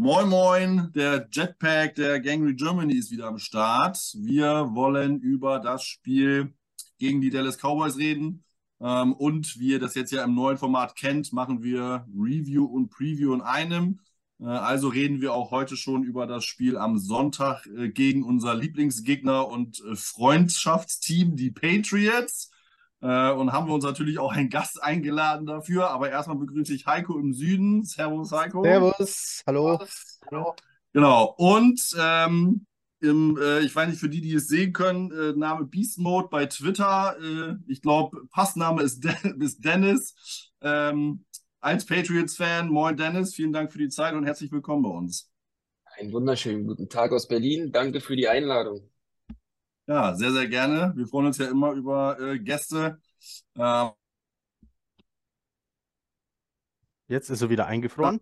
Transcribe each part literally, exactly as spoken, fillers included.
Moin Moin, der Jetpack der Gangrene Germany ist wieder am Start. Wir wollen über das Spiel gegen die Dallas Cowboys reden. Ähm, und wie ihr das jetzt ja im neuen Format kennt, machen wir Review und Preview in einem. Äh, also reden wir auch heute schon über das Spiel am Sonntag äh, gegen unser Lieblingsgegner und äh, Freundschaftsteam, die Patriots. Äh, und haben wir uns natürlich auch einen Gast eingeladen dafür. Aber erstmal begrüße ich Heiko im Süden. Servus, Heiko. Servus, hallo. Hallo. Genau. Und ähm, im, äh, ich weiß nicht, für die, die es sehen können, äh, Name Beast Mode bei Twitter. Äh, ich glaube, Passname ist, De ist Dennis. Ähm, als Patriots-Fan, moin Dennis, vielen Dank für die Zeit und herzlich willkommen bei uns. Einen wunderschönen guten Tag aus Berlin. Danke für die Einladung. Ja, sehr, sehr gerne. Wir freuen uns ja immer über äh, Gäste. Äh, Jetzt ist er wieder eingefroren.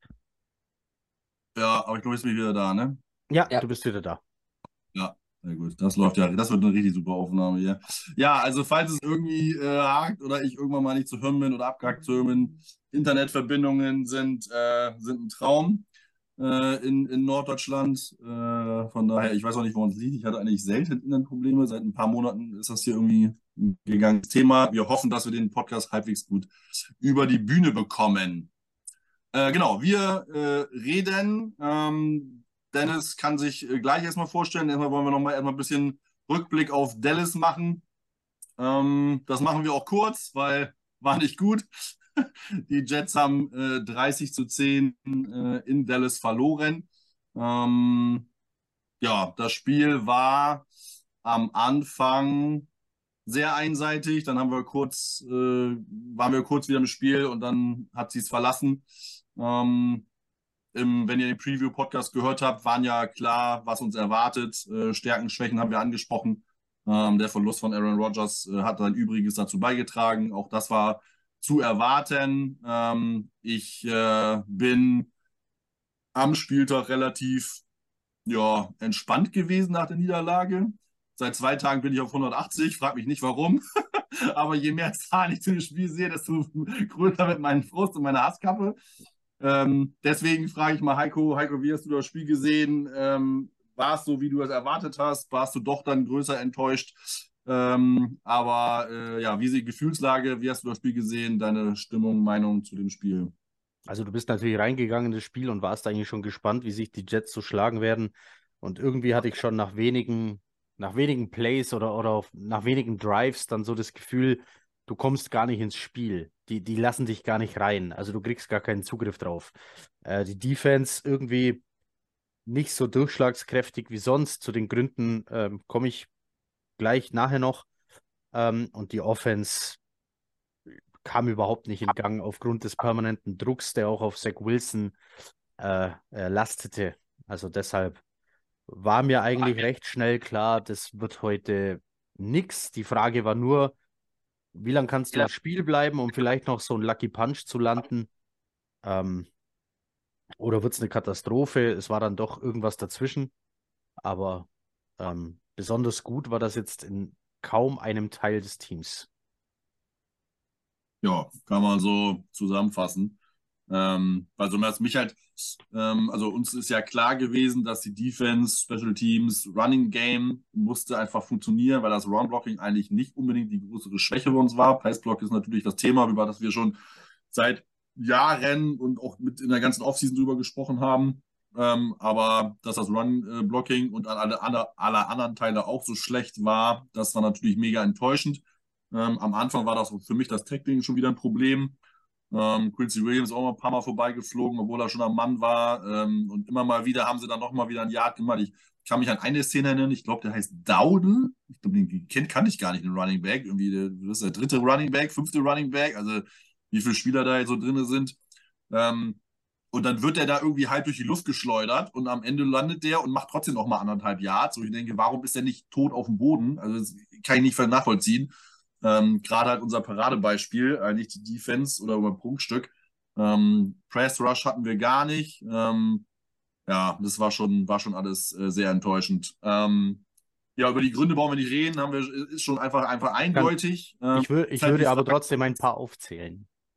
ja, aber ich glaube, jetzt bin ich wieder da, ne? Ja, Ja, du bist wieder da. Ja, sehr gut. Das läuft ja. Das wird eine richtig super Aufnahme hier. Ja, also falls es irgendwie äh, hakt oder ich irgendwann mal nicht zu hören bin oder abgehakt zu hören bin, Internetverbindungen sind, äh, sind ein Traum äh, in, in Norddeutschland. Äh, von daher, ich weiß auch nicht, woran es liegt. Ich hatte eigentlich selten Internetprobleme. Seit ein paar Monaten ist das hier irgendwie ein gegangenes Thema. Wir hoffen, dass wir den Podcast halbwegs gut über die Bühne bekommen. Äh, genau, wir äh, reden. Ähm, Dennis kann sich äh, gleich erstmal vorstellen. Erstmal wollen wir nochmal erstmal ein bisschen Rückblick auf Dallas machen. Ähm, das machen wir auch kurz, weil war nicht gut. Die Jets haben äh, dreißig zu zehn äh, in Dallas verloren. Ähm, ja, das Spiel war am Anfang sehr einseitig. Dann haben wir kurz, äh, waren wir kurz wieder im Spiel und dann hat sie es verlassen. Ähm, im, wenn ihr den Preview-Podcast gehört habt, waren ja klar, was uns erwartet. Äh, Stärken, Schwächen haben wir angesprochen. Ähm, der Verlust von Aaron Rodgers äh, hat sein Übriges dazu beigetragen. Auch das war zu erwarten. Ähm, ich äh, bin am Spieltag relativ ja, entspannt gewesen nach der Niederlage. Seit zwei Tagen bin ich auf hundertachtzig, frag mich nicht warum. Aber je mehr Zahlen ich zu dem Spiel sehe, desto größer wird mein Frust und meine Hasskappe. Ähm, deswegen frage ich mal Heiko, Heiko, wie hast du das Spiel gesehen? Ähm, war es so, wie du es erwartet hast? Warst du doch dann größer enttäuscht? Ähm, aber äh, ja, wie ist die Gefühlslage? Wie hast du das Spiel gesehen? Deine Stimmung, Meinung zu dem Spiel? Also du bist natürlich reingegangen in das Spiel und warst eigentlich schon gespannt, wie sich die Jets so schlagen werden. Und irgendwie hatte ich schon nach wenigen, nach wenigen Plays oder, oder auf, nach wenigen Drives dann so das Gefühl, du kommst gar nicht ins Spiel. Die, die lassen dich gar nicht rein. Also du kriegst gar keinen Zugriff drauf. Äh, die Defense irgendwie nicht so durchschlagskräftig wie sonst. Zu den Gründen ähm, komme ich gleich nachher noch. Ähm, und die Offense kam überhaupt nicht in Gang aufgrund des permanenten Drucks, der auch auf Zach Wilson äh, äh, lastete. Also deshalb war mir eigentlich recht schnell klar, das wird heute nix. Die Frage war nur, wie lange kannst du im Spiel bleiben, um vielleicht noch so einen Lucky Punch zu landen? Ähm, oder wird es eine Katastrophe? Es war dann doch irgendwas dazwischen. Aber ähm, besonders gut war das jetzt in kaum einem Teil des Teams. Ja, kann man so zusammenfassen. Ähm, also was mich halt, ähm, also uns ist ja klar gewesen, dass die Defense, Special Teams, Running Game musste einfach funktionieren, weil das Run Blocking eigentlich nicht unbedingt die größere Schwäche bei uns war. Pass Block ist natürlich das Thema, über das wir schon seit Jahren und auch mit in der ganzen Offseason drüber gesprochen haben. Ähm, aber dass das Run äh, Blocking und an alle, alle, alle anderen Teile auch so schlecht war, das war natürlich mega enttäuschend. Ähm, am Anfang war das für mich das Tackling schon wieder ein Problem. Ähm, Quincy Williams auch mal ein paar Mal vorbeigeflogen, obwohl er schon am Mann war. Ähm, und immer mal wieder haben sie dann noch mal wieder ein Yard gemacht. Ich kann mich an eine Szene erinnern, ich glaube, der heißt Dowdle. Ich glaube, den kennt, kannte ich gar nicht, den Running Back. Irgendwie, der, das ist der dritte Running Back, fünfte Running Back. Also, wie viele Spieler da jetzt so drin sind. Ähm, und dann wird er da irgendwie halb durch die Luft geschleudert und am Ende landet der und macht trotzdem noch mal anderthalb Yards. Und ich denke, warum ist der nicht tot auf dem Boden? Also, das kann ich nicht nachvollziehen. Ähm, Gerade halt unser Paradebeispiel, eigentlich die Defense oder über Prunkstück. Ähm, Press Rush hatten wir gar nicht. Ähm, ja, das war schon, war schon alles äh, sehr enttäuschend. Ähm, ja, über die Gründe brauchen wir nicht reden, haben wir, ist schon einfach, einfach Kann, eindeutig. Ähm, ich, wür, ist ich halt die würde aber Frage, trotzdem ein paar aufzählen.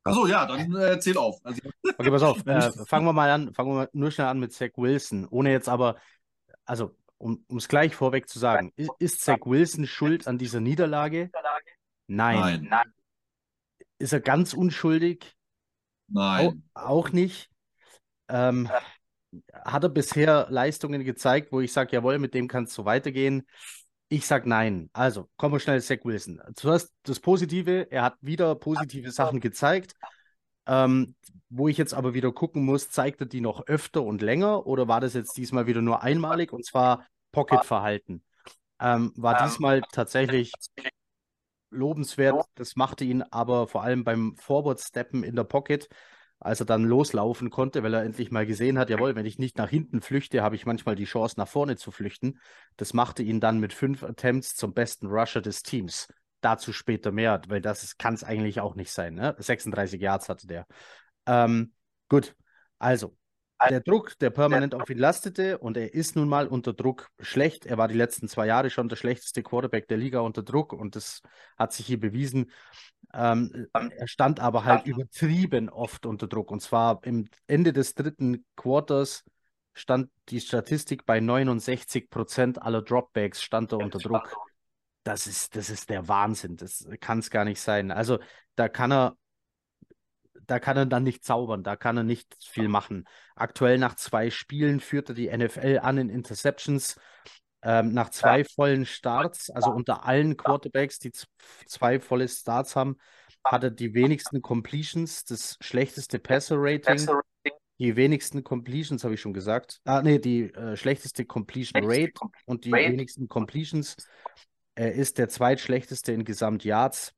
Achso, ja, dann äh, zähl auf. Also, Okay, pass auf. Äh, fangen wir mal an. Fangen wir mal nur schnell an mit Zach Wilson. Ohne jetzt aber, also, um es gleich vorweg zu sagen, ist, ist Zach Wilson schuld an dieser Niederlage? Nein. nein, Ist er ganz unschuldig? Au nein. auch nicht. Ähm, hat er bisher Leistungen gezeigt, wo ich sage, jawohl, mit dem kann es so weitergehen? Ich sage nein. Also, kommen wir schnell zu Zach Wilson. Zuerst das Positive, er hat wieder positive Sachen gezeigt. Ähm, wo ich jetzt aber wieder gucken muss, zeigt er die noch öfter und länger oder war das jetzt diesmal wieder nur einmalig? Und zwar Pocket-Verhalten. Ähm, war diesmal tatsächlich lobenswert. Das machte ihn aber vor allem beim Forward-Steppen in der Pocket, als er dann loslaufen konnte, weil er endlich mal gesehen hat, jawohl, wenn ich nicht nach hinten flüchte, habe ich manchmal die Chance, nach vorne zu flüchten. Das machte ihn dann mit fünf Attempts zum besten Rusher des Teams. Dazu später mehr, weil das kann es eigentlich auch nicht sein. Ne? sechsunddreißig Yards hatte der. Ähm, gut, also der Druck, der permanent auf ihn lastete und er ist nun mal unter Druck schlecht. Er war die letzten zwei Jahre schon der schlechteste Quarterback der Liga unter Druck und das hat sich hier bewiesen. Ähm, er stand aber halt übertrieben oft unter Druck und zwar im Ende des dritten Quarters stand die Statistik bei neunundsechzig Prozent aller Dropbacks stand er unter Druck. Das ist, das ist der Wahnsinn. Das kann es gar nicht sein. Also da kann er da kann er dann nicht zaubern, da kann er nicht viel machen. Aktuell nach zwei Spielen führt er die N F L an in Interceptions. Ähm, nach zwei vollen Starts, also unter allen Quarterbacks, die zwei volle Starts haben, hat er die wenigsten Completions, das schlechteste Passer-Rating, die wenigsten Completions, habe ich schon gesagt. Ah, nee, die äh, schlechteste Completion Rate und die wenigsten Completions. Er ist der zweitschlechteste in Gesamtyards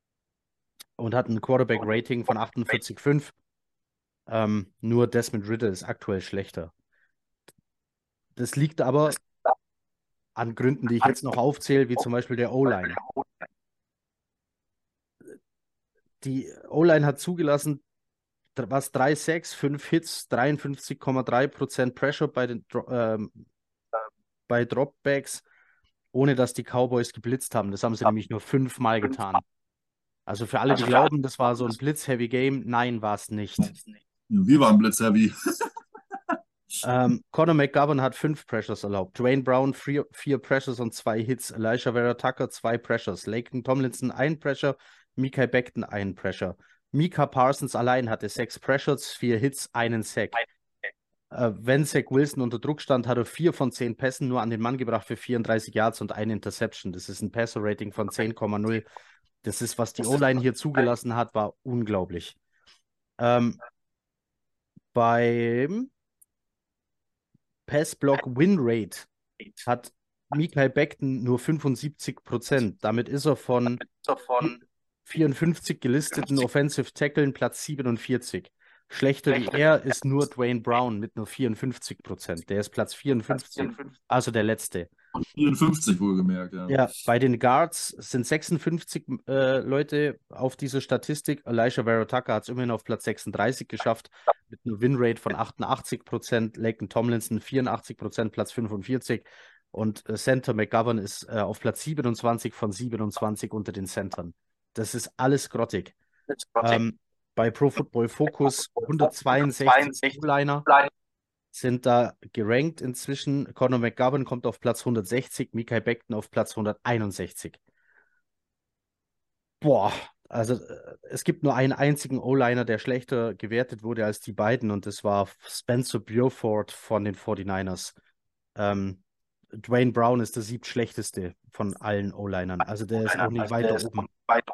und hat ein Quarterback-Rating von achtundvierzig Komma fünf. Ähm, nur Desmond Ridder ist aktuell schlechter. Das liegt aber an Gründen, die ich jetzt noch aufzähle, wie zum Beispiel der O-Line. Die O-Line hat zugelassen, was drei Sacks, fünf Hits, dreiundfünfzig Komma drei Prozent Pressure bei den ähm, bei Dropbacks, ohne dass die Cowboys geblitzt haben. Das haben sie nämlich nur fünfmal getan. Also für alle, die glauben, das war so ein Blitz-Heavy-Game, nein, war es nicht. Wir waren blitzheavy. Ähm, Conor McGovern hat fünf Pressures erlaubt. Dwayne Brown vier, vier Pressures und zwei Hits. Elijah Vera Tucker zwei Pressures. Laken Tomlinson ein Pressure. Mekhi Becton ein Pressure. Micah Parsons allein hatte sechs Pressures, vier Hits, einen Sack. Äh, wenn Zach Wilson unter Druck stand, hat er vier von zehn Pässen nur an den Mann gebracht für vierunddreißig Yards und eine Interception. Das ist ein Passer-Rating von zehn Komma null. Das ist, was die O-Line hier zugelassen hat, war unglaublich. Ähm, beim Pass-Block-Win-Rate hat Mekhi Becton nur fünfundsiebzig Prozent. Damit ist er von vierundfünfzig gelisteten Offensive Tackeln Platz siebenundvierzig. Schlechter wie er ist nur Dwayne Brown mit nur vierundfünfzig Prozent. Der ist Platz vierundfünfzig, also der letzte. vierundfünfzig wohlgemerkt, ja. Ja, bei den Guards sind sechsundfünfzig äh, Leute auf dieser Statistik. Elijah Vera Tucker hat es immerhin auf Platz sechsunddreißig geschafft, mit einer Winrate von achtundachtzig Prozent. Laken Tomlinson vierundachtzig Prozent, Platz fünfundvierzig. Und äh, Center McGovern ist äh, auf Platz siebenundzwanzig von siebenundzwanzig unter den Centern. Das ist alles grottig. Ähm, bei Pro Football Focus hundertzweiundsechzig O-Liner sind da gerankt inzwischen. Conor McGovern kommt auf Platz hundertsechzig, Mekhi Becton auf Platz hunderteinundsechzig. Boah, also äh, es gibt nur einen einzigen O-Liner, der schlechter gewertet wurde als die beiden und das war Spencer Burford von den forty-niners. Ähm, Dwayne Brown ist der siebtschlechteste von allen O-Linern. Also der ist auch nicht weiter oben.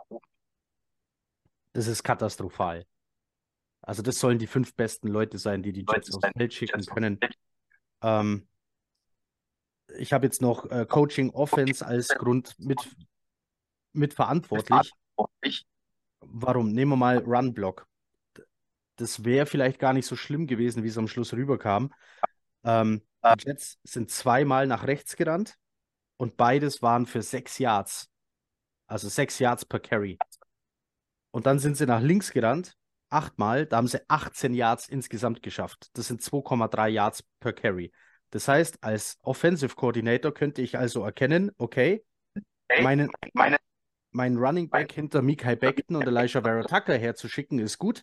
Das ist katastrophal. Also das sollen die fünf besten Leute sein, die die Jets aufs Feld schicken können. Ähm, ich habe jetzt noch äh, Coaching Offense als Grund mit, mit verantwortlich. Warum? Nehmen wir mal Run Block. Das wäre vielleicht gar nicht so schlimm gewesen, wie es am Schluss rüberkam. Ähm, die Jets sind zweimal nach rechts gerannt und beides waren für sechs Yards. Also sechs Yards per Carry. Und dann sind sie nach links gerannt, achtmal, da haben sie achtzehn Yards insgesamt geschafft. Das sind zwei Komma drei Yards per Carry. Das heißt, als Offensive Coordinator könnte ich also erkennen, okay, meine, meine, meinen Running Back hinter Mekhi Becton und Elijah Vera Tucker herzuschicken, ist gut.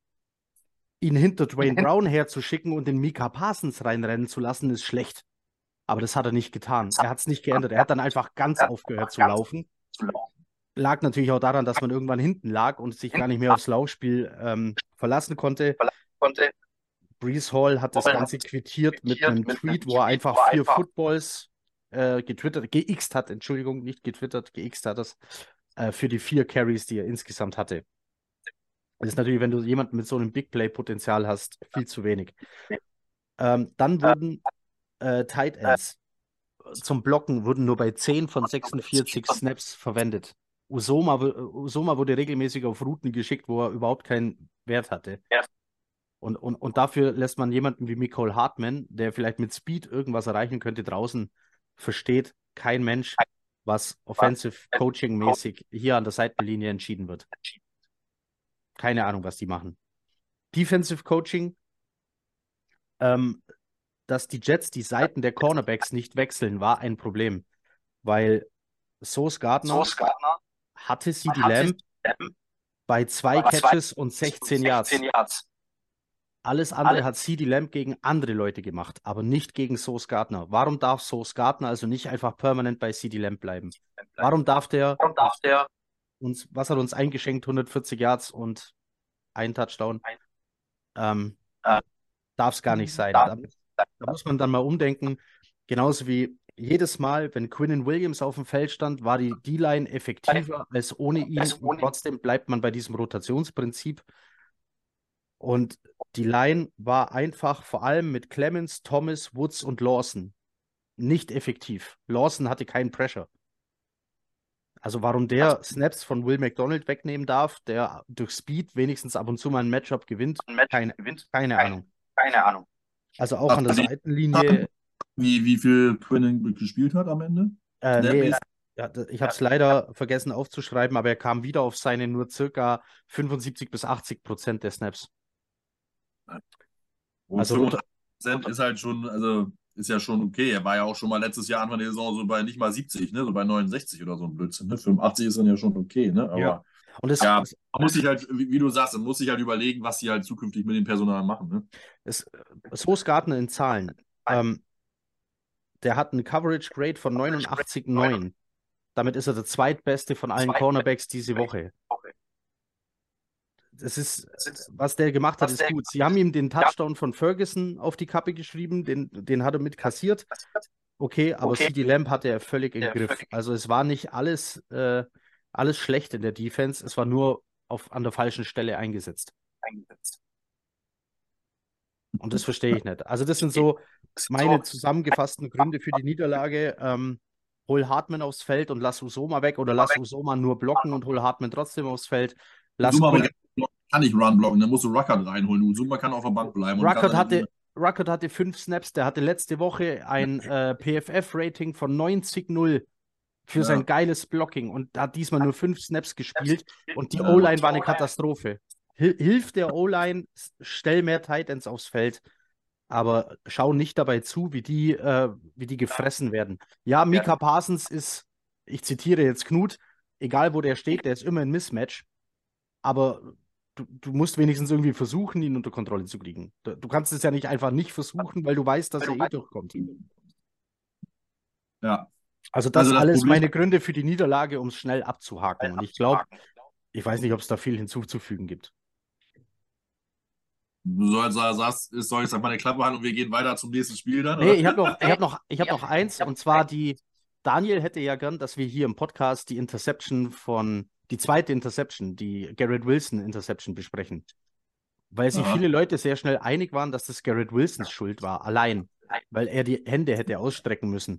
Ihn hinter Dwayne Brown herzuschicken und den Micah Parsons reinrennen zu lassen, ist schlecht. Aber das hat er nicht getan. Er hat es nicht geändert. Er hat dann einfach ganz aufgehört zu laufen. Lag natürlich auch daran, dass man irgendwann hinten lag und sich gar nicht mehr aufs Laufspiel ähm, verlassen konnte. Breece Hall hat das Ganze quittiert mit einem Tweet, wo er einfach vier Footballs äh, getwittert, geixt hat, Entschuldigung, nicht getwittert, geixt hat das, äh, für die vier Carries, die er insgesamt hatte. Das ist natürlich, wenn du jemanden mit so einem Big Play-Potenzial hast, viel zu wenig. Ähm, dann wurden äh, Tight Ends zum Blocken wurden nur bei zehn von sechsundvierzig Snaps verwendet. Uzoma, Uzoma wurde regelmäßig auf Routen geschickt, wo er überhaupt keinen Wert hatte. Ja. Und, und, und dafür lässt man jemanden wie Mecole Hardman, der vielleicht mit Speed irgendwas erreichen könnte, draußen, versteht kein Mensch, was Offensive Coaching-mäßig hier an der Seitenlinie entschieden wird. Keine Ahnung, was die machen. Defensive Coaching, ähm, dass die Jets die Seiten der Cornerbacks nicht wechseln, war ein Problem, weil Sauce Gardner, Sauce Gardner hatte CeeDee Lamb bei zwei Catches und sechzehn Yards. Alles andere hat CeeDee Lamb gegen andere Leute gemacht, aber nicht gegen Sauce Gardner. Warum darf Sauce Gardner also nicht einfach permanent bei CeeDee Lamb bleiben? Warum darf der, Warum darf der uns, was hat uns eingeschenkt, hundertvierzig Yards und ein Touchdown? Ähm, äh, darf es gar nicht sein. Da, da muss man dann mal umdenken. Genauso wie jedes Mal, wenn Quinnen Williams auf dem Feld stand, war die D-Line effektiver als ohne ihn. Und trotzdem bleibt man bei diesem Rotationsprinzip. Und die Line war einfach vor allem mit Clemens, Thomas, Woods und Lawson nicht effektiv. Lawson hatte keinen Pressure. Also warum der Snaps von Will McDonald wegnehmen darf, der durch Speed wenigstens ab und zu mal ein Matchup gewinnt, keine, keine Ahnung. Keine Ahnung. Also auch an der Seitenlinie. Wie, wie viel Quinnen gespielt hat am Ende? Äh, nee, ja, ich habe es leider vergessen aufzuschreiben, aber er kam wieder auf seine nur circa fünfundsiebzig bis achtzig Prozent der Snaps. Und also fünfundachtzig Prozent ist halt schon, also ist ja schon okay. Er war ja auch schon mal letztes Jahr Anfang der Saison so bei nicht mal siebzig, ne? So bei neunundsechzig oder so ein Blödsinn. Ne? fünfundachtzig ist dann ja schon okay, ne? Aber ja, und es, ja, man muss sich halt, wie, wie du sagst, man muss sich halt überlegen, was sie halt zukünftig mit dem Personal machen. Ne? Es, Sauce Gardner in Zahlen. Ähm, der hat einen Coverage Grade von neunundachtzig Komma neun. Damit ist er der zweitbeste von allen Cornerbacks diese Woche. Das ist, was der gemacht hat, ist gut. Sie haben ihm den Touchdown von Ferguson auf die Kappe geschrieben, den, den hat er mit kassiert. Okay, aber okay. CeeDee Lamb hatte er völlig im ja, Griff. Völlig. Also es war nicht alles, äh, alles schlecht in der Defense, es war nur auf, an der falschen Stelle eingesetzt. eingesetzt. Und das verstehe ich nicht. Also das sind so meine zusammengefassten Gründe für die Niederlage. Ähm, hol Hardman aufs Feld und lass Uzoma weg oder lass Uzoma nur blocken und hol Hardman trotzdem aufs Feld. Lass Uzoma kann nicht Run blocken, dann musst du Ruckert reinholen. Uzoma kann auf der Bank bleiben. Ruckert hatte, Ruckert hatte fünf Snaps, der hatte letzte Woche ein äh, P F F-Rating von neunzig null für ja. sein geiles Blocking und hat diesmal nur fünf Snaps gespielt und die ja. O-Line war eine Katastrophe. Hil Hilf der O-Line, stell mehr Tight Ends aufs Feld, aber schau nicht dabei zu, wie die, äh, wie die gefressen werden. Ja, Micah Parsons ist, ich zitiere jetzt Knut, egal wo der steht, der ist immer ein Mismatch, aber du, du musst wenigstens irgendwie versuchen, ihn unter Kontrolle zu kriegen. Du, du kannst es ja nicht einfach nicht versuchen, weil du weißt, dass er eh durchkommt. Ja. Also das, also das alles Problem... meine Gründe für die Niederlage, um es schnell abzuhaken. Und ich glaube, ich weiß nicht, ob es da viel hinzuzufügen gibt. Du sollst, sagst, soll ich sag mal eine Klappe halten und wir gehen weiter zum nächsten Spiel dann? Nee, oder? ich habe noch, ich hab noch, ich hab noch eins, und zwar die, Daniel hätte ja gern, dass wir hier im Podcast die Interception von, die zweite Interception, die Garrett Wilson Interception besprechen. Weil sich Aha. viele Leute sehr schnell einig waren, dass das Garrett Wilsons Schuld war, allein. Weil er die Hände hätte ausstrecken müssen.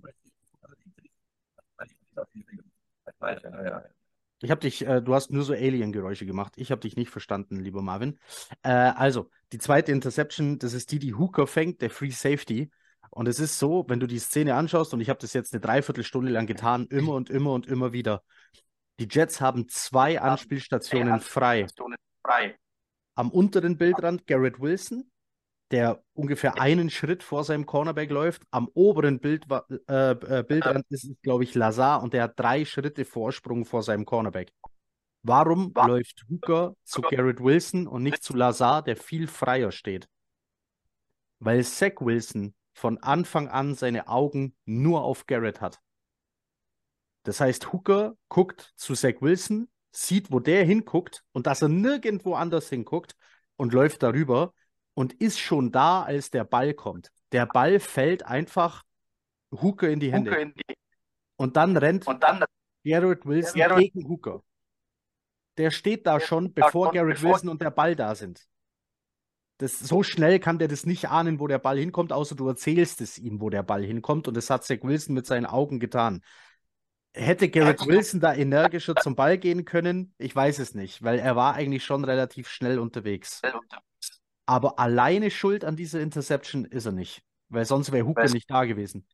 Ich habe dich, äh, du hast nur so Alien-Geräusche gemacht. Ich habe dich nicht verstanden, lieber Marvin. Äh, also, die zweite Interception, das ist die, die Hooker fängt, der Free Safety. Und es ist so, wenn du die Szene anschaust, und ich habe das jetzt eine Dreiviertelstunde lang getan, immer und immer und immer wieder. Die Jets haben zwei Anspielstationen frei. Am unteren Bildrand Garrett Wilson der ungefähr einen Schritt vor seinem Cornerback läuft. Am oberen Bild, wa- äh, äh, Bildrand ist es, glaube ich, Lazar und der hat drei Schritte Vorsprung vor seinem Cornerback. Warum läuft Hooker zu Garrett Wilson und nicht zu Lazar, der viel freier steht? Weil Zach Wilson von Anfang an seine Augen nur auf Garrett hat. Das heißt, Hooker guckt zu Zach Wilson, sieht, wo der hinguckt und dass er nirgendwo anders hinguckt und läuft darüber und ist schon da, als der Ball kommt. Der Ball fällt einfach Hooker in die Hände. Hooker in die, Und dann rennt und dann Garrett Wilson Garrett- gegen Hooker. Der steht da schon, bevor Garrett bevor- Wilson und der Ball da sind. Das, so schnell kann der das nicht ahnen, wo der Ball hinkommt, außer du erzählst es ihm, wo der Ball hinkommt. Und das hat Zach Wilson mit seinen Augen getan. Hätte Garrett Wilson da energischer zum Ball gehen können? Ich weiß es nicht, weil er war eigentlich schon relativ schnell unterwegs. Aber alleine schuld an dieser Interception ist er nicht, weil sonst wäre Hooker Weiß- nicht da gewesen.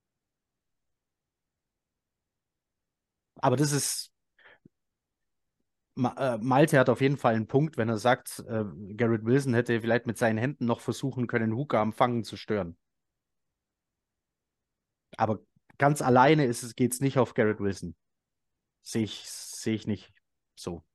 Aber das ist. Ma äh, Malte hat auf jeden Fall einen Punkt, wenn er sagt, äh, Garrett Wilson hätte vielleicht mit seinen Händen noch versuchen können, Hooker am Fangen zu stören. Aber ganz alleine ist es, geht es nicht auf Garrett Wilson. Sehe ich, sehe ich nicht so.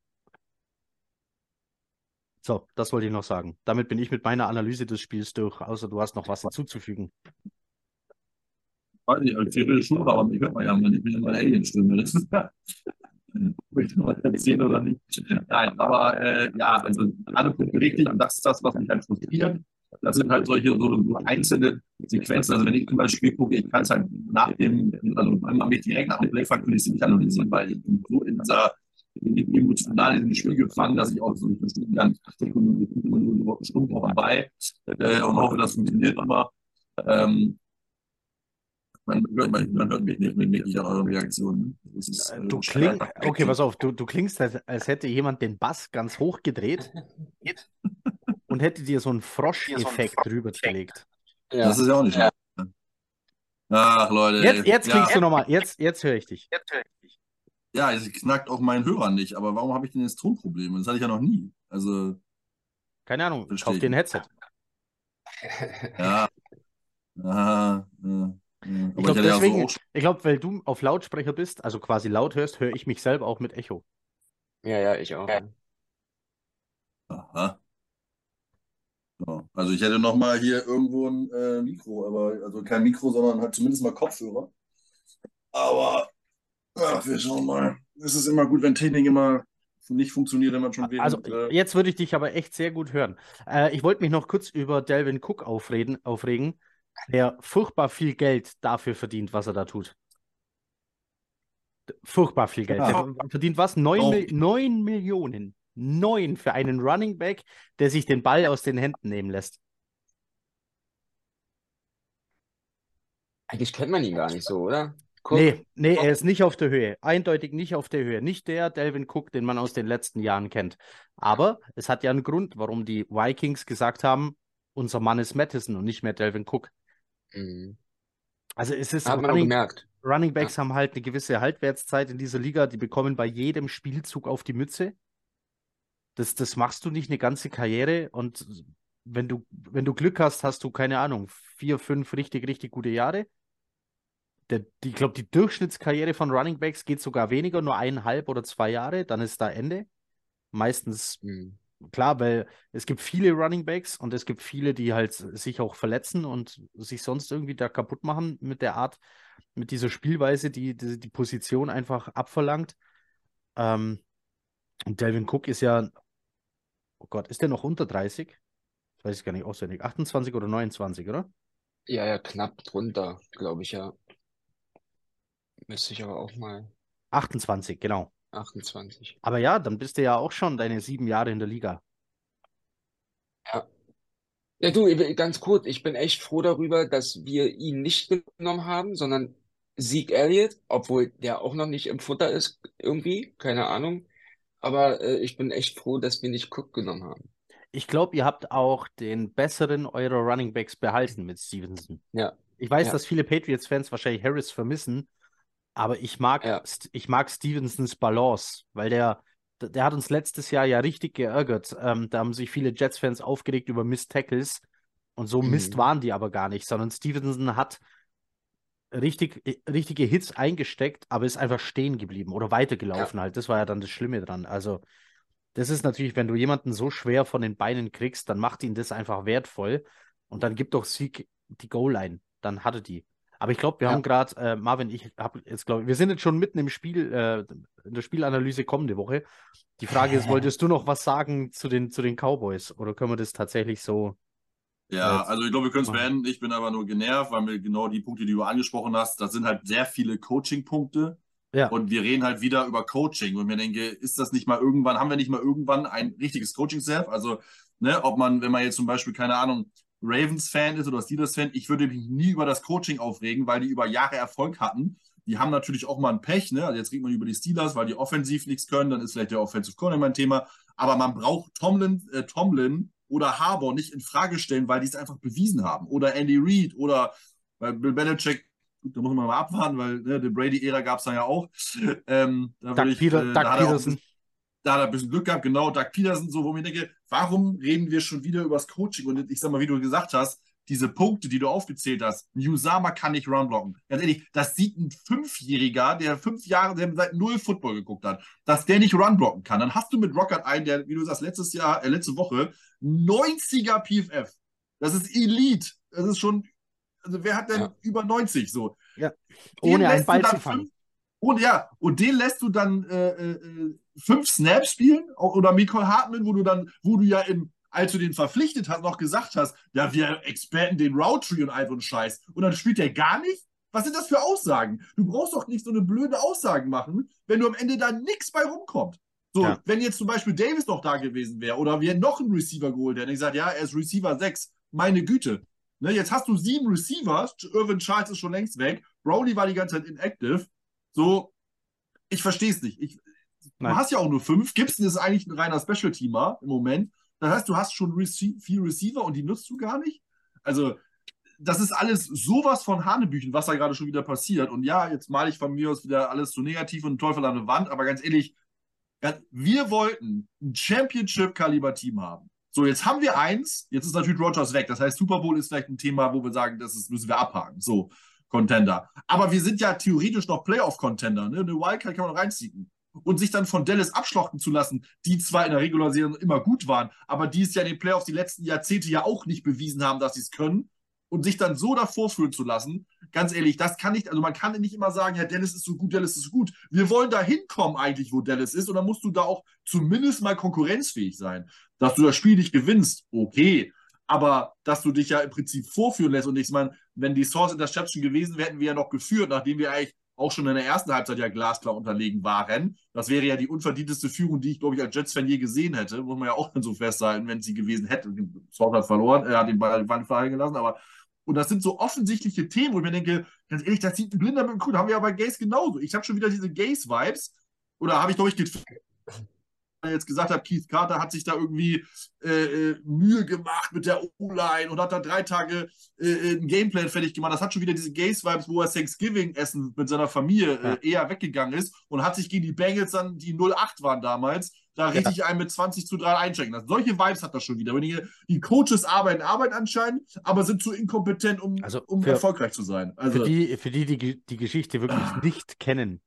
So, das wollte ich noch sagen. Damit bin ich mit meiner Analyse des Spiels durch, außer du hast noch was hinzuzufügen. Weiß nicht, als theoretisch schon, aber ich hört man ja mal nicht mit meiner Alien-Stimme. Das ist ja. Möchte man erzählen oder nicht? Nein, aber äh, ja, also alle Punkte richtig und das ist das, was mich halt frustriert. Das sind halt solche so, so einzelne Sequenzen. Also wenn ich zum Beispiel gucke, ich kann es halt nach dem, also man mich direkt nach dem Playfaktor nicht analysieren, weil ich bin so in dieser in emotional in dem Spiel gefangen, dass ich auch so ein Spiel ganz stumpf vorbei äh, und hoffe, das funktioniert aber. Ähm, man, hört, man, man hört mich nicht mit wirklich an euren Reaktionen. Das ist, äh, Du klingst, okay, pass auf, du, du klingst, als, als hätte jemand den Bass ganz hoch gedreht und hätte dir so einen Frosch-Effekt drüber gelegt. Ja. Das ist ja auch nicht schlecht. Ach, Leute. Jetzt, jetzt klingst ja, du nochmal, jetzt, jetzt höre ich dich. ja, es knackt auch meinen Hörern nicht, aber warum habe ich denn jetzt Tonprobleme? Das hatte ich ja noch nie. Also, Keine Ahnung, Verstehe kauf ich dir ein nicht. Headset. ja. Aha, ja, ja. Ich Aber ich glaube, hatte ja so deswegen, auch schon. ich glaube, weil du auf Lautsprecher bist, also quasi laut hörst, höre ich mich selber auch mit Echo. Ja, ja, ich auch. Aha. So. Also ich hätte noch mal hier irgendwo ein äh, Mikro, aber also kein Mikro, sondern halt zumindest mal Kopfhörer. Aber ach, wir schauen mal. Es ist immer gut, wenn Technik immer nicht funktioniert, wenn man schon während. Also äh, jetzt würde ich dich aber echt sehr gut hören. Äh, ich wollte mich noch kurz über Dalvin Cook aufreden, aufregen, der furchtbar viel Geld dafür verdient, was er da tut. Furchtbar viel Geld. Ja. Der verdient was? Neun, Oh. Mil neun Millionen. Neun für einen Running Back, der sich den Ball aus den Händen nehmen lässt. Eigentlich kennt man ihn gar nicht so, oder? Cook? Nee, nee, er ist nicht auf der Höhe. Eindeutig nicht auf der Höhe. Nicht der Dalvin Cook, den man aus den letzten Jahren kennt. Aber es hat ja einen Grund, warum die Vikings gesagt haben, unser Mann ist Mattison und nicht mehr Dalvin Cook. Mhm. Also es ist Hat man auch Running, gemerkt. Running Backs haben halt eine gewisse Haltwertszeit in dieser Liga. Die bekommen bei jedem Spielzug auf die Mütze. Das, das machst du nicht eine ganze Karriere. Und wenn du, wenn du Glück hast, hast du, keine Ahnung, vier, fünf richtig, richtig gute Jahre. Der, die, ich glaube, die Durchschnittskarriere von Running Backs geht sogar weniger, nur eineinhalb oder zwei Jahre, dann ist da Ende. Meistens, Mhm. klar, weil es gibt viele Running Backs und es gibt viele, die halt sich auch verletzen und sich sonst irgendwie da kaputt machen mit der Art, mit dieser Spielweise, die die, die Position einfach abverlangt. Ähm, und Dalvin Cook ist ja, oh Gott, ist der noch unter dreißig? Das weiß ich gar nicht auswendig. achtundzwanzig oder neunundzwanzig, oder? Ja, ja, knapp drunter, glaube ich, ja. Müsste ich aber auch mal achtundzwanzig, genau. achtundzwanzig. Aber ja, dann bist du ja auch schon deine sieben Jahre in der Liga. Ja. Ja, du, ich- ganz kurz, ich bin echt froh darüber, dass wir ihn nicht genommen haben, sondern Zeke Elliott, obwohl der auch noch nicht im Futter ist, irgendwie, keine Ahnung. Aber äh, ich bin echt froh, dass wir nicht Cook genommen haben. Ich glaube, ihr habt auch den besseren eurer Running Backs behalten mit Stevenson. Ja, Ich weiß, Ja. dass viele Patriots-Fans wahrscheinlich Harris vermissen, aber ich mag, Ja. St- ich mag Stevensons Balance, weil der, der hat uns letztes Jahr ja richtig geärgert. Ähm, da haben sich viele Jets-Fans aufgeregt über Missed Tackles Und so Mist Mhm. waren die aber gar nicht, sondern Stevenson hat richtig, richtige Hits eingesteckt, aber ist einfach stehen geblieben oder Ja, weitergelaufen halt. Das war ja dann das Schlimme dran. Also, das ist natürlich, wenn du jemanden so schwer von den Beinen kriegst, dann macht ihn das einfach wertvoll und dann gibt doch Sieg die Goal-Line. Dann hat er die. Aber ich glaube, wir haben ja. gerade, äh, Marvin, ich habe jetzt, glaube wir sind jetzt schon mitten im Spiel, äh, in der Spielanalyse kommende Woche. Die Frage ist, wolltest du noch was sagen zu den, zu den Cowboys oder können wir das tatsächlich so äh, Ja, also ich glaube, wir können es machen? beenden. Ich bin aber nur genervt, weil mir genau die Punkte, die du angesprochen hast, das sind halt sehr viele Coaching-Punkte. Ja, Und wir reden halt wieder über Coaching. Und mir denke, ist das nicht mal irgendwann, haben wir nicht mal irgendwann ein richtiges Coaching-Staff? Also, ne, ob man, wenn man jetzt zum Beispiel, keine Ahnung, Ravens-Fan ist oder Steelers-Fan, ich würde mich nie über das Coaching aufregen, weil die über Jahre Erfolg hatten. Die haben natürlich auch mal ein Pech, ne? Also jetzt redet man über die Steelers, weil die offensiv nichts können, dann ist vielleicht der Offensive Coordinator ein Thema. Aber man braucht Tomlin, äh, Tomlin oder Harbaugh nicht in Frage stellen, weil die es einfach bewiesen haben. Oder Andy Reid oder weil Bill Belichick, gut, da muss man mal abwarten, weil ne, die Brady-Ära gab es da ja auch. Ähm, da würde Doug, ich, Peter, äh, da Doug hat er auch ein Peterson. bisschen, da hat er ein bisschen Glück gehabt, genau, Doug Peterson, so, wo ich mir denke, warum reden wir schon wieder über das Coaching? Und ich sag mal, wie du gesagt hast, diese Punkte, die du aufgezählt hast, Usama kann nicht runblocken. Ganz ehrlich, das sieht ein Fünfjähriger, der fünf Jahre, der seit null Football geguckt hat, dass der nicht runblocken kann. Dann hast du mit Rocket einen, der, wie du sagst, letztes Jahr, äh, letzte Woche neunziger P F F. Das ist Elite. Das ist schon, also wer hat denn Ja. über neunzig so? Ja. Den Ohne einen lässt du Ball zu dann fangen. fünf, und ja, und den lässt du dann äh, äh, fünf Snaps spielen oder Michael Hartman, wo du dann, wo du ja im, als du den verpflichtet hast, noch gesagt hast, ja, wir experten den Route Tree und all so einen Scheiß. Und dann spielt der gar nicht? Was sind das für Aussagen? Du brauchst doch nicht so eine blöde Aussagen machen, wenn du am Ende da nichts bei rumkommt. So, Ja. wenn jetzt zum Beispiel Davis noch da gewesen wäre oder wir noch einen Receiver geholt hätten, ich gesagt, ja, er ist Receiver sechs, meine Güte. Ne, jetzt hast du sieben Receivers, Irvin Charles ist schon längst weg, Brownie war die ganze Zeit inactive. So, ich verstehe es nicht. Ich, du Nein. hast ja auch nur fünf. Gibson ist eigentlich ein reiner Special-Teamer im Moment. Das heißt, du hast schon Rece vier Receiver und die nutzt du gar nicht. Also, das ist alles sowas von Hanebüchen, was da gerade schon wieder passiert. Und ja, jetzt male ich von mir aus wieder alles so negativ und Teufel an der Wand, aber ganz ehrlich, wir wollten ein Championship-Kaliber-Team haben. So, jetzt haben wir eins, jetzt ist natürlich Rodgers weg. Das heißt, Super Bowl ist vielleicht ein Thema, wo wir sagen, das ist, müssen wir abhaken. So, Contender. Aber wir sind ja theoretisch noch Playoff-Contender. Ne? Eine Wildcard kann man noch reinziehen. Und sich dann von Dallas abschlachten zu lassen, die zwar in der Regular Season immer gut waren, aber die es ja in den Playoffs die letzten Jahrzehnte ja auch nicht bewiesen haben, dass sie es können. Und sich dann so davor führen zu lassen, ganz ehrlich, das kann nicht, also man kann nicht immer sagen, ja, Dallas ist so gut, Dallas ist so gut. Wir wollen da hinkommen eigentlich, wo Dallas ist, und dann musst du da auch zumindest mal konkurrenzfähig sein. Dass du das Spiel nicht gewinnst, okay, aber dass du dich ja im Prinzip vorführen lässt, und ich meine, wenn die Source Interception gewesen wäre, hätten wir ja noch geführt, nachdem wir eigentlich auch schon in der ersten Halbzeit ja glasklar unterlegen waren. Das wäre ja die unverdienteste Führung, die ich, glaube ich, als Jets-Fan je gesehen hätte. Muss man ja auch so festhalten, wenn sie gewesen hätte. Source hat verloren, er hat den Ball fallen gelassen, aber und das sind so offensichtliche Themen, wo ich mir denke, ganz ehrlich, das sieht ein Blinder mit dem Kuh. Haben wir ja bei Gaze genauso. Ich habe schon wieder diese Gaze-Vibes. Oder habe ich, glaube ich, jetzt gesagt habe, Keith Carter hat sich da irgendwie äh, Mühe gemacht mit der O-Line und hat da drei Tage äh, einen Gameplan fertig gemacht. Das hat schon wieder diese Gaze-Vibes, wo er Thanksgiving-Essen mit seiner Familie Ja. äh, eher weggegangen ist und hat sich gegen die Bengals dann, die null acht waren damals, da richtig einen mit zwanzig zu drei einchecken lassen. Solche Vibes hat das schon wieder. Die, die Coaches arbeiten, arbeiten anscheinend, aber sind zu inkompetent, um, Also um für, erfolgreich zu sein. für Also, die, für die, die die Geschichte wirklich ah, nicht kennen,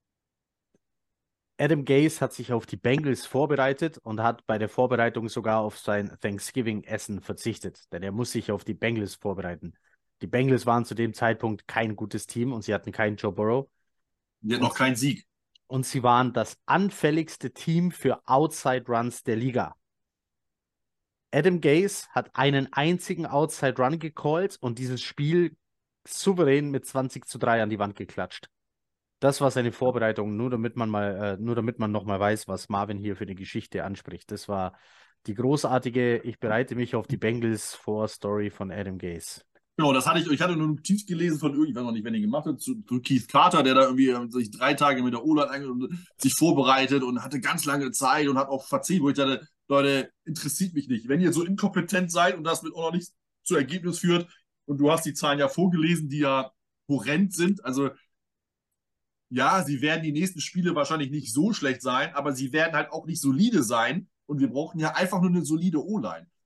Adam Gase hat sich auf die Bengals vorbereitet und hat bei der Vorbereitung sogar auf sein Thanksgiving-Essen verzichtet, denn er muss sich auf die Bengals vorbereiten. Die Bengals waren zu dem Zeitpunkt kein gutes Team und sie hatten keinen Joe Burrow. die hat Und noch keinen Sieg. Und sie waren das anfälligste Team für Outside Runs der Liga. Adam Gase hat einen einzigen Outside Run gecallt und dieses Spiel souverän mit zwanzig zu drei an die Wand geklatscht. Das war seine Vorbereitung, nur damit man mal, äh, nur damit man nochmal weiß, was Marvin hier für eine Geschichte anspricht. Das war die großartige, ich bereite mich auf die Bengals vor Story von Adam Gase. Genau, das hatte ich, ich hatte nur Notiz gelesen von irgendjemand, noch nicht, wenn ich gemacht hat, zu, zu Keith Carter, der da irgendwie äh, sich drei Tage mit der O-Line sich vorbereitet und hatte ganz lange Zeit und hat auch verzählt, wo ich dachte, Leute, interessiert mich nicht. Wenn ihr so inkompetent seid und das mit auch noch nicht zu Ergebnis führt, und du hast die Zahlen ja vorgelesen, die ja horrend sind, also ja, sie werden die nächsten Spiele wahrscheinlich nicht so schlecht sein, aber sie werden halt auch nicht solide sein. Und wir brauchen ja einfach nur eine solide O-Line.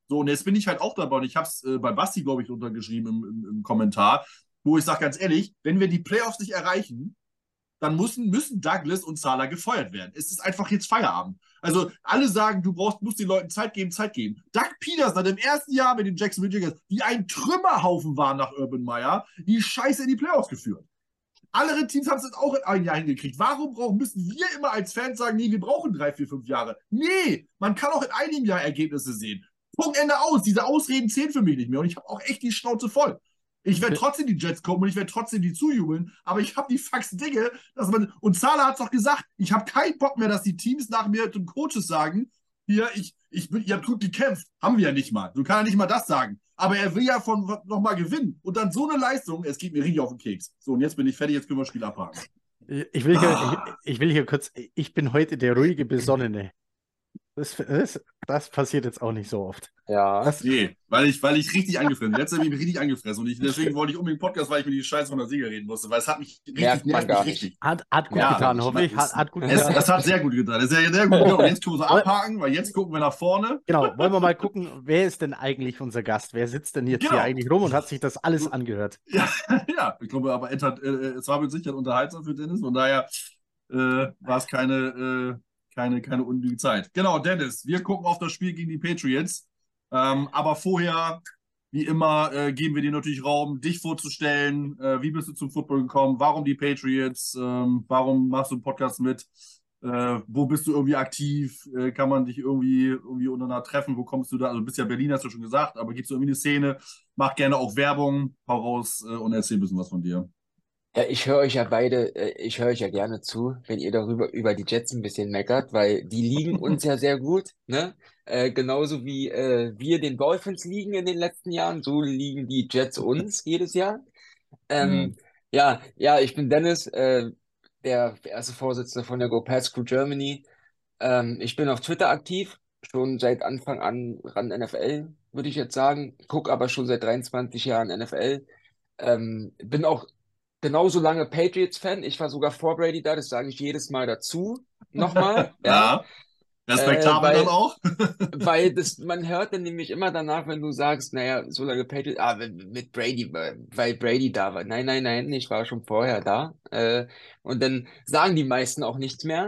So, und jetzt bin ich halt auch dabei und ich habe es äh, bei Basti, glaube ich, untergeschrieben im, im, im Kommentar, wo ich sage ganz ehrlich, wenn wir die Playoffs nicht erreichen, dann müssen, müssen Douglas und Salah gefeuert werden. Es ist einfach jetzt Feierabend. Also alle sagen, du brauchst, musst den Leuten Zeit geben, Zeit geben. Doug Peterson hat im ersten Jahr mit den Jacksonville Jaguars, die ein Trümmerhaufen waren nach Urban Meyer, die Scheiße in die Playoffs geführt. Andere Teams haben es jetzt auch in einem Jahr hingekriegt. Warum brauchen, müssen wir immer als Fans sagen, nee, wir brauchen drei, vier, fünf Jahre? Nee, man kann auch in einem Jahr Ergebnisse sehen. Punkt, Ende aus. Diese Ausreden zählen für mich nicht mehr. Und ich habe auch echt die Schnauze voll. Ich werde trotzdem die Jets gucken und ich werde trotzdem die zujubeln, aber ich habe die Fax-Dinge, dass man, und Salah hat es doch gesagt, ich habe keinen Bock mehr, dass die Teams nach mir zum Coaches sagen, hier, ich, ich bin, ihr habt gut gekämpft. Haben wir ja nicht mal. Du kannst ja nicht mal das sagen. Aber er will ja von nochmal gewinnen. Und dann so eine Leistung, es geht mir richtig auf den Keks. So, und jetzt bin ich fertig, jetzt können wir das Spiel abhaken. Ich will hier, Ah. ich, ich will hier kurz, ich bin heute der ruhige, besonnene. Das, das, das passiert jetzt auch nicht so oft. Ja. Das, Nee, weil ich, weil ich richtig angefressen bin. Letztes Mal habe ich mich richtig angefressen. Und ich, deswegen wollte ich unbedingt Podcast, weil ich mir die Scheiße von der Sieger reden musste. Weil es hat mich richtig, Merkt man nervt gar mich nicht. richtig. hat, hat gut Ja, getan, ich hoffe mein, ich. Hat, hat gut Es, getan. es hat sehr gut getan. Es ist sehr, sehr gut getan. Und jetzt können wir so abhaken, weil jetzt gucken wir nach vorne. Genau, wollen wir mal gucken, wer ist denn eigentlich unser Gast? Wer sitzt denn jetzt Genau. hier eigentlich rum und hat sich das alles angehört? Ja, ja, ich glaube, aber Ed hat, äh, es war mit Sicherheit unterhaltsam für Dennis. Von daher äh, war es keine, äh, keine, keine unnötige Zeit. Genau, Dennis, wir gucken auf das Spiel gegen die Patriots. Ähm, aber vorher, wie immer, äh, geben wir dir natürlich Raum, dich vorzustellen. Äh, wie bist du zum Football gekommen? Warum die Patriots? Ähm, warum machst du einen Podcast mit? Äh, wo bist du irgendwie aktiv? Äh, kann man dich irgendwie, irgendwie untereinander treffen? Wo kommst du da? Also, du bist ja Berlin, hast du schon gesagt, aber gibt es irgendwie eine Szene? Mach gerne auch Werbung, hau raus äh, und erzähl ein bisschen was von dir. Ja, ich höre euch ja beide, äh, ich höre euch ja gerne zu, wenn ihr darüber über die Jets ein bisschen meckert, weil die liegen uns ja sehr gut, ne? Äh, genauso wie äh, wir den Dolphins liegen in den letzten Jahren, so liegen die Jets uns jedes Jahr. Ähm, Mhm. ja, ja, ich bin Dennis, äh, der erste Vorsitzende von der Go Pass Crew Germany. Ähm, ich bin auf Twitter aktiv, schon seit Anfang an ran N F L, würde ich jetzt sagen. Guck aber schon seit dreiundzwanzig Jahren N F L. Ähm, bin auch genauso lange Patriots-Fan. Ich war sogar vor Brady da, das sage ich jedes Mal dazu. Nochmal, ja. Ja, Äh, respektabel dann weil, auch. weil das, man hört dann nämlich immer danach, wenn du sagst, naja, so lange Patriots, ah, mit Brady, weil Brady da war. Nein, nein, nein, ich war schon vorher da. Äh, und dann sagen die meisten auch nichts mehr.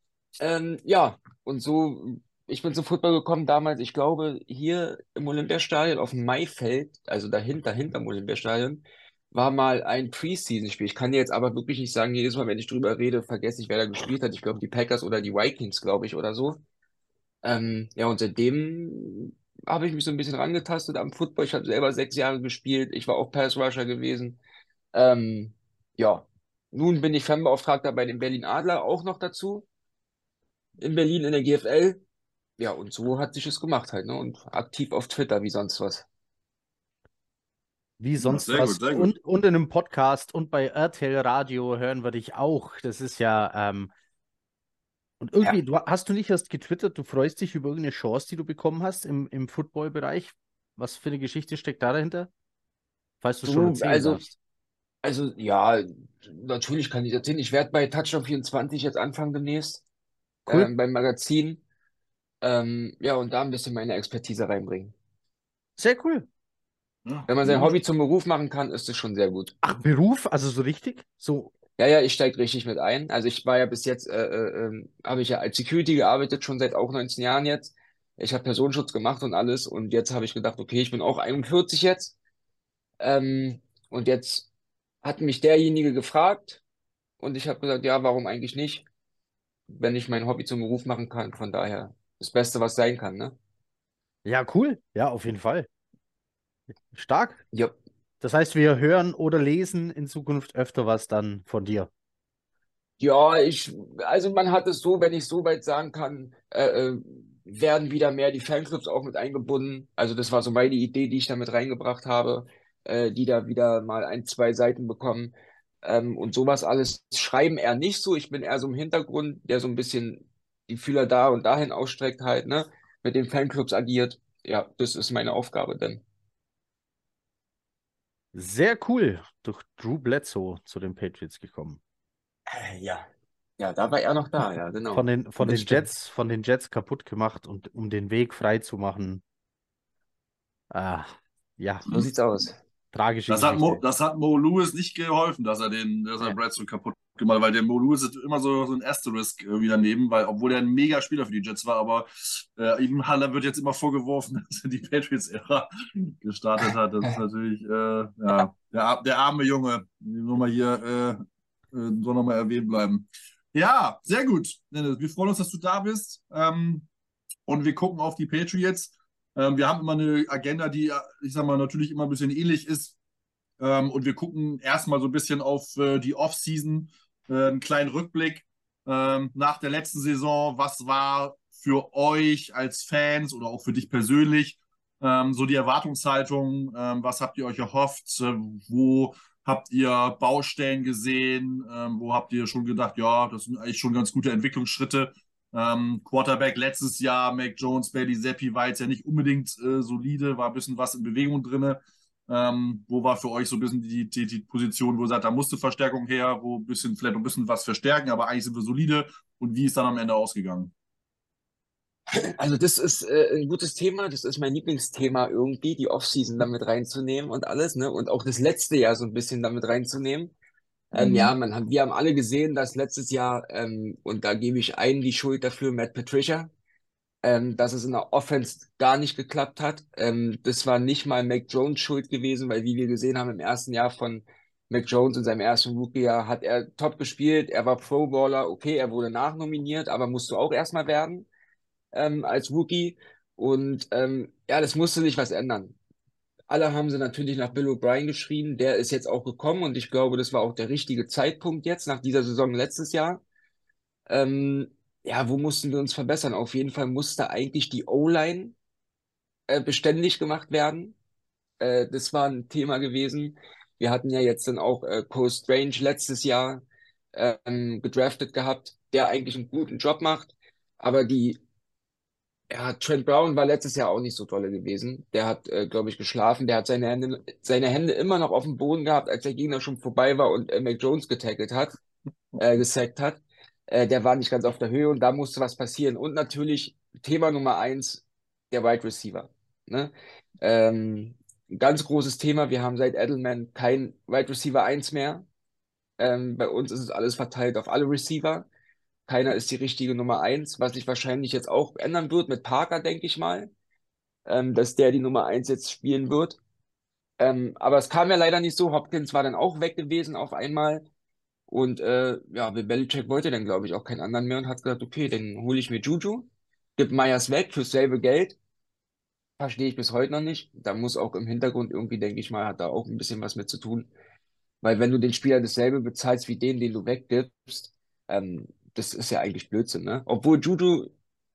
Ähm, ja, und so, ich bin zum Football gekommen damals, ich glaube, hier im Olympiastadion auf dem Maifeld, also dahinter, hinterm Olympiastadion, war mal ein Preseason-Spiel. Ich kann dir jetzt aber wirklich nicht sagen, jedes Mal, wenn ich drüber rede, vergesse ich, wer da gespielt hat. Ich glaube, die Packers oder die Vikings, glaube ich, oder so. Ähm, ja, und seitdem habe ich mich so ein bisschen rangetastet am Football. Ich habe selber sechs Jahre gespielt. Ich war auch Pass-Rusher gewesen. Ähm, ja, nun bin ich Fanbeauftragter bei den Berlin Adler auch noch dazu in Berlin in der G F L. Ja, und so hat sich es gemacht halt, ne? Und aktiv auf Twitter wie sonst was. Wie Ja, sonst sehr was. gut, sehr gut. Und, und in einem Podcast und bei R T L Radio hören wir dich auch. Das ist ja, ähm, und Ja, irgendwie, du hast du nicht erst getwittert, du freust dich über irgendeine Chance, die du bekommen hast im, im Football-Bereich. Was für eine Geschichte steckt da dahinter? Falls du es schon du, erzählen also, darfst. also, ja, natürlich kann ich erzählen. Ich werde bei Touchdown vierundzwanzig jetzt anfangen demnächst, Cool. ähm, beim Magazin. Ähm, ja, und da ein bisschen meine Expertise reinbringen. Sehr cool. Ja, Wenn man sein gut. Hobby zum Beruf machen kann, ist es schon sehr gut. Ach, Beruf, also so richtig? So, Ja, ja, ich steige richtig mit ein. Also ich war ja bis jetzt, äh, äh, ähm, habe ich ja als Security gearbeitet, schon seit auch neunzehn Jahren jetzt. Ich habe Personenschutz gemacht und alles. Und jetzt habe ich gedacht, okay, ich bin auch einundvierzig jetzt. Ähm, und jetzt hat mich derjenige gefragt und ich habe gesagt, ja, warum eigentlich nicht, wenn ich mein Hobby zum Beruf machen kann. Von daher das Beste, was sein kann, ne? ja, cool. Ja, auf jeden Fall. Stark. Ja, Das heißt, wir hören oder lesen in Zukunft öfter was dann von dir. ja, ich, also man hat es so, wenn ich so weit sagen kann, äh, äh, werden wieder mehr die Fanclubs auch mit eingebunden. Also das war so meine Idee, die ich da mit reingebracht habe, äh, die da wieder mal ein, zwei Seiten bekommen. Ähm, und sowas alles schreiben eher nicht so. Ich bin eher so im Hintergrund, der so ein bisschen die Fühler da und dahin ausstreckt halt, ne? Mit den Fanclubs agiert. Ja, das ist meine Aufgabe dann. Sehr cool. Durch Drew Bledsoe zu den Patriots gekommen. Äh, Ja, ja, da war er noch da, ja, Von genau. den, von Das den stimmt. Jets, von den Jets kaputt gemacht und um den Weg frei zu machen. Ah, ja, So sieht's aus. tragische Das hat Mo, Geschichte. das hat Mo Lewis nicht geholfen, dass er den, dass er Ja. Brad so kaputt gemacht hat, weil der Mo Lewis ist immer so, so ein Asterisk irgendwie daneben, weil, obwohl er ein mega Spieler für die Jets war, aber äh, ihm Haller wird jetzt immer vorgeworfen, dass er die Patriots-Ära gestartet hat. Das ist natürlich, äh, ja, der, der arme Junge, nur mal hier, äh, äh, soll nochmal erwähnt bleiben. Ja, sehr gut, Dennis. Wir freuen uns, dass du da bist. Ähm, und wir gucken auf die Patriots. Ähm, wir haben immer eine Agenda, die, ich sag mal, natürlich immer ein bisschen ähnlich ist. Ähm, und wir gucken erstmal so ein bisschen auf äh, die Offseason, äh, einen kleinen Rückblick ähm, nach der letzten Saison. Was war für euch als Fans oder auch für dich persönlich ähm, so die Erwartungshaltung? Ähm, was habt ihr euch erhofft? Äh, wo habt ihr Baustellen gesehen? Ähm, wo habt ihr schon gedacht, ja, das sind eigentlich schon ganz gute Entwicklungsschritte? Ähm, Quarterback letztes Jahr, Mac Jones, Bailey Zappi war jetzt ja nicht unbedingt äh, solide, war ein bisschen was in Bewegung drin. Ähm, wo war für euch so ein bisschen die, die, die Position, wo ihr sagt, da musste Verstärkung her, wo ein bisschen, vielleicht ein bisschen was verstärken, aber eigentlich sind wir solide. Und wie ist dann am Ende ausgegangen? Also das ist äh, ein gutes Thema. Das ist mein Lieblingsthema irgendwie, die Offseason damit reinzunehmen und alles, ne? Und auch das letzte Jahr so ein bisschen damit reinzunehmen. Ähm, ja, Mhm. man hat, wir haben alle gesehen, dass letztes Jahr, ähm, und da gebe ich einen die Schuld dafür, Matt Patricia, ähm, dass es in der Offense gar nicht geklappt hat. Ähm, das war nicht mal Mac Jones Schuld gewesen, weil wie wir gesehen haben im ersten Jahr von Mac Jones in seinem ersten Rookie-Jahr hat er top gespielt, er war Pro Bowler, okay, er wurde nachnominiert, aber musst du auch erstmal werden ähm, als Rookie. Und ähm, ja, das musste sich was ändern. Alle haben sie natürlich nach Bill O'Brien geschrien, der ist jetzt auch gekommen und ich glaube, das war auch der richtige Zeitpunkt jetzt nach dieser Saison letztes Jahr. Ähm, ja, wo mussten wir uns verbessern? Auf jeden Fall musste eigentlich die O-Line äh, beständig gemacht werden. Äh, das war ein Thema gewesen. Wir hatten ja jetzt dann auch äh, Cole Strange letztes Jahr ähm, gedraftet gehabt, der eigentlich einen guten Job macht. Aber die, ja, Trent Brown war letztes Jahr auch nicht so tolle gewesen. Der hat, äh, glaube ich, geschlafen. Der hat seine Hände, seine Hände immer noch auf dem Boden gehabt, als der Gegner schon vorbei war und äh, Mac Jones getackelt hat, äh, gesackt hat. Äh, der war nicht ganz auf der Höhe und da musste was passieren. Und natürlich Thema Nummer eins, der Wide Receiver. Ne? Ähm, ein ganz großes Thema. Wir haben seit Edelman kein Wide Receiver eins mehr. Ähm, bei uns ist es alles verteilt auf alle Receiver. Keiner ist die richtige Nummer eins, was sich wahrscheinlich jetzt auch ändern wird mit Parker, denke ich mal, ähm, dass der die Nummer eins jetzt spielen wird. Ähm, aber es kam ja leider nicht so. Hopkins war dann auch weg gewesen auf einmal. Und äh, ja, Bill Belichick wollte dann, glaube ich, auch keinen anderen mehr und hat gesagt, okay, dann hole ich mir Juju, gib Myers weg fürs selbe Geld. Verstehe ich bis heute noch nicht. Da muss auch im Hintergrund irgendwie, denke ich mal, hat da auch ein bisschen was mit zu tun. Weil wenn du den Spieler dasselbe bezahlst wie den, den du weggibst, ähm, das ist ja eigentlich Blödsinn, ne? Obwohl Juju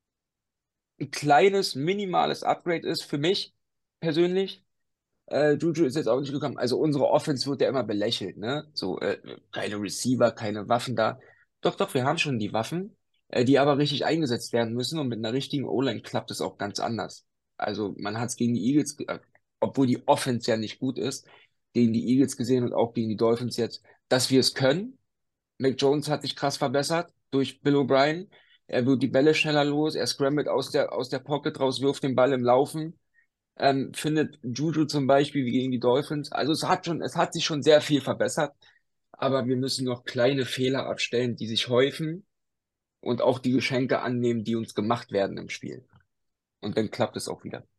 ein kleines, minimales Upgrade ist für mich persönlich. Äh, Juju ist jetzt auch nicht gekommen. Also unsere Offense wird ja immer belächelt, ne? So, äh, keine Receiver, keine Waffen da. Doch, doch, wir haben schon die Waffen, äh, die aber richtig eingesetzt werden müssen und mit einer richtigen O-Line klappt es auch ganz anders. Also man hat es gegen die Eagles, ge- äh, obwohl die Offense ja nicht gut ist, gegen die Eagles gesehen und auch gegen die Dolphins jetzt, dass wir es können. Mac Jones hat sich krass verbessert durch Bill O'Brien. Er wird die Bälle schneller los, er scrambled aus der, aus der Pocket raus, wirft den Ball im Laufen, ähm, findet Juju zum Beispiel wie gegen die Dolphins. Also es hat schon, es hat sich schon sehr viel verbessert, aber wir müssen noch kleine Fehler abstellen, die sich häufen und auch die Geschenke annehmen, die uns gemacht werden im Spiel. Und dann klappt es auch wieder.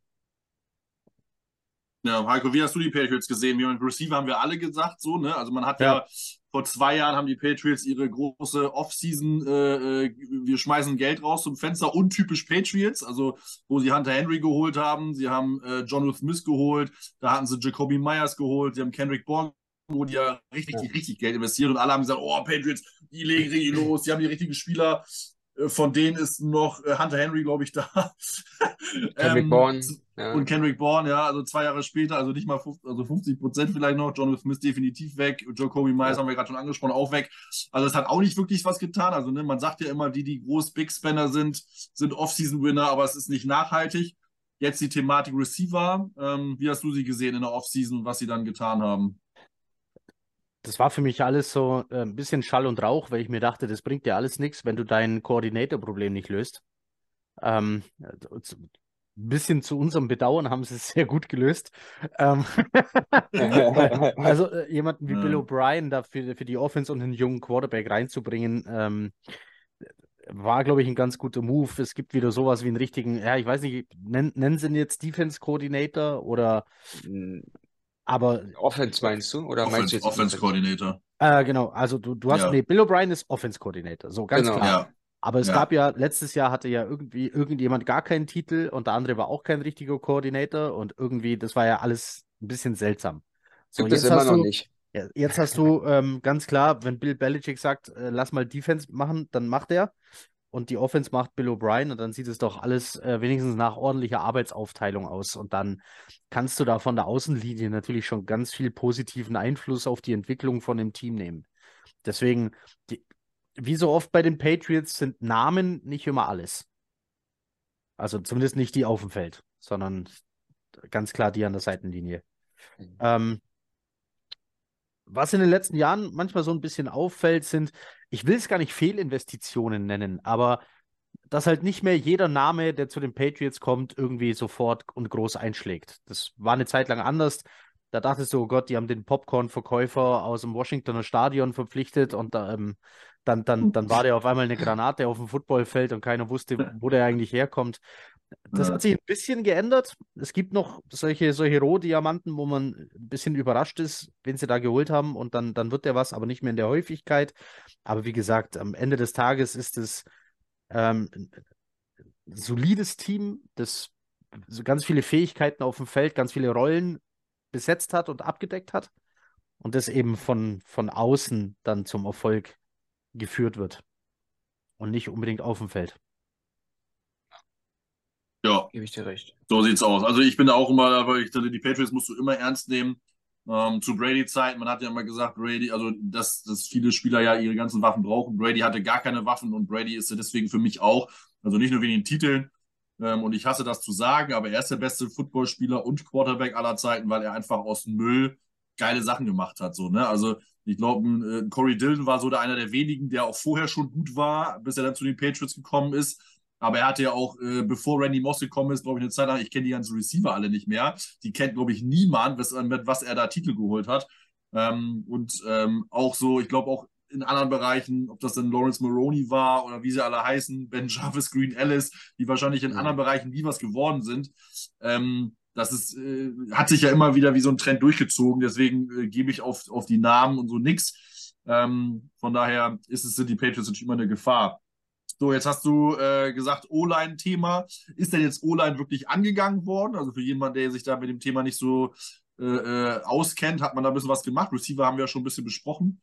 Ja, Heiko, wie hast du die Patriots gesehen? Wir Receiver haben wir alle gesagt, so, ne? Also man hat Ja, ja vor zwei Jahren haben die Patriots ihre große Offseason, äh, äh, wir schmeißen Geld raus zum Fenster, untypisch Patriots, also wo sie Hunter Henry geholt haben, sie haben äh, Jonathan Smith geholt, da hatten sie Jacoby Myers geholt, sie haben Kendrick Bourne, wo die ja richtig, Ja. richtig Geld investiert und alle haben gesagt, oh, Patriots, die legen richtig los, die haben die richtigen Spieler. Äh, Von denen ist noch äh, Hunter Henry, glaube ich, da. Kendrick ähm, Bourne, und ja, Kendrick Bourne, ja, also zwei Jahre später, also nicht mal fünfzig, also fünfzig Prozent vielleicht noch. Jonathan Smith definitiv weg. Jacoby Myers ja. haben wir gerade schon angesprochen, auch weg. Also es hat auch nicht wirklich was getan. Also ne, man sagt ja immer, die, die groß Big Spender sind, sind Off-Season-Winner, aber es ist nicht nachhaltig. Jetzt die Thematik Receiver. Ähm, wie hast du sie gesehen in der Off-Season und was sie dann getan haben? das war für mich alles so äh, ein bisschen Schall und Rauch, weil ich mir dachte, das bringt dir alles nichts, wenn du dein Koordinator-Problem nicht löst. Ähm, ein bisschen zu unserem Bedauern haben sie es sehr gut gelöst. Ähm, weil, also äh, jemanden wie Bill Ja. O'Brien da für, für die Offense und einen jungen Quarterback reinzubringen, ähm, war, glaube ich, ein ganz guter Move. Es gibt wieder sowas wie einen richtigen, ja, ich weiß nicht, nennen, nennen sie ihn jetzt Defense Coordinator oder, aber Offense meinst du? Oder meinst du Offense, jetzt die Offense Defense? Coordinator. äh, genau, also du, du hast, nee, Ja, Bill O'Brien ist Offense Coordinator, so ganz Genau. klar. ja, Aber es gab ja. ja, letztes Jahr hatte ja irgendwie irgendjemand gar keinen Titel und der andere war auch kein richtiger Coordinator und irgendwie, das war ja alles ein bisschen seltsam. So, Gibt es jetzt immer hast noch du, nicht. ja, jetzt hast du ähm, ganz klar, wenn Bill Belichick sagt, äh, lass mal Defense machen, dann macht er. Und die Offense macht Bill O'Brien und dann sieht es doch alles äh, wenigstens nach ordentlicher Arbeitsaufteilung aus. Und dann kannst du da von der Außenlinie natürlich schon ganz viel positiven Einfluss auf die Entwicklung von dem Team nehmen. Deswegen, die, wie so oft bei den Patriots, sind Namen nicht immer alles. Also zumindest nicht die auf dem Feld, sondern ganz klar die an der Seitenlinie. Ähm, was in den letzten Jahren manchmal so ein bisschen auffällt, sind, ich will es gar nicht Fehlinvestitionen nennen, aber dass halt nicht mehr jeder Name, der zu den Patriots kommt, irgendwie sofort und groß einschlägt. Das war eine Zeit lang anders. Da dachtest du, oh Gott, die haben den Popcorn-Verkäufer aus dem Washingtoner Stadion verpflichtet und da, ähm, dann, dann, dann war der auf einmal eine Granate auf dem Footballfeld und keiner wusste, wo der eigentlich herkommt. Das hat Ja. sich ein bisschen geändert. Es gibt noch solche, solche Rohdiamanten, wo man ein bisschen überrascht ist, wen sie da geholt haben und dann, dann wird der was, aber nicht mehr in der Häufigkeit. Aber wie gesagt, am Ende des Tages ist es ähm, ein solides Team, das so ganz viele Fähigkeiten auf dem Feld, ganz viele Rollen besetzt hat und abgedeckt hat und das eben von, von außen dann zum Erfolg geführt wird und nicht unbedingt auf dem Feld. Ja, Gebe ich dir recht. so sieht's aus. Also ich bin auch immer, aber ich dachte, die Patriots musst du immer ernst nehmen. Ähm, zu Brady-Zeiten, man hat ja immer gesagt, Brady, also dass, dass viele Spieler ja ihre ganzen Waffen brauchen. Brady hatte gar keine Waffen und Brady ist ja deswegen für mich auch, also nicht nur wegen den Titeln, ähm, und ich hasse das zu sagen, aber er ist der beste Footballspieler und Quarterback aller Zeiten, weil er einfach aus dem Müll geile Sachen gemacht hat. So, ne? Also ich glaube, äh, Corey Dillon war so der einer der wenigen, der auch vorher schon gut war, bis er dann zu den Patriots gekommen ist. Aber er hatte ja auch, äh, bevor Randy Moss gekommen ist, glaube ich, eine Zeit lang, ich kenne die ganzen Receiver alle nicht mehr. Die kennt, glaube ich, niemand, was, mit was er da Titel geholt hat. Ähm, und ähm, auch so, ich glaube auch in anderen Bereichen, ob das dann Lawrence Maroney war oder wie sie alle heißen, Ben Jarvis, Green Ellis, die wahrscheinlich in anderen Mhm. Bereichen nie was geworden sind. Ähm, das ist, äh, hat sich ja immer wieder wie so ein Trend durchgezogen. Deswegen äh, gebe ich auf, auf die Namen und so nichts. Ähm, von daher ist es, sind die Patriots natürlich immer eine Gefahr. So, jetzt hast du äh, gesagt, O-Line-Thema. Ist denn jetzt O-Line wirklich angegangen worden? Also für jemanden, der sich da mit dem Thema nicht so äh, äh, auskennt, hat man da ein bisschen was gemacht? Receiver haben wir ja schon ein bisschen besprochen.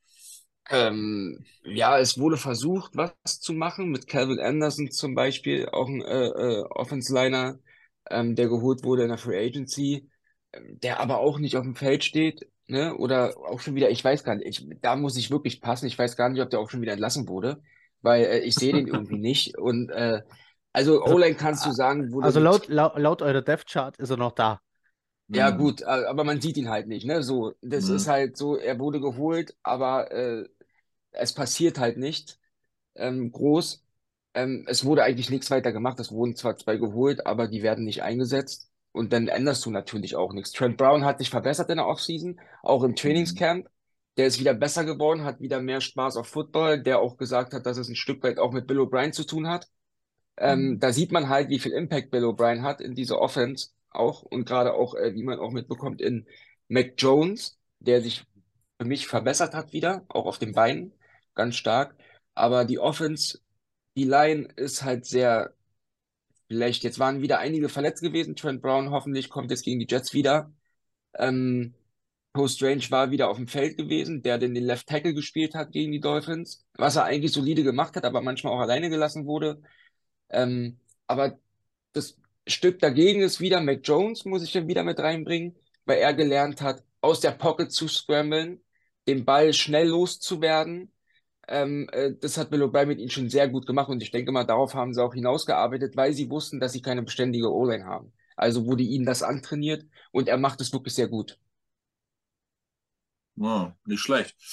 Ähm, ja, es wurde versucht, was zu machen mit Calvin Anderson zum Beispiel, auch ein äh, äh, Offense-Liner, ähm, der geholt wurde in der Free Agency, ähm, der aber auch nicht auf dem Feld steht, ne? Oder auch schon wieder, ich weiß gar nicht, ich, da muss ich wirklich passen, ich weiß gar nicht, ob der auch schon wieder entlassen wurde, weil äh, ich sehe den irgendwie nicht. Und äh, also Also, O-Line kannst äh, du sagen, wurde also mit, laut, laut, laut eurer Depth Chart ist er noch da. ja Hm, gut, äh, aber man sieht ihn halt nicht, ne? So, das ist ne? halt so, er wurde geholt, aber äh, es passiert halt nicht ähm, groß. Ähm, es wurde eigentlich nichts weiter gemacht. Es wurden zwar zwei geholt, aber die werden nicht eingesetzt. Und dann änderst du natürlich auch nichts. Trent Brown hat sich verbessert in der Offseason, auch im Hm, Trainingscamp. Der ist wieder besser geworden, hat wieder mehr Spaß auf Football, der auch gesagt hat, dass es ein Stück weit auch mit Bill O'Brien zu tun hat. Ähm, hm, da sieht man halt, wie viel Impact Bill O'Brien hat in dieser Offense auch und gerade auch, äh, wie man auch mitbekommt, in Mac Jones, der sich für mich verbessert hat wieder, auch auf den Beinen, ganz stark. Aber die Offense, die Line ist halt sehr schlecht. Jetzt waren wieder einige verletzt gewesen. Trent Brown hoffentlich kommt jetzt gegen die Jets wieder. Ähm, Poe Strange war wieder auf dem Feld gewesen, der den, den Left Tackle gespielt hat gegen die Dolphins, was er eigentlich solide gemacht hat, aber manchmal auch alleine gelassen wurde. Ähm, aber das Stück dagegen ist wieder Mac Jones, muss ich dann wieder mit reinbringen, weil er gelernt hat, aus der Pocket zu scramblen, den Ball schnell loszuwerden. Ähm, äh, das hat Bill O'Brien mit ihm schon sehr gut gemacht und ich denke mal, darauf haben sie auch hinausgearbeitet, weil sie wussten, dass sie keine beständige O-Line haben. Also wurde ihnen das antrainiert und er macht es wirklich sehr gut. ja, nicht schlecht.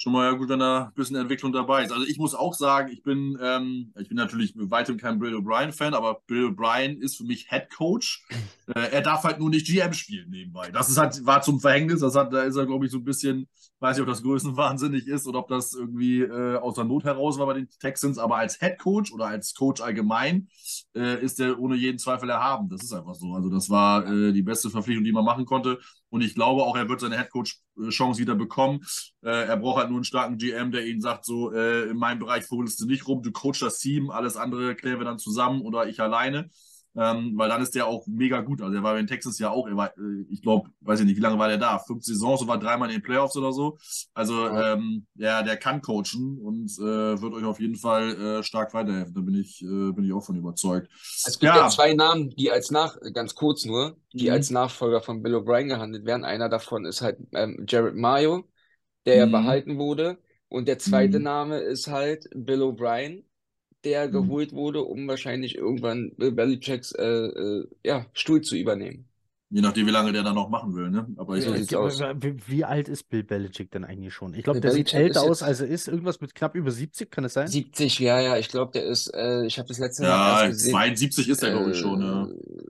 schon mal ja gut, wenn da ein bisschen Entwicklung dabei ist. Also ich muss auch sagen, ich bin, ähm, ich bin natürlich bei weitem kein Bill O'Brien-Fan, aber Bill O'Brien ist für mich Head Coach. Äh, er darf halt nur nicht G M spielen nebenbei. Das ist halt, war zum Verhängnis. Das hat, da ist er, glaube ich, so ein bisschen, weiß nicht, ob das größenwahnsinnig ist oder ob das irgendwie äh, aus der Not heraus war bei den Texans, aber als Head Coach oder als Coach allgemein äh, ist er ohne jeden Zweifel erhaben. Das ist einfach so. Also das war äh, die beste Verpflichtung, die man machen konnte. Und ich glaube auch, er wird seine Headcoach-Chance wieder bekommen. Äh, er braucht halt nur einen starken G M, der ihm sagt, so, äh, in meinem Bereich vogelst du nicht rum, du coachst das Team, alles andere klären wir dann zusammen oder ich alleine. Ähm, weil dann ist der auch mega gut. Also er war in Texas ja auch, er war, äh, ich glaube, weiß ich nicht, wie lange war der da? Fünf Saisons und war dreimal in den Playoffs oder so. Also Ja. ähm, ja, der kann coachen und äh, wird euch auf jeden Fall äh, stark weiterhelfen. Da bin ich, äh, bin ich auch von überzeugt. Es gibt ja Ja, zwei Namen, die als Nach, ganz kurz nur, die als mhm. Nachfolger von Bill O'Brien gehandelt werden. Einer davon ist halt ähm, Jared Mayo, der ja Mhm. behalten wurde. Und der zweite Mhm. Name ist halt Bill O'Brien, der Mhm. geholt wurde, um wahrscheinlich irgendwann Bill Belichicks äh, äh, ja, Stuhl zu übernehmen. Je nachdem, wie lange der dann noch machen will, ne? Aber ich, So Äh, sieht's ich ge- aus. Wie, wie alt ist Bill Belichick denn eigentlich schon? Ich glaube, Bill der sieht Belichick älter ist aus, als jetzt er ist. Irgendwas mit knapp über siebzig, kann es sein? siebzig, ja, ja, ich glaube, der ist, äh, ich habe das letzte Mal erst ja, gesehen, zweiundsiebzig ist er, glaube ich, schon, äh, ja.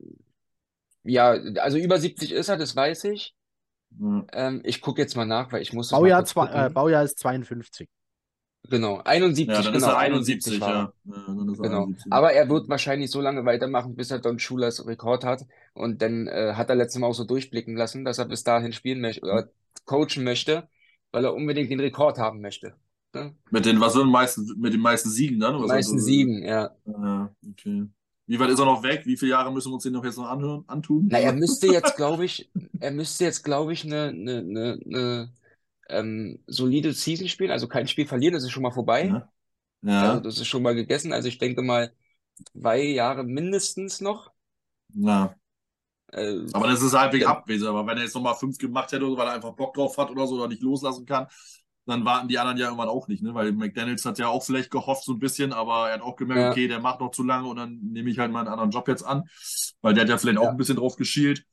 ja, also über siebzig ist er, das weiß ich. Ja, Ähm, ich gucke jetzt mal nach, weil ich muss das mal Baujahr, kurz zwei, äh, gucken. Baujahr ist zweiundfünfzig. Genau, ja, einundsiebzig, dann ist genau, er einundsiebzig einundsiebzig, war er. ja. Ja, dann ist er Genau. einundsiebzig. Aber er wird wahrscheinlich so lange weitermachen, bis er Don Schulas Rekord hat. Und dann äh, hat er letztes Mal auch so durchblicken lassen, dass er bis dahin spielen möchte oder coachen möchte, weil er unbedingt den Rekord haben möchte. Ne? Mit den, was sind die meisten, mit den meisten Siegen dann? Die Was hat, meisten Siegen, ja. äh, ja, okay. Wie weit ist er noch weg? Wie viele Jahre müssen wir uns den noch jetzt noch anhören, antun? Na, er Also, müsste jetzt, glaube ich, er müsste jetzt, glaube ich, eine, eine, eine, eine ähm, solide Season spielen, also kein Spiel verlieren, das ist schon mal vorbei. ja, Also ja, das ist schon mal gegessen. Also ich denke mal zwei Jahre mindestens noch. ja. Äh, Aber das ist halbwegs denn, abwesend. Aber wenn er jetzt nochmal fünf gemacht hätte, weil er einfach Bock drauf hat oder so oder nicht loslassen kann, dann warten die anderen ja irgendwann auch nicht, ne? Weil McDaniels hat ja auch vielleicht gehofft so ein bisschen, aber er hat auch gemerkt, ja, okay, der macht noch zu lange und dann nehme ich halt mal einen anderen Job jetzt an, weil der hat ja vielleicht auch ein ja, bisschen drauf geschielt.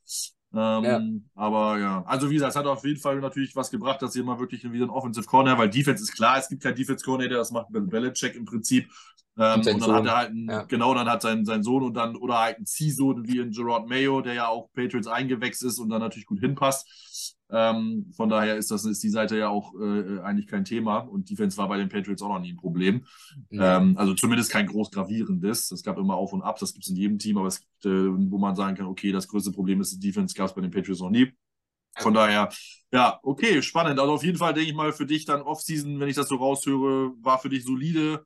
ja, Ähm, aber ja, also wie gesagt, es hat auf jeden Fall natürlich was gebracht, dass ihr mal wirklich wieder ein Offensive Corner, weil Defense ist klar, es gibt keinen Defense Coordinator, das macht Bill Belichick im Prinzip. und Ähm, sein und dann hat er Sohn. halt einen, Ja, genau, dann hat sein, sein Sohn und dann, oder halt einen Ziehsohn wie in Gerard Mayo, der ja auch Patriots eingewechselt ist und dann natürlich gut hinpasst. Ähm, von daher ist das ist die Seite ja auch äh, eigentlich kein Thema und Defense war bei den Patriots auch noch nie ein Problem. nee. Ähm, also zumindest kein groß gravierendes. Es gab immer Auf und Ab, das gibt es in jedem Team, aber es gibt, äh, wo man sagen kann, okay, das größte Problem ist die Defense, gab es bei den Patriots noch nie. Ja, Von daher, ja, okay, spannend. Also auf jeden Fall denke ich mal für dich dann Offseason, wenn ich das so raushöre, war für dich solide.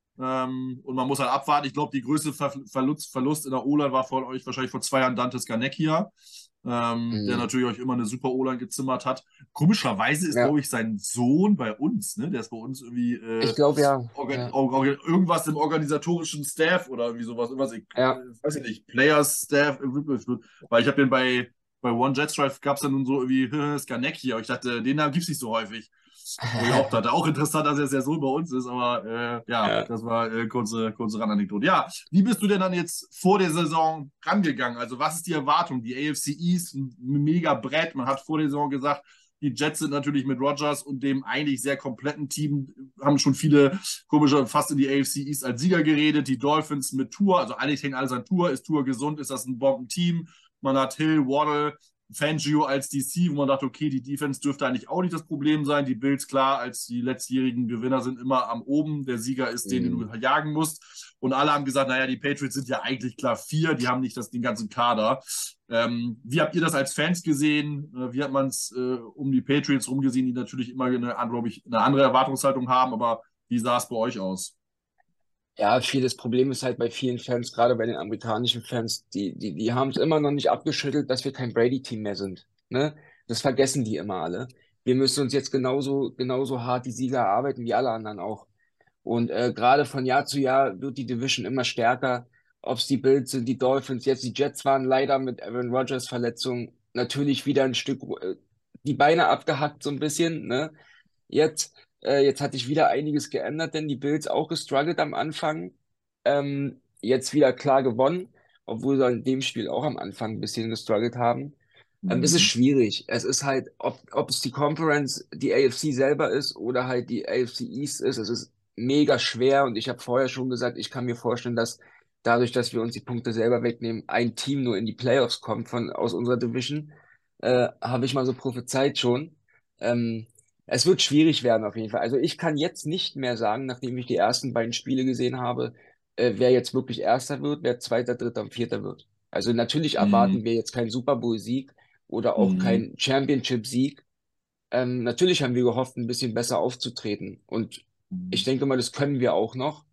Ähm, und man muss halt abwarten. Ich glaube, die größte Ver Verlust, Verlust in der O-Line war von euch wahrscheinlich vor zwei Jahren Dantes Garnecchia, ähm, der mm, natürlich euch immer eine super O-Line gezimmert hat. Komischerweise ist, ja, glaube ich, sein Sohn bei uns, ne? Der ist bei uns irgendwie ich äh, glaube ja, organ ja, organ irgendwas im organisatorischen Staff oder irgendwie sowas. Irgendwas, ich ja. äh, weiß ich nicht, Players Staff, weil ich habe den bei, bei One Jet Drive gab es dann nun so irgendwie Skanecki, aber ich dachte, den Namen gibt es nicht so häufig. Wo ich auch dachte, auch interessant, dass er sehr so bei uns ist, aber äh, ja, Ja. das war äh, kurze, kurze Randanekdote. Ja, wie bist du denn dann jetzt vor der Saison rangegangen? Also, was ist die Erwartung? Die A F C East, ein mega Brett. Man hat vor der Saison gesagt, die Jets sind natürlich mit Rodgers und dem eigentlich sehr kompletten Team, haben schon viele komische fast in die A F C East als Sieger geredet. Die Dolphins mit Tour, also eigentlich hängt alles an Tour. Ist Tour gesund? Ist das ein Bombenteam? Man hat Hill, Waddle, Fangio als D C, wo man dachte, okay, die Defense dürfte eigentlich auch nicht das Problem sein. Die Bills, klar, als die letztjährigen Gewinner sind immer am oben. Der Sieger ist den, den Mm. du jagen musst. Und alle haben gesagt, naja, die Patriots sind ja eigentlich klar vier, die haben nicht das, den ganzen Kader. Ähm, wie habt ihr das als Fans gesehen? Äh, Wie hat man es äh, um die Patriots rumgesehen, die natürlich immer eine, glaube ich, eine andere Erwartungshaltung haben, aber wie sah es bei euch aus? Ja, vieles Problem ist halt bei vielen Fans, gerade bei den amerikanischen Fans, die, die, die haben es immer noch nicht abgeschüttelt, dass wir kein Brady-Team mehr sind. Ne? Das vergessen die immer alle. Wir müssen uns jetzt genauso, genauso hart die Sieger erarbeiten wie alle anderen auch. Und äh, gerade von Jahr zu Jahr wird die Division immer stärker. Ob es die Bills sind, die Dolphins, jetzt die Jets waren leider mit Aaron Rodgers Verletzung natürlich wieder ein Stück äh, die Beine abgehackt so ein bisschen. Ne? Jetzt, äh, jetzt hat sich wieder einiges geändert, denn die Bills auch gestruggelt am Anfang. Ähm, jetzt wieder klar gewonnen, obwohl sie in dem Spiel auch am Anfang ein bisschen gestruggelt haben. Ähm, es ist Mhm. schwierig. Es ist halt, ob, ob es die Conference, die A F C selber ist oder halt die A F C East ist, es ist mega schwer und ich habe vorher schon gesagt, ich kann mir vorstellen, dass dadurch, dass wir uns die Punkte selber wegnehmen, ein Team nur in die Playoffs kommt von, aus unserer Division, äh, habe ich mal so prophezeit schon. Ähm, Es wird schwierig werden auf jeden Fall. Also ich kann jetzt nicht mehr sagen, nachdem ich die ersten beiden Spiele gesehen habe, äh, wer jetzt wirklich Erster wird, wer Zweiter, Dritter und Vierter wird. Also natürlich erwarten Mhm. wir jetzt keinen Super Bowl-Sieg oder auch Mhm. keinen Championship-Sieg. Ähm, natürlich haben wir gehofft, ein bisschen besser aufzutreten. Und ich Mhm. denke mal, das können wir auch noch.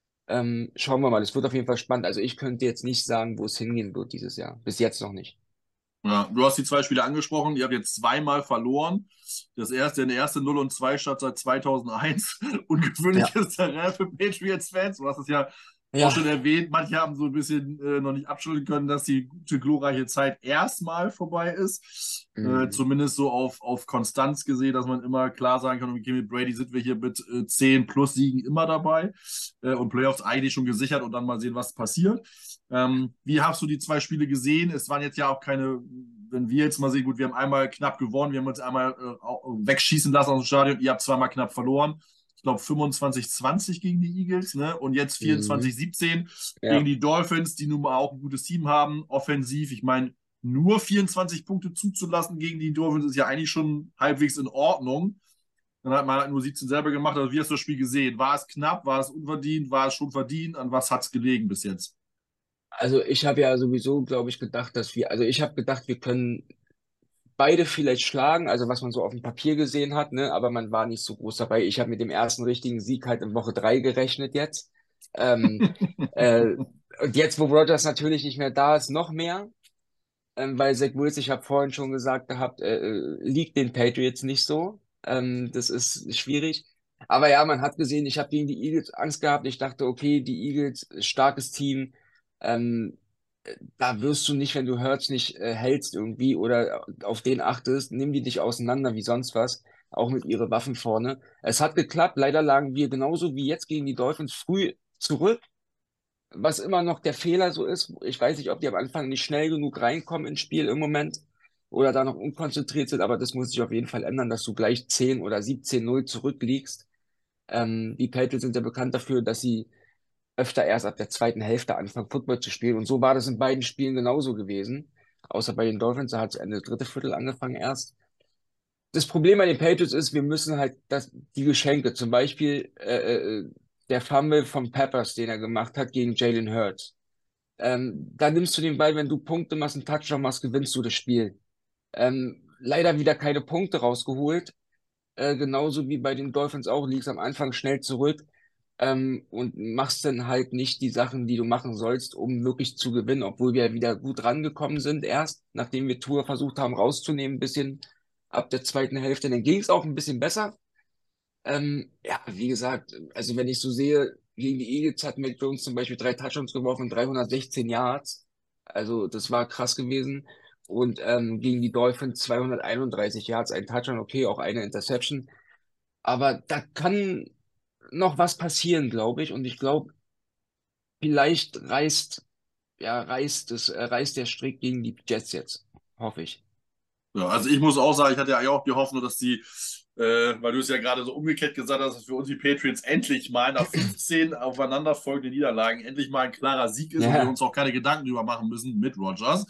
Ähm, schauen wir mal, es wird auf jeden Fall spannend. Also ich könnte jetzt nicht sagen, wo es hingehen wird dieses Jahr. Bis jetzt noch nicht. Ja, du hast die zwei Spiele angesprochen. Ihr habt jetzt zweimal verloren. Das erste, der erste null und zwei Statt seit zweitausendeins. Ja. Ungewöhnliches Terrain für Patriots-Fans. Du hast es ja auch Ja. schon erwähnt. Manche haben so ein bisschen äh, noch nicht abschütteln können, dass die gute, glorreiche Zeit erstmal vorbei ist. Äh, Mhm. zumindest so auf, auf Konstanz gesehen, dass man immer klar sagen kann, okay, mit Brady sind wir hier mit äh, zehn plus Siegen immer dabei äh, und Playoffs eigentlich schon gesichert und dann mal sehen, was passiert. Ähm, wie hast du die zwei Spiele gesehen? Es waren jetzt ja auch keine, wenn wir jetzt mal sehen, gut, wir haben einmal knapp gewonnen, wir haben uns einmal äh, wegschießen lassen aus dem Stadion, ihr habt zweimal knapp verloren. Ich glaube fünfundzwanzig zwanzig gegen die Eagles, ne? Und jetzt vierundzwanzig Mhm. siebzehn gegen Ja. die Dolphins, die nun mal auch ein gutes Team haben, offensiv. Ich meine, nur vierundzwanzig Punkte zuzulassen gegen die Dolphins ist ja eigentlich schon halbwegs in Ordnung. Dann hat man halt nur siebzehn selber gemacht. Also wie hast du das Spiel gesehen? War es knapp? War es unverdient? War es schon verdient? An was hat es gelegen bis jetzt? Also ich habe ja sowieso, glaube ich, gedacht, dass wir, also ich habe gedacht, wir können beide vielleicht schlagen, also was man so auf dem Papier gesehen hat, ne, aber man war nicht so groß dabei. Ich habe mit dem ersten richtigen Sieg halt in Woche drei gerechnet jetzt. Ähm, äh, und jetzt, wo Rodgers natürlich nicht mehr da ist, noch mehr, ähm, weil Zach Wilson, ich habe vorhin schon gesagt gehabt, äh, äh, liegt den Patriots nicht so. Ähm, das ist schwierig. Aber ja, man hat gesehen, ich habe gegen die Eagles Angst gehabt. Ich dachte, okay, die Eagles, starkes Team. Ähm, Da wirst du nicht, wenn du Hurts nicht äh, hältst irgendwie oder auf den achtest, nimm die dich auseinander wie sonst was, auch mit ihren Waffen vorne. Es hat geklappt, leider lagen wir genauso wie jetzt gegen die Dolphins früh zurück, was immer noch der Fehler so ist. Ich weiß nicht, ob die am Anfang nicht schnell genug reinkommen ins Spiel im Moment oder da noch unkonzentriert sind, aber das muss sich auf jeden Fall ändern, dass du gleich zehn oder siebzehn null zurückliegst. Ähm, die Patriots sind ja bekannt dafür, dass sie öfter erst ab der zweiten Hälfte anfangen, Football zu spielen. Und so war das in beiden Spielen genauso gewesen. Außer bei den Dolphins, da hat es Ende dritte Viertel angefangen erst. Das Problem bei den Patriots ist, wir müssen halt das, die Geschenke, zum Beispiel äh, äh, der Fumble von Peppers, den er gemacht hat gegen Jalen Hurts. Ähm, da nimmst du den Ball, wenn du Punkte machst, einen Touchdown machst, gewinnst du das Spiel. Ähm, leider wieder keine Punkte rausgeholt. Äh, genauso wie bei den Dolphins auch, liegst am Anfang schnell zurück ähm, und machst dann halt nicht die Sachen, die du machen sollst, um wirklich zu gewinnen, obwohl wir wieder gut rangekommen sind erst, nachdem wir Tour versucht haben rauszunehmen, ein bisschen ab der zweiten Hälfte. Dann ging es auch ein bisschen besser. Ähm, ja, wie gesagt, also wenn ich so sehe, gegen die Eagles hat Mac Jones zum Beispiel drei Touchdowns geworfen, dreihundertsechzehn Yards. Also das war krass gewesen. Und ähm, gegen die Dolphins zweihunderteinunddreißig Yards, ein Touchdown, okay, auch eine Interception. Aber da kann noch was passieren, glaube ich. Und ich glaube, vielleicht reißt, ja, reißt es, äh, reißt der Strick gegen die Jets jetzt. Hoffe ich. Ja, also ich muss auch sagen, ich hatte ja eigentlich auch die Hoffnung, dass die, äh, weil du es ja gerade so umgekehrt gesagt hast, dass für uns die Patriots endlich mal nach fünfzehn aufeinanderfolgenden Niederlagen endlich mal ein klarer Sieg ist und wir Ja, uns auch keine Gedanken drüber machen müssen mit Rodgers,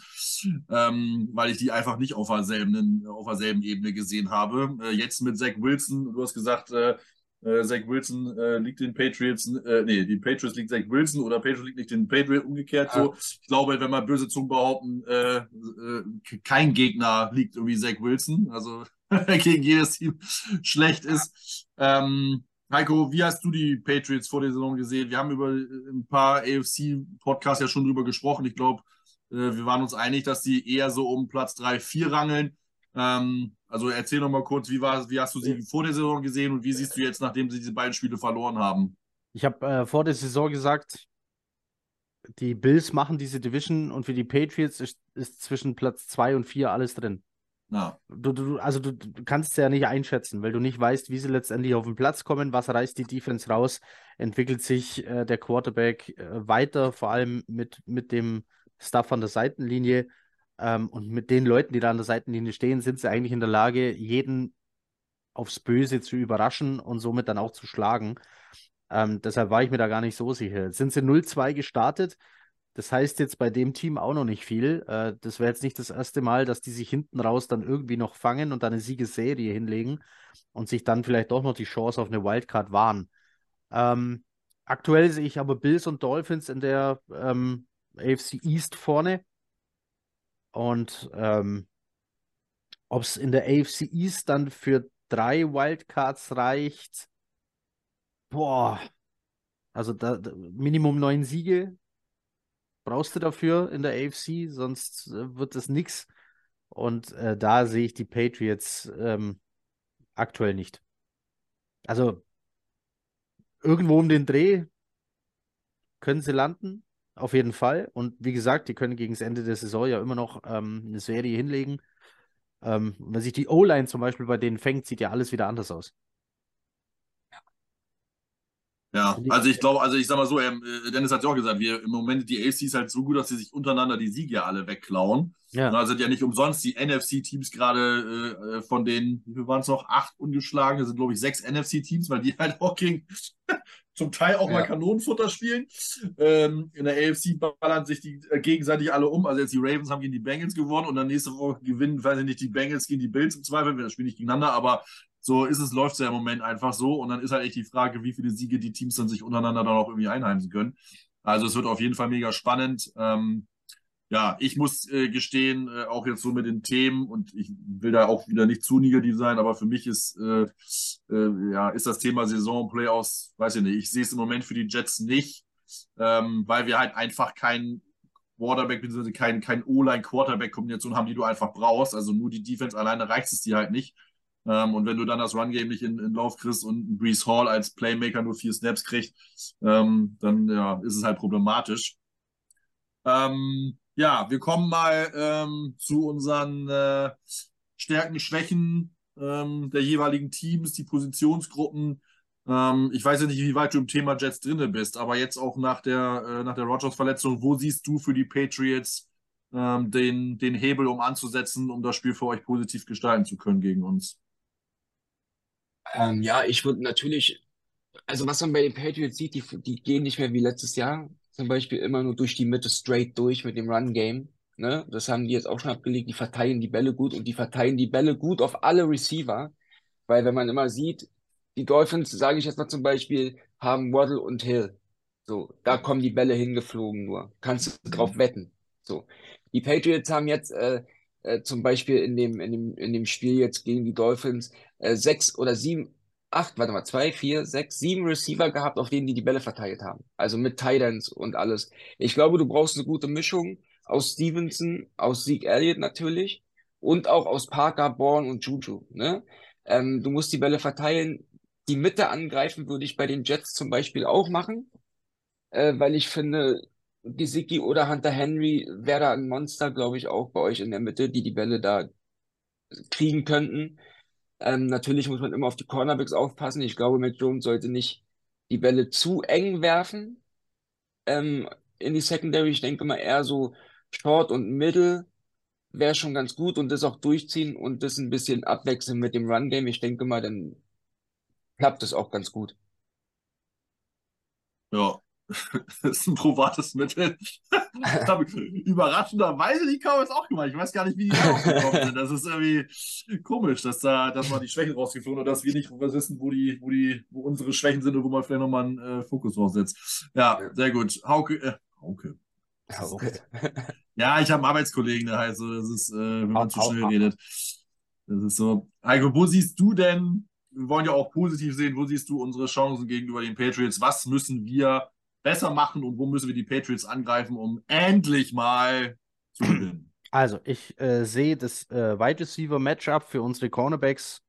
ähm, weil ich die einfach nicht auf derselben, auf derselben Ebene gesehen habe. Äh, jetzt mit Zach Wilson, du hast gesagt, äh, äh, Zach Wilson äh, liegt den Patriots, äh, nee, die Patriots liegt Zach Wilson oder Patriots liegt nicht den Patriots, umgekehrt ja, so. Ich glaube, wenn man böse Zungen behaupten, äh, äh, kein Gegner liegt irgendwie Zach Wilson, also gegen jedes Team schlecht ist. Ähm, Heiko, wie hast du die Patriots vor der Saison gesehen? Wir haben über ein paar A F C-Podcasts ja schon drüber gesprochen. Ich glaube, äh, wir waren uns einig, dass die eher so um Platz drei, vier rangeln. Ähm, also erzähl noch mal kurz, wie, war, wie hast du sie vor der Saison gesehen und wie siehst du jetzt, nachdem sie diese beiden Spiele verloren haben? Ich habe äh, vor der Saison gesagt, die Bills machen diese Division und für die Patriots ist, ist zwischen Platz zwei und vier alles drin. Ja. Du, du, also du, du kannst es ja nicht einschätzen, weil du nicht weißt, wie sie letztendlich auf den Platz kommen, was reißt die Defense raus, entwickelt sich äh, der Quarterback äh, weiter, vor allem mit, mit dem Stuff an der Seitenlinie. Ähm, und mit den Leuten, die da an der Seitenlinie stehen, sind sie eigentlich in der Lage, jeden aufs Böse zu überraschen und somit dann auch zu schlagen. Ähm, deshalb war ich mir da gar nicht so sicher. Jetzt sind sie null zwei gestartet. Das heißt jetzt bei dem Team auch noch nicht viel. Äh, das wäre jetzt nicht das erste Mal, dass die sich hinten raus dann irgendwie noch fangen und dann eine Siegesserie hinlegen und sich dann vielleicht doch noch die Chance auf eine Wildcard wahren. Ähm, aktuell sehe ich aber Bills und Dolphins in der ähm, A F C East vorne. Und ähm, ob es in der A F C East dann für drei Wildcards reicht, boah, also da, da, Minimum neun Siege brauchst du dafür in der A F C, sonst äh, wird das nix. Und äh, da sehe ich die Patriots ähm, aktuell nicht. Also irgendwo um den Dreh können sie landen, auf jeden Fall. Und wie gesagt, die können gegen das Ende der Saison ja immer noch ähm, eine Serie hinlegen. Ähm, wenn sich die O-Line zum Beispiel bei denen fängt, sieht ja alles wieder anders aus. Ja, Und die, also ich glaube, also ich sag mal so, ähm, äh, Dennis hat ja auch gesagt, wir im Moment die A F C ist halt so gut, dass sie sich untereinander die Siege ja alle wegklauen. ja, Na, sind ja nicht umsonst die N F C-Teams gerade äh, äh, von den, wie viel waren es noch? Acht ungeschlagen, das sind, glaube ich, sechs N F C-Teams, weil die halt auch gegen zum Teil auch mal Ja. Kanonenfutter spielen. Ähm, in der A F C ballern sich die äh, gegenseitig alle um. Also jetzt die Ravens haben gegen die Bengals gewonnen und dann nächste Woche gewinnen, weiß ich nicht, die Bengals gegen die Bills im Zweifel, wir spielen nicht gegeneinander, aber so ist es, läuft es ja im Moment einfach so. Und dann ist halt echt die Frage, wie viele Siege die Teams dann sich untereinander dann auch irgendwie einheimsen können. Also es wird auf jeden Fall mega spannend. Ähm, ja, ich muss äh, gestehen, äh, auch jetzt so mit den Themen, und ich will da auch wieder nicht zu negativ sein, aber für mich ist, äh, äh, ja, ist das Thema Saison, Playoffs, weiß ich nicht, ich sehe es im Moment für die Jets nicht, ähm, weil wir halt einfach keinen Quarterback, beziehungsweise kein, kein O-Line-Quarterback-Kombination haben, die du einfach brauchst. Also nur die Defense alleine reicht es dir halt nicht. Ähm, und wenn du dann das Run-Game nicht in, in Lauf kriegst und Brees Hall als Playmaker nur vier Snaps kriegt, ähm, dann ja, ist es halt problematisch. Ähm, ja, wir kommen mal ähm, zu unseren äh, Stärken, Schwächen ähm, der jeweiligen Teams, die Positionsgruppen. Ähm, ich weiß ja nicht, wie weit du im Thema Jets drinne bist, aber jetzt auch nach der, äh, nach der Rodgers-Verletzung, wo siehst du für die Patriots ähm, den, den Hebel, um anzusetzen, um das Spiel für euch positiv gestalten zu können gegen uns? Ähm, ja, ich würde natürlich, also was man bei den Patriots sieht, die, die gehen nicht mehr wie letztes Jahr, zum Beispiel immer nur durch die Mitte straight durch mit dem Run-Game. Ne? Das haben die jetzt auch schon abgelegt, die verteilen die Bälle gut und die verteilen die Bälle gut auf alle Receiver, weil wenn man immer sieht, die Dolphins, sage ich jetzt mal zum Beispiel, haben Waddle und Hill. So, da kommen die Bälle hingeflogen nur. Kannst du drauf wetten. So. Die Patriots haben jetzt äh, äh, zum Beispiel in dem, in dem, in dem Spiel jetzt gegen die Dolphins äh, sechs oder sieben, acht, warte mal, zwei, vier, sechs, sieben Receiver gehabt, auf denen die die Bälle verteilt haben. Also mit Tight Ends und alles. Ich glaube, du brauchst eine gute Mischung aus Stevenson, aus Zeke Elliott natürlich und auch aus Parker, Bourne und Juju. Ne? Ähm, du musst die Bälle verteilen. Die Mitte angreifen würde ich bei den Jets zum Beispiel auch machen, äh, weil ich finde, Gesicki oder Hunter Henry wäre da ein Monster, glaube ich, auch bei euch in der Mitte, die die Bälle da kriegen könnten. Ähm, natürlich muss man immer auf die Cornerbacks aufpassen. Ich glaube, Mac Jones sollte nicht die Bälle zu eng werfen ähm, in die Secondary. Ich denke mal eher so Short und Middle wäre schon ganz gut und das auch durchziehen und das ein bisschen abwechseln mit dem Run-Game. Ich denke mal, dann klappt das auch ganz gut. Ja, das ist ein probates Mittel. Das habe ich überraschenderweise die Cowboys auch gemacht. Ich weiß gar nicht, wie die darauf gekommen sind. Das ist irgendwie komisch, dass da, dass man die Schwächen rausgeflogen und dass wir nicht wissen, wo die, wo die, wo unsere Schwächen sind und wo man vielleicht nochmal einen äh, Fokus drauf setzt. Ja, Ja, sehr gut. Hauke, äh, Hauke. Das ja, ist okay. echt. Ja, ich habe einen Arbeitskollegen, der heißt so, das ist, äh, wenn Hau, man zu hau, schnell hau. redet. Das ist so. Heiko, wo siehst du denn, wir wollen ja auch positiv sehen, wo siehst du unsere Chancen gegenüber den Patriots? Was müssen wir besser machen und wo müssen wir die Patriots angreifen, um endlich mal zu gewinnen? also ich äh, sehe das äh, Wide Receiver Matchup für unsere Cornerbacks,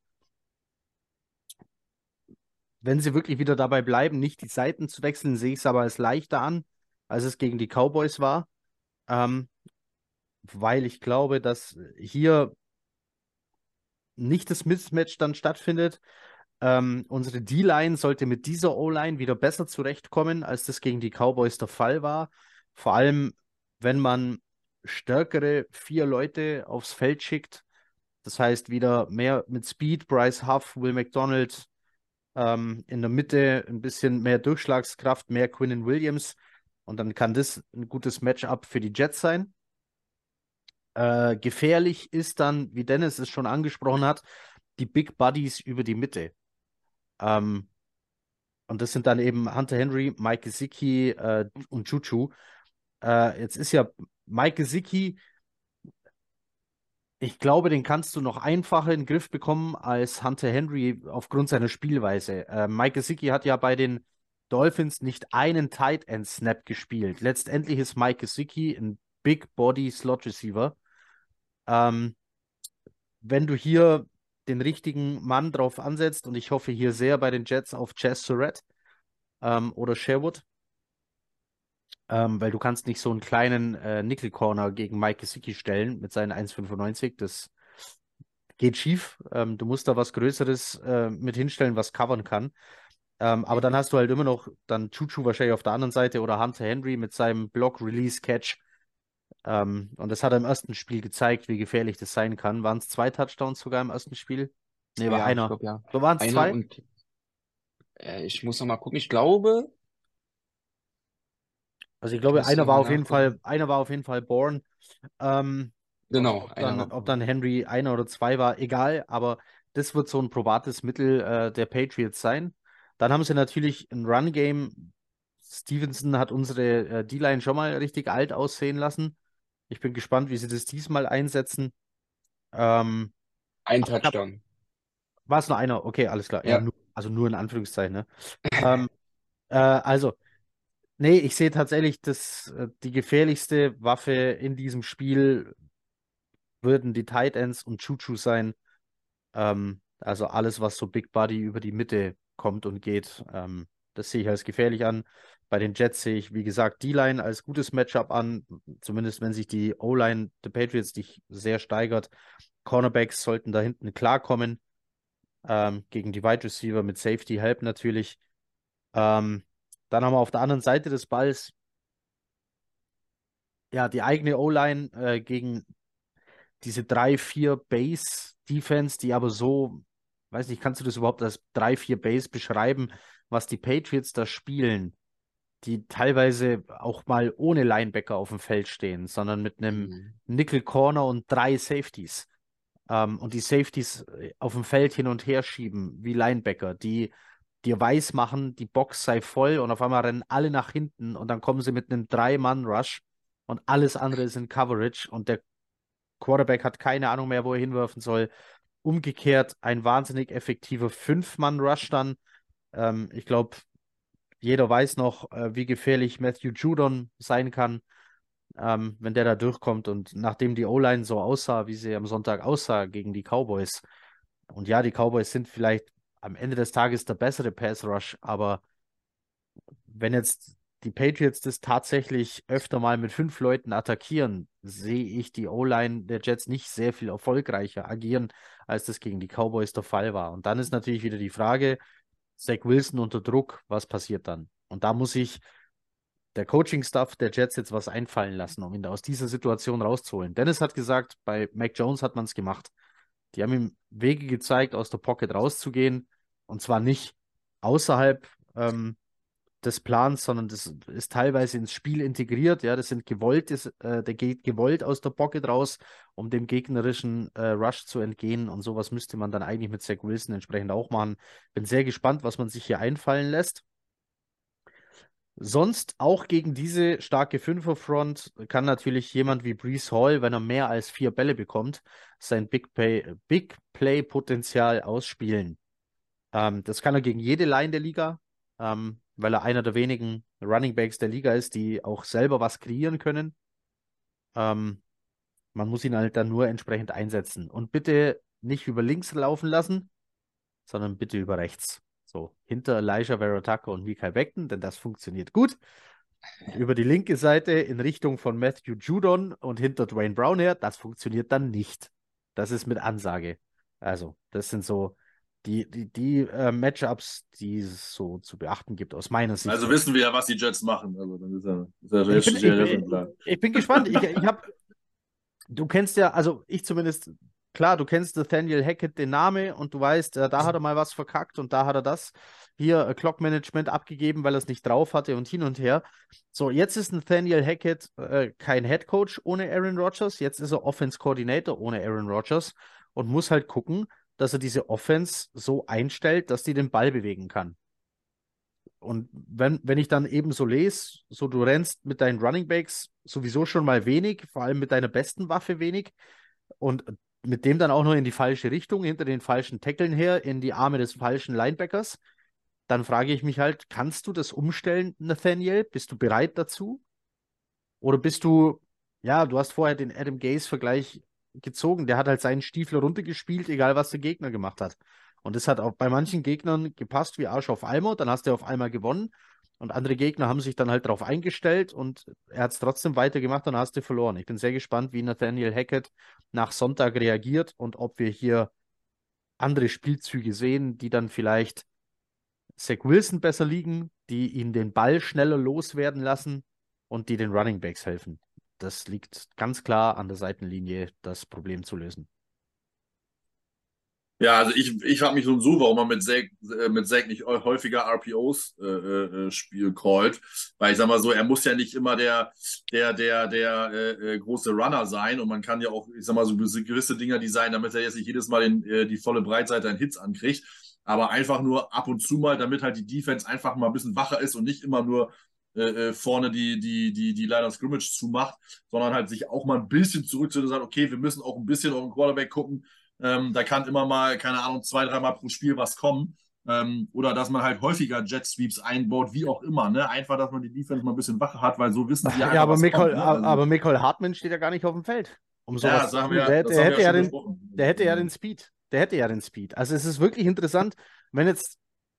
wenn sie wirklich wieder dabei bleiben, nicht die Seiten zu wechseln, sehe ich es aber als leichter an, als es gegen die Cowboys war. Ähm, weil ich glaube, dass hier nicht das Mismatch dann stattfindet. Ähm, unsere D-Line sollte mit dieser O-Line wieder besser zurechtkommen, als das gegen die Cowboys der Fall war. Vor allem, wenn man stärkere vier Leute aufs Feld schickt. Das heißt, wieder mehr mit Speed, Bryce Huff, Will McDonald, ähm, in der Mitte ein bisschen mehr Durchschlagskraft, mehr Quinnen Williams. Und dann kann das ein gutes Matchup für die Jets sein. Äh, gefährlich ist dann, wie Dennis es schon angesprochen hat, die Big Buddies über die Mitte. Ähm, und das sind dann eben Hunter Henry, Mike Gesicki äh, und Juju. Äh, jetzt ist ja Mike Gesicki, ich glaube, den kannst du noch einfacher in den Griff bekommen als Hunter Henry aufgrund seiner Spielweise. Äh, Mike Gesicki hat ja bei den Dolphins nicht einen Tight End Snap gespielt. Letztendlich ist Mike Gesicki ein Big Body Slot Receiver. Ähm, wenn du hier den richtigen Mann drauf ansetzt, und ich hoffe hier sehr bei den Jets auf Chaz Surratt ähm, oder Sherwood, ähm, weil du kannst nicht so einen kleinen äh, Nickel Corner gegen Mike Gesicki stellen mit seinen eins Komma fünfundneunzig. Das geht schief. Ähm, du musst da was Größeres äh, mit hinstellen, was covern kann. Ähm, aber dann hast du halt immer noch dann Juju wahrscheinlich auf der anderen Seite oder Hunter Henry mit seinem Block, Release, Catch. Ähm, und das hat er im ersten Spiel gezeigt, wie gefährlich das sein kann. Waren es zwei Touchdowns sogar im ersten Spiel? Nee, war Ja, ich einer. glaube ja. So waren es Einer zwei? und äh, ich muss noch mal gucken. Ich glaube, Also ich ich glaube, müsste einer noch war mal auf jeden Fall, nachgucken. einer war auf jeden Fall born. Ähm, ob, Genau, ob einer dann, war ob Paul. dann Henry einer oder zwei war, egal, aber das wird so ein probates Mittel äh, der Patriots sein. Dann haben sie natürlich ein Run-Game. Stevenson hat unsere äh, D-Line schon mal richtig alt aussehen lassen. Ich bin gespannt, wie sie das diesmal einsetzen. Ähm, Ein aber ich hab, Touchdown. war es nur einer? Okay, alles klar. Ja, Ja. nur, also nur in Anführungszeichen, ne? Ähm, äh, also, nee, ich sehe tatsächlich, dass äh, die gefährlichste Waffe in diesem Spiel würden die Tight Ends und Juju sein. Ähm, also alles, was so Big Body über die Mitte kommt und geht, ähm, das sehe ich als gefährlich an. Bei den Jets sehe ich, wie gesagt, D-Line als gutes Matchup an, zumindest wenn sich die O-Line der Patriots nicht sehr steigert. Cornerbacks sollten da hinten klarkommen, ähm, gegen die Wide Receiver mit Safety Help natürlich. Ähm, dann haben wir auf der anderen Seite des Balls ja die eigene O-Line äh, gegen diese drei vier Base-Defense, die aber so, weiß nicht, kannst du das überhaupt als drei vier Base beschreiben, was die Patriots da spielen, die teilweise auch mal ohne Linebacker auf dem Feld stehen, sondern mit einem Mhm. Nickel Corner und drei Safeties. Ähm, und die Safeties äh, auf dem Feld hin und her schieben, wie Linebacker, die dir weiß machen, die Box sei voll und auf einmal rennen alle nach hinten und dann kommen sie mit einem Drei-Mann-Rush und alles andere ist in Coverage und der Quarterback hat keine Ahnung mehr, wo er hinwerfen soll. Umgekehrt ein wahnsinnig effektiver Fünf-Mann-Rush dann. Ähm, ich glaube, jeder weiß noch, äh, wie gefährlich Matthew Judon sein kann, ähm, wenn der da durchkommt. Und nachdem die O-Line so aussah, wie sie am Sonntag aussah gegen die Cowboys, und ja, die Cowboys sind vielleicht am Ende des Tages der bessere Pass-Rush, aber wenn jetzt die Patriots das tatsächlich öfter mal mit fünf Leuten attackieren, sehe ich die O-Line der Jets nicht sehr viel erfolgreicher agieren, als das gegen die Cowboys der Fall war. Und dann ist natürlich wieder die Frage, Zach Wilson unter Druck, was passiert dann? Und da muss sich der Coaching-Staff der Jets jetzt was einfallen lassen, um ihn da aus dieser Situation rauszuholen. Dennis hat gesagt, bei Mac Jones hat man es gemacht. Die haben ihm Wege gezeigt, aus der Pocket rauszugehen. Und zwar nicht außerhalb ähm, des Plans, sondern das ist teilweise ins Spiel integriert. Ja, das sind gewollt, ist, äh, der geht gewollt aus der Pocket raus, um dem gegnerischen äh, Rush zu entgehen. Und sowas müsste man dann eigentlich mit Zach Wilson entsprechend auch machen. Bin sehr gespannt, was man sich hier einfallen lässt. Sonst auch gegen diese starke Fünferfront kann natürlich jemand wie Breece Hall, wenn er mehr als vier Bälle bekommt, sein Big Play, Big Play Potenzial ausspielen. Ähm, das kann er gegen jede Line der Liga, ähm, weil er einer der wenigen Running Backs der Liga ist, die auch selber was kreieren können. Ähm, man muss ihn halt dann nur entsprechend einsetzen. Und bitte nicht über links laufen lassen, sondern bitte über rechts. So, hinter Elijah Vera Tucker und Mikael Beckton, denn das funktioniert gut. Und über die linke Seite in Richtung von Matthew Judon und hinter Dwayne Brown her, das funktioniert dann nicht. Das ist mit Ansage. Also, das sind so die, die, die äh, Matchups, die es so zu beachten gibt, aus meiner Sicht. Also wissen wir ja, was die Jets machen. Also dann ist ja, ist ja Ich jetzt bin, schon sehr, ich, sehr bin- klar. ich bin gespannt. Ich, ich habe Du kennst ja, also ich zumindest, klar, du kennst Nathaniel Hackett, den Namen, und du weißt, äh, da hat er mal was verkackt und da hat er das hier äh, Clock-Management abgegeben, weil er es nicht drauf hatte und hin und her. So, jetzt ist Nathaniel Hackett äh, kein Head Coach ohne Aaron Rodgers, jetzt ist er Offense Coordinator ohne Aaron Rodgers und muss halt gucken, dass er diese Offense so einstellt, dass die den Ball bewegen kann. Und wenn, wenn ich dann eben so lese, so du rennst mit deinen Running Backs sowieso schon mal wenig, vor allem mit deiner besten Waffe wenig und mit dem dann auch noch in die falsche Richtung, hinter den falschen Tackeln her, in die Arme des falschen Linebackers, dann frage ich mich halt, kannst du das umstellen, Nathaniel? Bist du bereit dazu? Oder bist du, ja, du hast vorher den Adam Gase-Vergleich gezogen, der hat halt seinen Stiefel runtergespielt, egal was der Gegner gemacht hat. Und das hat auch bei manchen Gegnern gepasst wie Arsch auf Eimer, dann hast du auf einmal gewonnen. Und andere Gegner haben sich dann halt darauf eingestellt und er hat es trotzdem weitergemacht und dann hast du verloren. Ich bin sehr gespannt, wie Nathaniel Hackett nach Sonntag reagiert und ob wir hier andere Spielzüge sehen, die dann vielleicht Zach Wilson besser liegen, die ihn den Ball schneller loswerden lassen und die den Running Backs helfen. Das liegt ganz klar an der Seitenlinie, das Problem zu lösen. Ja, also ich, ich frage mich so und so, warum man mit Zach, äh, mit Zach nicht häufiger R P Os äh, äh, Spiel callt. Weil ich sag mal so, er muss ja nicht immer der, der, der, der äh, große Runner sein und man kann ja auch, ich sag mal so gewisse Dinger designen, damit er jetzt nicht jedes Mal den, äh, die volle Breitseite an Hits ankriegt. Aber einfach nur ab und zu mal, damit halt die Defense einfach mal ein bisschen wacher ist und nicht immer nur äh, vorne die, die, die, die Line of Scrimmage zumacht, sondern halt sich auch mal ein bisschen zurückzieht und sagt, okay, wir müssen auch ein bisschen auf den Quarterback gucken. Ähm, da kann immer mal, keine Ahnung, zwei, dreimal pro Spiel was kommen. Ähm, oder dass man halt häufiger Jet Sweeps einbaut, wie auch immer. Ne? Einfach, dass man die Defense mal ein bisschen wacher hat, weil so wissen sie ja Ja, einfach, aber was kommt. Michael, Ne? aber Also, Michael Hartman steht ja gar nicht auf dem Feld, um ja, sowas das zu haben tun. wir, Der, das der haben wir hätte ja ja schon den, besprochen. der hätte ja den Speed. Der hätte ja den Speed. Also es ist wirklich interessant, wenn jetzt,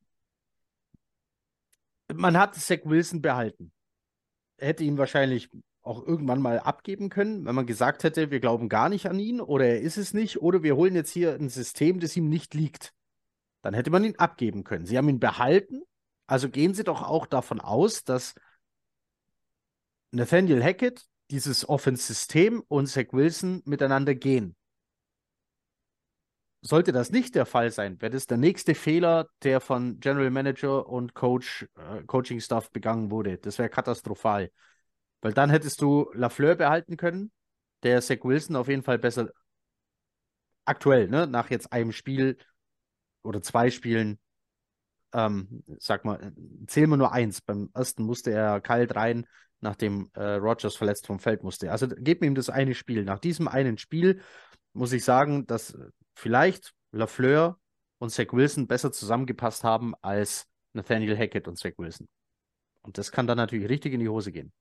man hat Zach Wilson behalten. Hätte ihn wahrscheinlich auch irgendwann mal abgeben können, wenn man gesagt hätte, wir glauben gar nicht an ihn oder er ist es nicht oder wir holen jetzt hier ein System, das ihm nicht liegt. Dann hätte man ihn abgeben können. Sie haben ihn behalten, also gehen Sie doch auch davon aus, dass Nathaniel Hackett, dieses Offense-System und Zach Wilson miteinander gehen. Sollte das nicht der Fall sein, wäre das der nächste Fehler, der von General Manager und Coach, äh, Coaching-Staff begangen wurde. Das wäre katastrophal. Weil dann hättest du Lafleur behalten können, der Zach Wilson auf jeden Fall besser aktuell, ne, nach jetzt einem Spiel oder zwei Spielen, ähm, sag mal, zählen wir nur eins. Beim ersten musste er kalt rein, nachdem äh, Rodgers verletzt vom Feld musste. Also gib ihm das eine Spiel. Nach diesem einen Spiel muss ich sagen, dass vielleicht Lafleur und Zach Wilson besser zusammengepasst haben als Nathaniel Hackett und Zach Wilson. Und das kann dann natürlich richtig in die Hose gehen.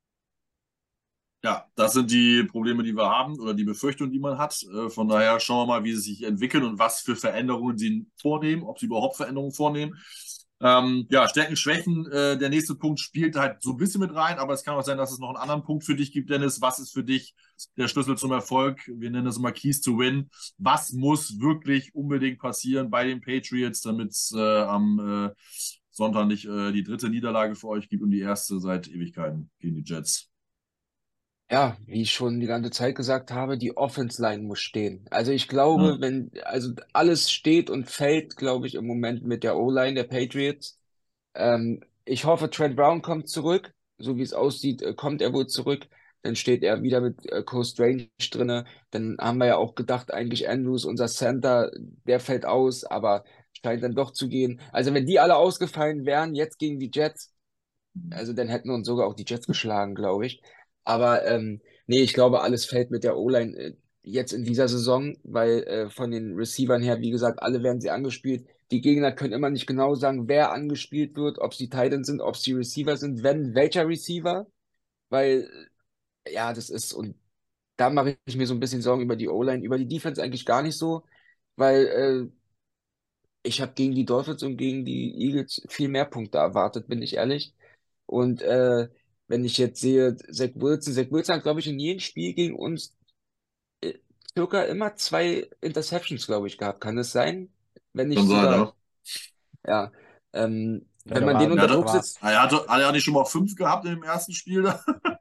Ja, das sind die Probleme, die wir haben oder die Befürchtungen, die man hat. Äh, Von daher schauen wir mal, wie sie sich entwickeln und was für Veränderungen sie vornehmen, ob sie überhaupt Veränderungen vornehmen. Ähm, ja, Stärken, Schwächen. Äh, der nächste Punkt spielt halt so ein bisschen mit rein, aber es kann auch sein, dass es noch einen anderen Punkt für dich gibt, Dennis. Was ist für dich der Schlüssel zum Erfolg? Wir nennen das immer Keys to Win. Was muss wirklich unbedingt passieren bei den Patriots, damit es äh, am äh, Sonntag nicht äh, die dritte Niederlage für euch gibt und die erste seit Ewigkeiten gegen die Jets? Ja, wie ich schon die ganze Zeit gesagt habe, die Offense Line muss stehen. Also ich Ja. glaube, wenn, also alles steht und fällt, glaube ich, im Moment mit der O-Line der Patriots. Ähm, ich hoffe, Trent Brown kommt zurück. So wie es aussieht, äh, kommt er wohl zurück. Dann steht er wieder mit äh, Cole Strange drinne. Dann haben wir ja auch gedacht, eigentlich Andrews, unser Center, der fällt aus, aber scheint dann doch zu gehen. Also wenn die alle ausgefallen wären, jetzt gegen die Jets, also dann hätten wir uns sogar auch die Jets geschlagen, glaube ich. Aber ähm, nee, ich glaube, alles fällt mit der O-Line äh, jetzt in dieser Saison, weil äh, von den Receivern her, wie gesagt, alle werden sie angespielt. Die Gegner können immer nicht genau sagen, wer angespielt wird, ob sie Tight Ends sind, ob sie Receiver sind, wenn welcher Receiver, weil äh, ja, das ist und da mache ich mir so ein bisschen Sorgen über die O-Line, über die Defense eigentlich gar nicht so, weil äh, ich habe gegen die Dolphins und gegen die Eagles viel mehr Punkte erwartet, bin ich ehrlich. Und äh, wenn ich jetzt sehe, Zach Wilson, Zach Wilson hat, glaube ich, in jedem Spiel gegen uns äh, circa immer zwei Interceptions, glaube ich, gehabt. Kann das sein? Wenn Kann nicht sein, sogar, ja. ja. Ähm, Ja, wenn da man den war, Er unter hatte, Druck war setzt, er hatte, hat er nicht schon mal fünf gehabt in dem ersten Spiel da?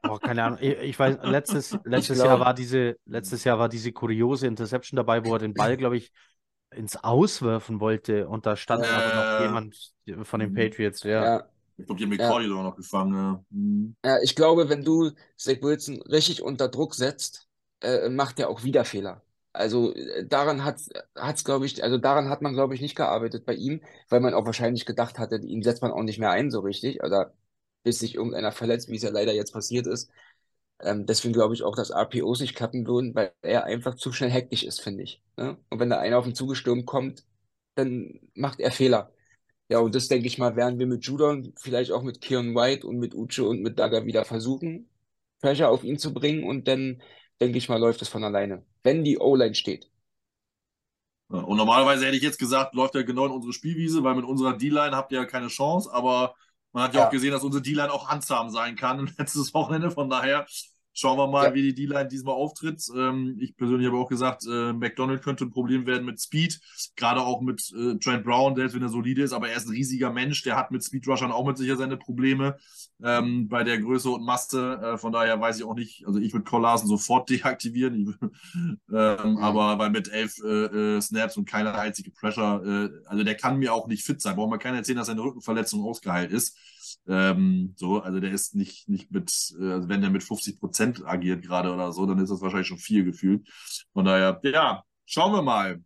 Oh, keine Ahnung. Ich, ich weiß, letztes, Ich letztes Jahr war glaube, diese, letztes Jahr war diese kuriose Interception dabei, wo er den Ball, glaube ich, ins Auswerfen wollte und da stand ja, aber noch Äh, jemand von den hm. Patriots, ja. ja, Ich glaube, die haben ja. McCordy doch noch gefangen. Ja. Hm. Ja, ich glaube, wenn du Zach Wilson richtig unter Druck setzt, äh, macht er auch wieder Fehler. Also äh, daran hat hat's, glaube ich, also daran hat man, glaube ich, nicht gearbeitet bei ihm, weil man auch wahrscheinlich gedacht hatte, ihn setzt man auch nicht mehr ein so richtig, oder bis sich irgendeiner verletzt, wie es ja leider jetzt passiert ist. Ähm, deswegen glaube ich auch, dass R P Os nicht klappen würden, weil er einfach zu schnell hektisch ist, finde ich. Ne? Und wenn da einer auf ihn zugestürmt kommt, dann macht er Fehler. Ja, und das denke ich mal, werden wir mit Judon, vielleicht auch mit Kieran White und mit Uche und mit Daga wieder versuchen, Pressure auf ihn zu bringen und dann, denke ich mal, läuft es von alleine. Wenn die O-Line steht. Ja, und normalerweise hätte ich jetzt gesagt, läuft ja genau in unsere Spielwiese, weil mit unserer D-Line habt ihr ja keine Chance, aber man hat ja auch Ja, gesehen, dass unsere D-Line auch handsam sein kann letztes Wochenende. Von daher schauen wir mal, ja, wie die D-Line diesmal auftritt. Ähm, ich persönlich habe auch gesagt, äh, McDonald könnte ein Problem werden mit Speed, gerade auch mit äh, Trent Brown, selbst wenn er solide ist, aber er ist ein riesiger Mensch, der hat mit Speed-Rushern auch mit sicher seine Probleme ähm, bei der Größe und Masse. Äh, von daher weiß ich auch nicht, also ich würde Cole Larsen sofort deaktivieren, ich, ähm, mhm. aber weil mit elf äh, äh, Snaps und keine einzige Pressure, äh, also der kann mir auch nicht fit sein. Braucht man keiner erzählen, dass seine Rückenverletzung ausgeheilt ist. Ähm, so, also der ist nicht, nicht mit, äh, also wenn der mit fünfzig Prozent agiert gerade oder so, dann ist das wahrscheinlich schon viel gefühlt. Von daher, ja, schauen wir mal.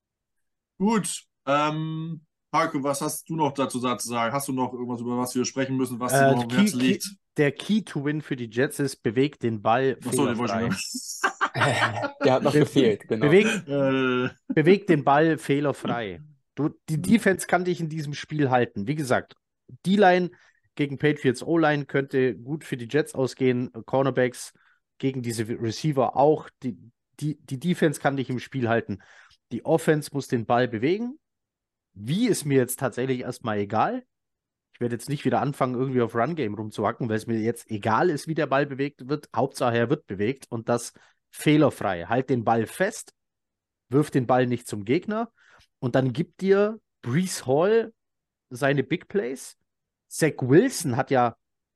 Gut, ähm, Marco, was hast du noch dazu zu sagen? Hast du noch irgendwas, über was wir sprechen müssen, was dir Äh, noch am Key, Herzen Key, liegt? der Key to win für die Jets ist, bewegt den Ball Achso, den wollte fehlerfrei. ich Der hat noch Be gefehlt, genau. bewegt, äh, bewegt den Ball fehlerfrei. Du, die Defense kann dich in diesem Spiel halten. Wie gesagt, D-Line gegen Patriots O-Line könnte gut für die Jets ausgehen. Cornerbacks gegen diese Receiver auch. Die, die, die Defense kann dich im Spiel halten. Die Offense muss den Ball bewegen. Wie ist mir jetzt tatsächlich erstmal egal. Ich werde jetzt nicht wieder anfangen, irgendwie auf Run-Game rumzuhacken, weil es mir jetzt egal ist, wie der Ball bewegt wird. Hauptsache, er wird bewegt und das fehlerfrei. Halt den Ball fest, wirf den Ball nicht zum Gegner und dann gibt dir Breece Hall seine Big Plays. Zach Wilson hat ja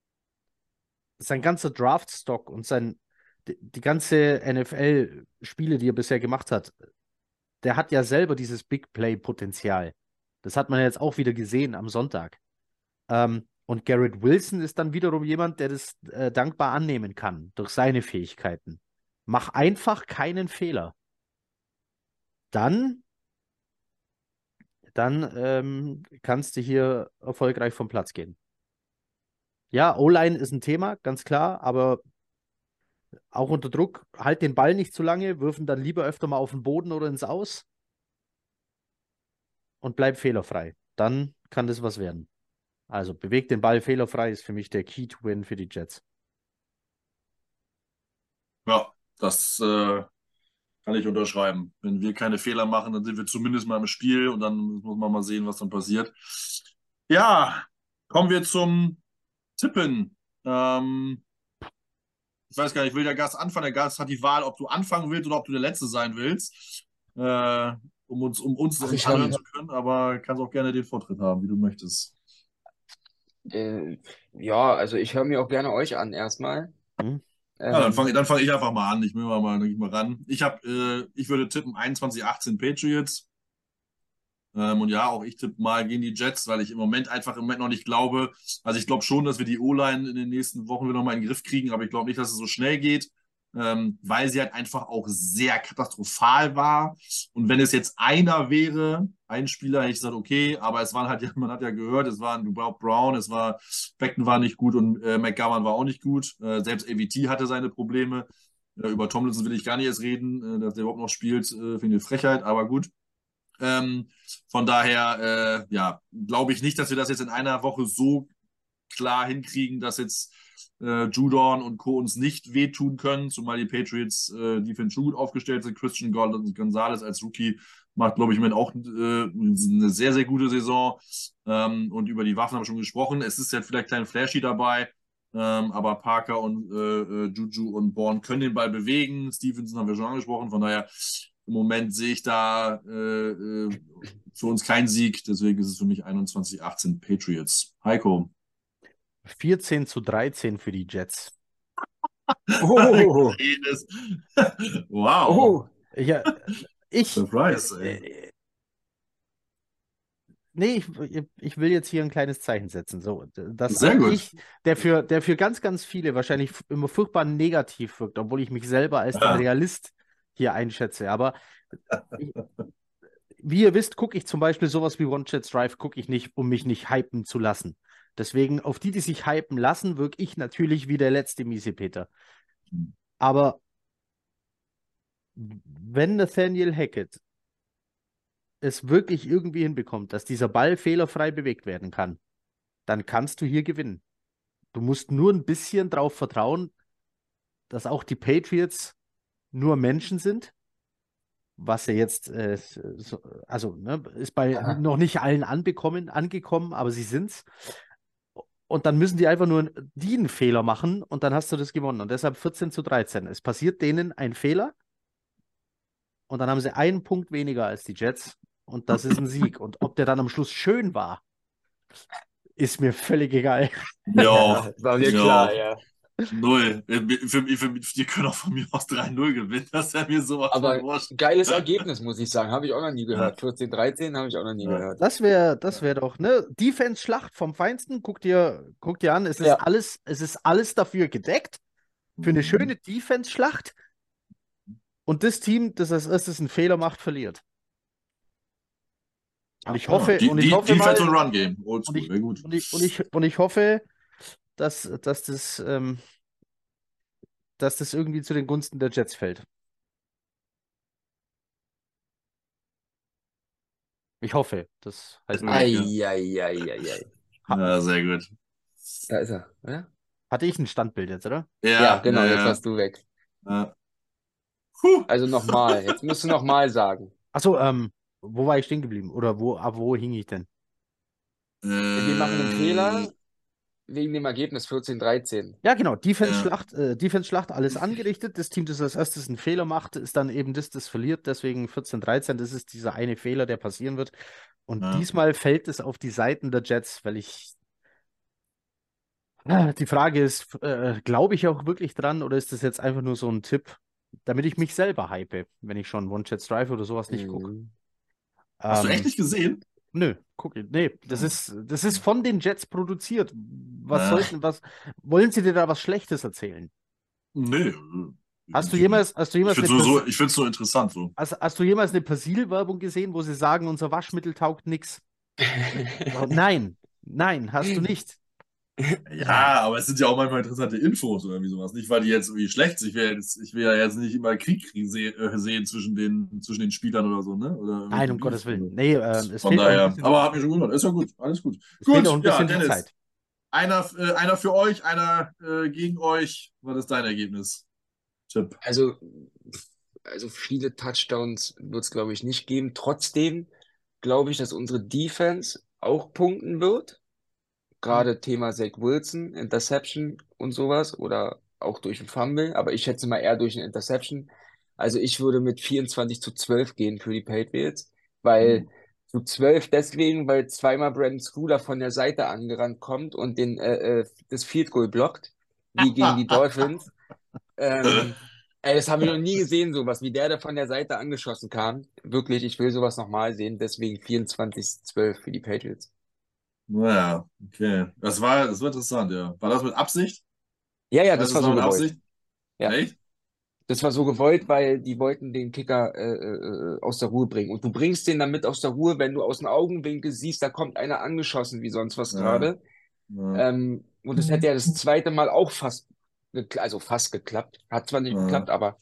sein ganzer Draft-Stock und sein, die, die ganze N F L-Spiele, die er bisher gemacht hat, der hat ja selber dieses Big Play-Potenzial. Das hat man jetzt auch wieder gesehen am Sonntag. Ähm, und Garrett Wilson ist dann wiederum jemand, der das äh, dankbar annehmen kann durch seine Fähigkeiten. Mach einfach keinen Fehler. Dann, dann ähm, kannst du hier erfolgreich vom Platz gehen. Ja, O-Line ist ein Thema, ganz klar, aber auch unter Druck. Halt den Ball nicht zu lange, wirfen dann lieber öfter mal auf den Boden oder ins Aus und bleib fehlerfrei. Dann kann das was werden. Also bewegt den Ball fehlerfrei ist für mich der Key to Win für die Jets. ja, das äh, kann ich unterschreiben. Wenn wir keine Fehler machen, dann sind wir zumindest mal im Spiel und dann muss man mal sehen, was dann passiert. Ja, kommen wir zum Tippen. Ähm, ich weiß gar nicht, will der Gast anfangen? Der Gast hat die Wahl, ob du anfangen willst oder ob du der Letzte sein willst, äh, um uns, um uns Ach, ich anhören habe, zu können, aber kannst auch gerne den Vortritt haben, wie du möchtest. äh, ja, also ich höre mir auch gerne euch an erstmal. Hm? Ja, dann fange Ähm, dann fang ich einfach mal an. Ich will mal, mal, mal ran. Ich, hab, äh, ich würde tippen einundzwanzig achtzehn Patriots. Ähm, und ja, auch ich tippe mal gegen die Jets, weil ich im Moment einfach im Moment noch nicht glaube. Also ich glaube schon, dass wir die O-Line in den nächsten Wochen wieder mal in den Griff kriegen, aber ich glaube nicht, dass es so schnell geht, ähm, weil sie halt einfach auch sehr katastrophal war. Und wenn es jetzt einer wäre, ein Spieler, hätte ich gesagt, okay, aber es waren halt, ja, man hat ja gehört, es waren Brown, es war, Beckton war nicht gut und äh, McGovern war auch nicht gut. Äh, selbst A V T hatte seine Probleme. Äh, über Tomlinson will ich gar nicht erst reden, äh, dass der überhaupt noch spielt, äh, finde ich eine Frechheit, aber gut. Ähm, von daher, äh, ja, glaube ich nicht, dass wir das jetzt in einer Woche so klar hinkriegen, dass jetzt äh, Judon und Co. uns nicht wehtun können, zumal die Patriots äh, Defense schon gut aufgestellt sind. Christian Gonzalez als Rookie macht, glaube ich, im Moment auch äh, eine sehr, sehr gute Saison. Ähm, und über die Waffen haben wir schon gesprochen. Es ist ja vielleicht klein Flashy dabei, ähm, aber Parker und äh, äh, Juju und Bourne können den Ball bewegen. Stevenson haben wir schon angesprochen. Von daher, im Moment sehe ich da äh, äh, für uns keinen Sieg. Deswegen ist es für mich einundzwanzig achtzehn Patriots. Heiko. vierzehn zu dreizehn für die Jets. Oh, gesehen ist. Wow. oh. Ja, ich, Surprise, ey. äh, nee, ich, ich will jetzt hier ein kleines Zeichen setzen. So, dass Sehr auch gut. ich, der für, der für ganz, ganz viele wahrscheinlich f- immer furchtbar negativ wirkt, obwohl ich mich selber als den Ja. Realist hier einschätze. Aber ich, wie ihr wisst, gucke ich zum Beispiel sowas wie One Jet Drive, gucke ich nicht, um mich nicht hypen zu lassen. Deswegen, auf die, die sich hypen lassen, wirke ich natürlich wie der letzte Miesepeter. Aber wenn Nathaniel Hackett es wirklich irgendwie hinbekommt, dass dieser Ball fehlerfrei bewegt werden kann, dann kannst du hier gewinnen. Du musst nur ein bisschen darauf vertrauen, dass auch die Patriots nur Menschen sind, was ja jetzt, äh, so, also ne, ist bei Aha. noch nicht allen anbekommen, angekommen, aber sie sind's. Und dann müssen die einfach nur die einen Fehler machen und dann hast du das gewonnen. Und deshalb vierzehn zu dreizehn. Es passiert denen ein Fehler und dann haben sie einen Punkt weniger als die Jets und das ist ein Sieg. Und ob der dann am Schluss schön war, ist mir völlig egal. Mir auch. Ja, war mir Mir klar, auch. ja. Null. Für, für, für, die können auch von mir aus drei null gewinnen. Das ist ja mir sowas von Aber wurscht. geiles Ergebnis, muss ich sagen. Habe ich auch noch nie Ja. gehört. vierzehn dreizehn habe ich auch noch nie Ja. gehört. Das wäre, das wäre doch, ne? Defense-Schlacht vom Feinsten. Guck dir, guck dir an, es ist Ja. alles, es ist alles dafür gedeckt. Für eine schöne Defense-Schlacht. Und das Team, das als erstes einen Fehler macht, verliert. Und ich Ja, hoffe, die, und ich die, hoffe Defense mal, und Run Game. und Oldschool, ich, wäre gut. und ich, und ich, und ich hoffe, dass, dass das, ähm, dass das irgendwie zu den Gunsten der Jets fällt. Ich hoffe. Das heißt nicht. Okay. Eieieiei. Ha Ja, sehr gut. Da ist er, oder? Hatte ich ein Standbild jetzt, oder? Ja, Ja, genau, ja, jetzt ja. warst du weg. Ja. Puh. Also nochmal, jetzt musst du nochmal sagen. Achso, ähm, wo war ich stehen geblieben? Oder wo, ab wo hing ich denn? Wir machen einen Äh, Fehler wegen dem Ergebnis vierzehn dreizehn. Ja, genau, ja. Defense-Schlacht, äh, Defense-Schlacht, alles angerichtet. Das Team, das als erstes einen Fehler macht, ist dann eben das, das verliert. Deswegen vierzehn dreizehn, das ist dieser eine Fehler, der passieren wird. Und Ja. diesmal fällt es auf die Seiten der Jets, weil ich. Ah, Die Frage ist, äh, glaube ich auch wirklich dran oder ist das jetzt einfach nur so ein Tipp, damit ich mich selber hype, wenn ich schon One Jet Drive oder sowas nicht gucke? Mhm. Hast du echt Ähm, nicht gesehen? nö, guck ich. Nee, das Hm. ist, das ist von den Jets produziert. Was Ja. sollten, was, wollen sie dir da was Schlechtes erzählen? Nee. Hast du jemals, hast du Ich jemals finde eine es so, Persil, ich find's so interessant so. hast, hast du jemals eine Persil-Werbung gesehen, wo sie sagen, unser Waschmittel taugt nix? So, nein, nein, hast du nicht. Ja, aber es sind ja auch manchmal interessante Infos oder wie sowas. Nicht, weil die jetzt irgendwie schlecht sind. Ich will, jetzt, ich will ja jetzt nicht immer Krieg se äh, sehen zwischen den, zwischen den Spielern oder so, ne? Oder Nein, irgendwelche um Gottes Beefs. Willen. Also Nee, ähm, es von fehlt auch ein daher. bisschen, Aber hat mich schon gewundert. Ist ja gut. Alles gut. es fehlt auch Gut, ein ja, bisschen die Dennis. Zeit. Einer, äh, einer für euch, einer äh, gegen euch. Was ist dein Ergebnis? Tipp. Also, also viele Touchdowns wird es, glaube ich, nicht geben. Trotzdem glaube ich, dass unsere Defense auch punkten wird. Gerade Thema Zach Wilson, Interception und sowas oder auch durch ein Fumble, aber ich schätze mal eher durch eine Interception. Also ich würde mit vierundzwanzig zu zwölf gehen für die Patriots, weil zu zwölf deswegen, weil zweimal Brandon Scooter von der Seite angerannt kommt und den, äh, äh, das Field Goal blockt, wie gegen die Dolphins. Ähm, ey, das habe ich noch nie gesehen, sowas, wie der da von der Seite angeschossen kam. Wirklich, ich will sowas nochmal sehen, deswegen vierundzwanzig zu zwölf für die Patriots. Naja, okay. Das war, das war interessant, ja. War das mit Absicht? Ja, ja, Weißt das du, war es war so mit gewollt. Absicht? Ja. Echt? Das war so gewollt, weil die wollten den Kicker äh, äh, aus der Ruhe bringen. Und du bringst den dann mit aus der Ruhe, wenn du aus dem Augenwinkel siehst, da kommt einer angeschossen, wie sonst was Ja, gerade. ja, Ähm, und das hätte ja das zweite Mal auch fast, gekla- also fast geklappt. Hat zwar nicht ja. geklappt, aber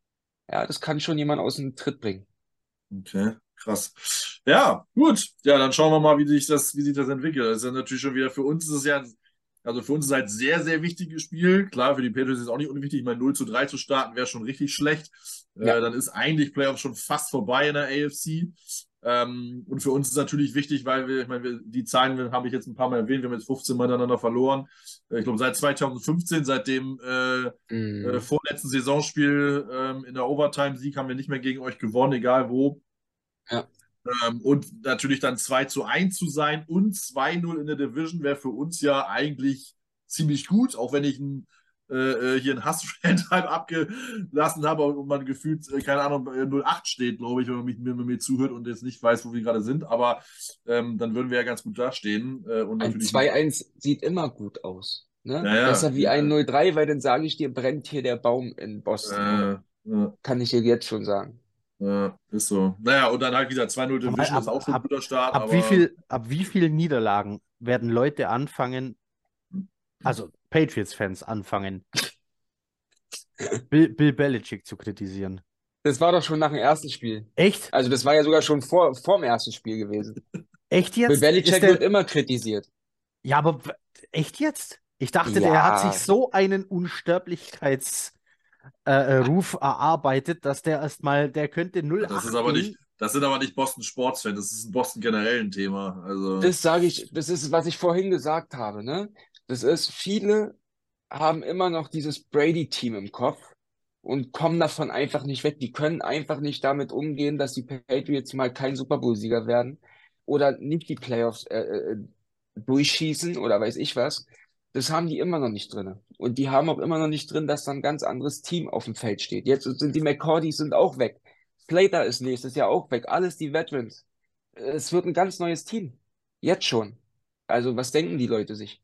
ja, das kann schon jemand aus dem Tritt bringen. Okay, krass. Ja, gut. Ja, dann schauen wir mal, wie sich das, wie sich das entwickelt. Das ist ja natürlich schon wieder für uns ist es ja, also für uns ist es halt sehr, sehr wichtiges Spiel. Klar, für die Patriots ist es auch nicht unwichtig. Ich meine, null zu drei zu starten wäre schon richtig schlecht. Ja. Äh, dann ist eigentlich Playoffs schon fast vorbei in der A F C. Ähm, und für uns ist es natürlich wichtig, weil wir, ich meine, wir, die Zahlen habe ich jetzt ein paar Mal erwähnt, wir haben jetzt fünfzehn Mal miteinander verloren. Äh, ich glaube, seit zwanzig fünfzehn, seit dem äh, Mm. äh, vorletzten Saisonspiel ähm, in der Overtime-Sieg haben wir nicht mehr gegen euch gewonnen, egal wo. Ja. Ähm, und natürlich dann zwei zu eins zu sein und zwei null in der Division wäre für uns ja eigentlich ziemlich gut, auch wenn ich ein äh, hier einen Hass-Rant halt abgelassen habe und man gefühlt, äh, keine Ahnung, bei null acht steht, glaube ich, wenn man mich, mir, mir zuhört und jetzt nicht weiß, wo wir gerade sind. Aber ähm, dann würden wir ja ganz gut dastehen. Äh, und Ein natürlich, zwei eins sieht immer gut aus. Ne? ja, ja, Besser wie ein null drei, weil dann sage ich dir, brennt hier der Baum in Boston. äh, ja, Kann ich dir jetzt schon sagen. ja, ist so. Naja, und dann halt wieder zwei null Aber Division ist ab, auch schon ein ab, guter Start, ab wie aber viel, ab wie viel Niederlagen werden Leute anfangen, also Patriots-Fans anfangen, Bill, Bill Belichick zu kritisieren? Das war doch schon nach dem ersten Spiel. Echt? Also das war ja sogar schon vor vorm ersten Spiel gewesen. Echt Bill jetzt? Ist Belichick wird der, immer kritisiert. ja, aber w- echt jetzt? Ich dachte, der hat sich Ja, so einen Unsterblichkeitsruf äh, äh, Ruf erarbeitet, dass der erstmal, der könnte das ist null acht aber gehen. nicht, das sind aber nicht Boston Sports-Fans, das ist ein Boston generell ein Thema. Also, das sage ich, das ist, was ich vorhin gesagt habe, ne? Das ist, viele haben immer noch dieses Brady-Team im Kopf und kommen davon einfach nicht weg. Die können einfach nicht damit umgehen, dass die Patriots mal kein Super Bowl-Sieger werden oder nicht die Playoffs äh, äh, durchschießen oder weiß ich was. Das haben die immer noch nicht drin. Und die haben auch immer noch nicht drin, dass da ein ganz anderes Team auf dem Feld steht. Jetzt sind die McCordys sind auch weg. Slater ist nächstes Jahr auch weg. Alles die Veterans. Es wird ein ganz neues Team. Jetzt schon. Also, was denken die Leute sich?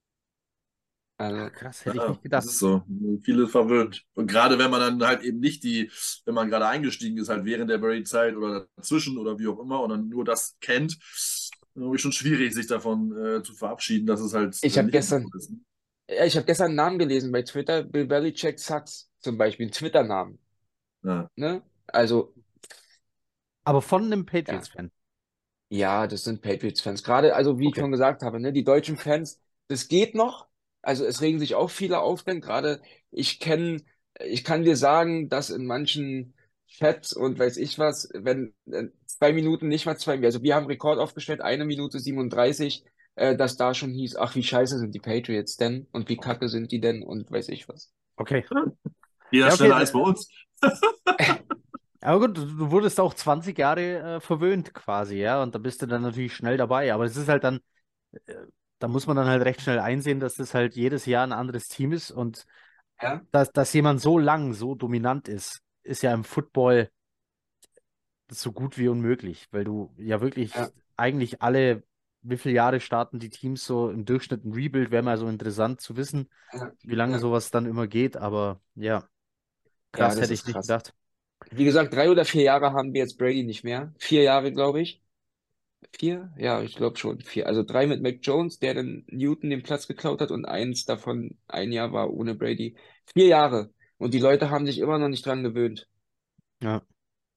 Ach, Also, krass, hätte ich ja, nicht das gedacht. ist so. Viele verwöhnt. Und gerade wenn man dann halt eben nicht die, wenn man gerade eingestiegen ist, halt während der Brady-Zeit oder dazwischen oder wie auch immer und dann nur das kennt, dann ist es schon schwierig, sich davon äh, zu verabschieden, dass es halt ich äh, habe nicht immer gestern, so ist. Ne? ja, ich habe gestern einen Namen gelesen bei Twitter. Bill Belichick Sucks zum Beispiel, ein Twitter-Namen. Ja. Ne? Also, Aber von einem ja. Patriots-Fan. Ja, das sind Patriots-Fans. Gerade, also wie ich Okay. schon gesagt habe, ne, die deutschen Fans, das geht noch. Also es regen sich auch viele auf, denn gerade ich kenne, ich kann dir sagen, dass in manchen Chats und weiß ich was, wenn äh, zwei Minuten, nicht mal zwei, also wir haben Rekord aufgestellt, eine Minute siebenunddreißig, äh, dass da schon hieß, ach, wie scheiße sind die Patriots denn und wie kacke sind die denn und weiß ich was. Okay. Jeder Ja, okay. schneller als bei d- uns. Aber gut, du du wurdest auch zwanzig Jahre äh, verwöhnt quasi, ja, und da bist du dann natürlich schnell dabei. Aber es ist halt dann, äh, da muss man dann halt recht schnell einsehen, dass das halt jedes Jahr ein anderes Team ist und Ja, dass, dass jemand so lang so dominant ist, ist ja im Football so gut wie unmöglich, weil du ja wirklich ja, eigentlich alle, wie viele Jahre starten die Teams so im Durchschnitt ein Rebuild, wäre mal so interessant zu wissen, ja, wie lange ja. sowas dann immer geht, aber ja, Ja, krass, das hätte ist ich nicht krass. gedacht. Wie gesagt, drei oder vier Jahre haben wir jetzt Brady nicht mehr. Vier Jahre, glaube ich. Vier? Ja, ich glaube schon. Vier. Also drei mit Mac Jones, der dann Newton den Platz geklaut hat und eins davon, ein Jahr war ohne Brady. Vier Jahre. Und die Leute haben sich immer noch nicht dran gewöhnt. Ja.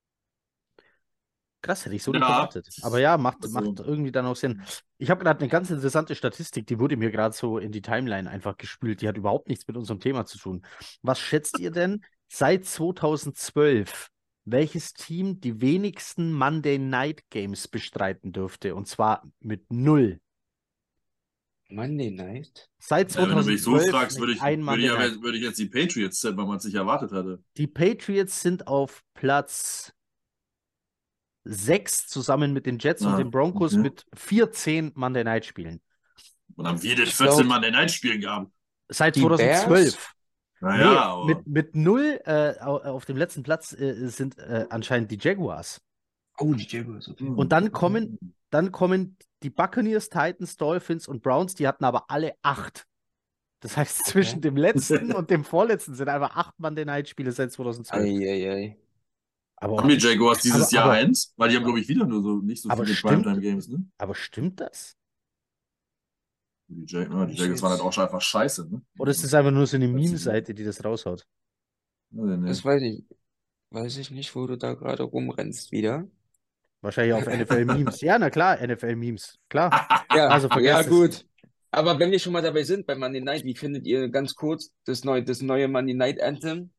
Krass, hätte ich so nicht Ja, erwartet. Aber ja, macht, macht also, irgendwie dann auch Sinn. Ich habe gerade eine ganz interessante Statistik, die wurde mir gerade so in die Timeline einfach gespült. Die hat überhaupt nichts mit unserem Thema zu tun. Was schätzt ihr denn seit zweitausendzwölf, welches Team die wenigsten Monday Night Games bestreiten dürfte? Und zwar mit null. Monday Night? Seit ja, wenn du mich so zweitausendzwölf fragst, nicht würde ich, ein würde ich, Monday aber- Night. würde ich jetzt die Patriots tippen, weil man es nicht erwartet hatte. Die Patriots sind auf Platz sechs zusammen mit den Jets und Ah, den Broncos okay. mit vierzehn Monday Night Spielen. Und haben wir denn Ich vierzehn glaube, Mann in Night-Spielen gehabt? Seit die Bears? zweitausendzwölf. Naja, Nee, aber. mit, mit null äh, au- auf dem letzten Platz äh, sind äh, anscheinend die Jaguars. Oh, die Jaguars, okay. Und Hm, dann okay. kommen, dann kommen die Buccaneers, Titans, Dolphins und Browns, die hatten aber alle acht. Das heißt, zwischen Okay. dem letzten und dem vorletzten sind einfach acht Monday Night Spiele seit zweitausendzwölf. Eieiei. Aber, Haben die Jaguars dieses aber, Jahr aber, eins? Weil die haben, glaube ich, wieder nur so nicht so aber viele stimmt, Primetime-Games, ne? aber stimmt das? Die, Jag ja, die Ich Jaguars waren halt jetzt, auch schon einfach scheiße, ne? Oder ist Also, das einfach nur so eine weiß ich nicht. Meme-Seite, die das raushaut? Weiß ich das nicht. weiß ich, weiß ich nicht, wo du da gerade rumrennst wieder. Wahrscheinlich auf N F L-Memes. Ja, na klar, N F L-Memes. Klar. Ja, Also ja, vergesst es. gut. Aber wenn wir schon mal dabei sind bei Monday Night, wie findet ihr ganz kurz das neue, das neue Monday Night Anthem?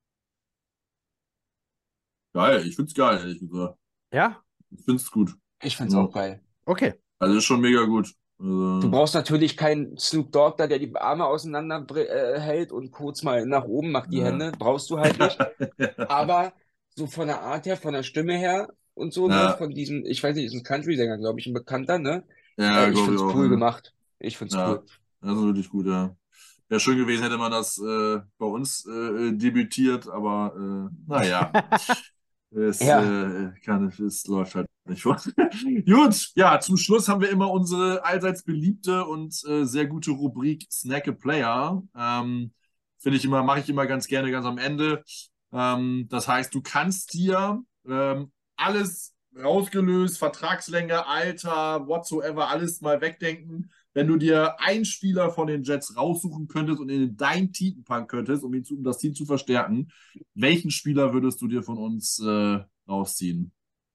Geil, ich find's geil, ehrlich gesagt. Ja, Ich find's gut. Ich find's Ja. auch geil. okay. Also ist schon mega gut. Du Also, brauchst natürlich keinen Snoop Dogg da, der die Arme auseinander bre- äh, hält und kurz mal nach oben macht die ja. Hände. Brauchst du halt nicht. Aber so von der Art her, von der Stimme her und so, ne, Ja, von diesem, ich weiß nicht, ist ein Country-Sänger, glaube ich, ein Bekannter, ne? ja, Äh, ich glaube ich find's auch, cool ja. gemacht. Ich find's Ja, cool. das ist wirklich gut, ja. Wäre schön gewesen, hätte man das äh, bei uns äh, debütiert, aber äh, naja, es, Ja, äh, kann, es läuft halt nicht vor. Gut, ja, zum Schluss haben wir immer unsere allseits beliebte und äh, sehr gute Rubrik Snack a Player. Ähm, finde ich immer, mache ich immer ganz gerne ganz am Ende. Ähm, das heißt, du kannst dir ähm, alles rausgelöst, Vertragslänge, Alter, whatsoever, alles mal wegdenken. Wenn du dir einen Spieler von den Jets raussuchen könntest und in dein Team packen könntest, um, ihn zu, um das Team zu verstärken, welchen Spieler würdest du dir von uns äh, rausziehen?